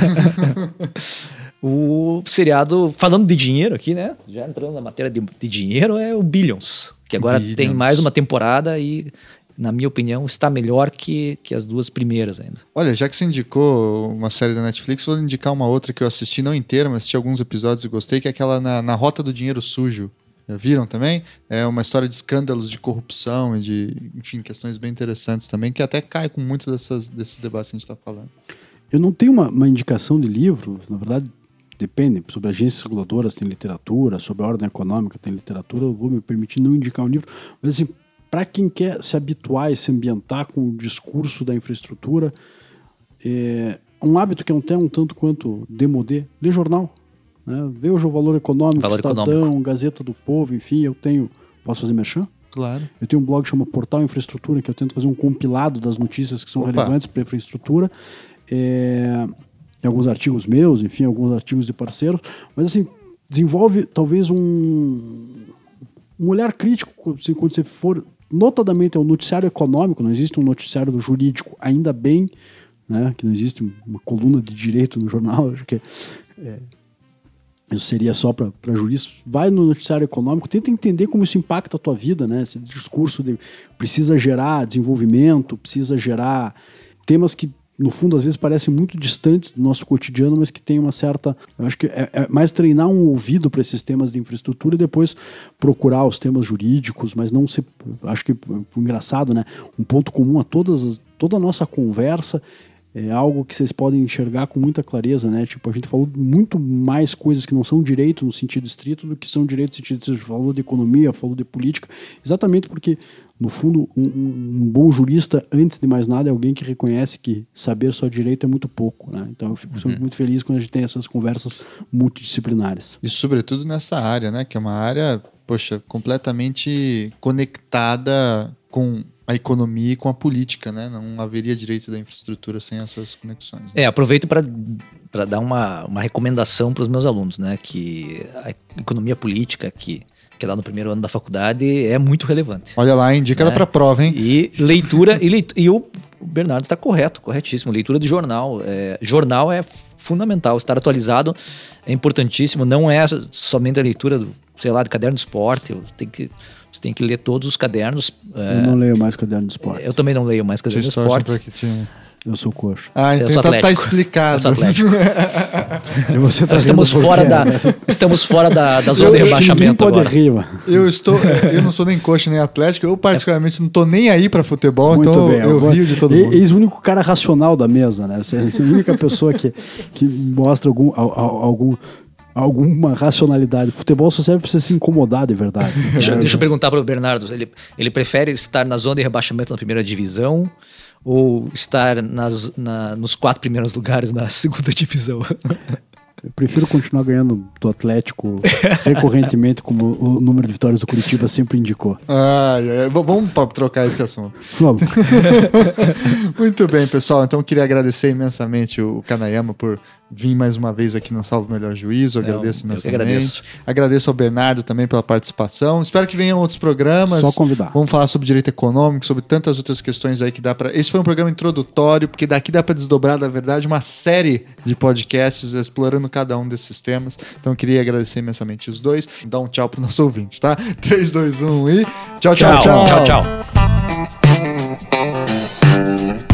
O seriado, falando de dinheiro aqui, né? Já entrando na matéria de, de dinheiro, é o Billions, que agora Billions. tem mais uma temporada e, na minha opinião, está melhor que, que as duas primeiras ainda. Olha, já que você indicou uma série da Netflix, vou indicar uma outra que eu assisti, não inteira, mas assisti alguns episódios e gostei, que é aquela na, na Rota do Dinheiro Sujo. Já viram também? É uma história de escândalos de corrupção e de, enfim, questões bem interessantes também, que até cai com muitos dessas, desses debates que a gente está falando. Eu não tenho uma, uma indicação de livro, na verdade, depende, sobre agências reguladoras tem literatura, sobre a ordem econômica tem literatura, eu vou me permitir não indicar um livro, mas assim, para quem quer se habituar e se ambientar com o discurso da infraestrutura, é um hábito que é até um tanto quanto demodé, ler jornal, né? Veja o Valor Econômico, Valor Estadão, Econômico. Gazeta do Povo, enfim, eu tenho, posso fazer merchan? Claro. Eu tenho um blog que chama Portal Infraestrutura, que eu tento fazer um compilado das notícias que são Opa. relevantes para a infraestrutura. É, tem alguns artigos meus, enfim, alguns artigos de parceiros, mas assim, desenvolve talvez um, um olhar crítico, assim, quando você for, notadamente é o noticiário econômico, não existe um noticiário do jurídico, ainda bem, né, que não existe uma coluna de direito no jornal, acho que é, isso seria só para juristas. Vai no noticiário econômico, tenta entender como isso impacta a tua vida, né, esse discurso de precisa gerar desenvolvimento, precisa gerar temas que no fundo, às vezes parecem muito distantes do nosso cotidiano, mas que tem uma certa... Eu acho que é, é mais treinar um ouvido para esses temas de infraestrutura e depois procurar os temas jurídicos, mas não ser... Acho que foi engraçado, né? Um ponto comum a todas as, toda a nossa conversa é algo que vocês podem enxergar com muita clareza, né? Tipo, a gente falou muito mais coisas que não são direito no sentido estrito do que são direito no sentido, a gente falou de economia, falou de política, exatamente porque, no fundo, um, um bom jurista, antes de mais nada, é alguém que reconhece que saber só direito é muito pouco, né? Então eu fico uhum. muito feliz quando a gente tem essas conversas multidisciplinares. E sobretudo nessa área, né? Que é uma área, poxa, completamente conectada com a economia e com a política, né? Não haveria direito da infraestrutura sem essas conexões. Né? É, aproveito para dar uma, uma recomendação para os meus alunos, né? Que a economia política, que, que é lá no primeiro ano da faculdade, é muito relevante. Olha lá, indica ela né? para prova, hein? E leitura, e, leitura, e o Bernardo está correto, corretíssimo. Leitura de jornal. É, jornal é fundamental, estar atualizado é importantíssimo, não é somente a leitura do, sei lá, do caderno do esporte, tem que... Você tem que ler todos os cadernos. Eu é... não leio mais caderno do esporte. Eu também não leio mais caderno do esporte. Eu sou coxo. Ah, então tá, tá explicado. Eu sou atlético. E você tá estamos, fora da, estamos fora da, da zona eu, de rebaixamento agora. Rir, eu, estou, eu não sou nem coxo nem atlético. Eu particularmente não tô nem aí pra futebol, muito então bem, eu, eu rio de todo mundo. Eis o único cara racional da mesa, né? Você é a única pessoa que, que mostra algum... algum alguma racionalidade. Futebol só serve para você se incomodar de verdade. deixa, deixa eu perguntar para o Bernardo, ele, ele prefere estar na zona de rebaixamento na primeira divisão ou estar nas, na, nos quatro primeiros lugares na segunda divisão? Eu prefiro continuar ganhando do Atlético recorrentemente, como o número de vitórias do Curitiba sempre indicou. Ah, é, vamos trocar esse assunto. Vamos. Muito bem, pessoal. Então, queria agradecer imensamente o Kanayama por vir mais uma vez aqui no Salve o Melhor Juízo. Agradeço Não, imensamente. Agradeço. agradeço ao Bernardo também pela participação. Espero que venham outros programas. Só convidar. Vamos falar sobre direito econômico, sobre tantas outras questões aí que dá para. Esse foi um programa introdutório, porque daqui dá para desdobrar, na verdade, uma série de podcasts explorando cada um desses temas. Então, eu queria agradecer imensamente os dois. Dar um tchau pro nosso ouvinte, tá? três, dois, um e tchau, tchau, tchau. Tchau, tchau. tchau.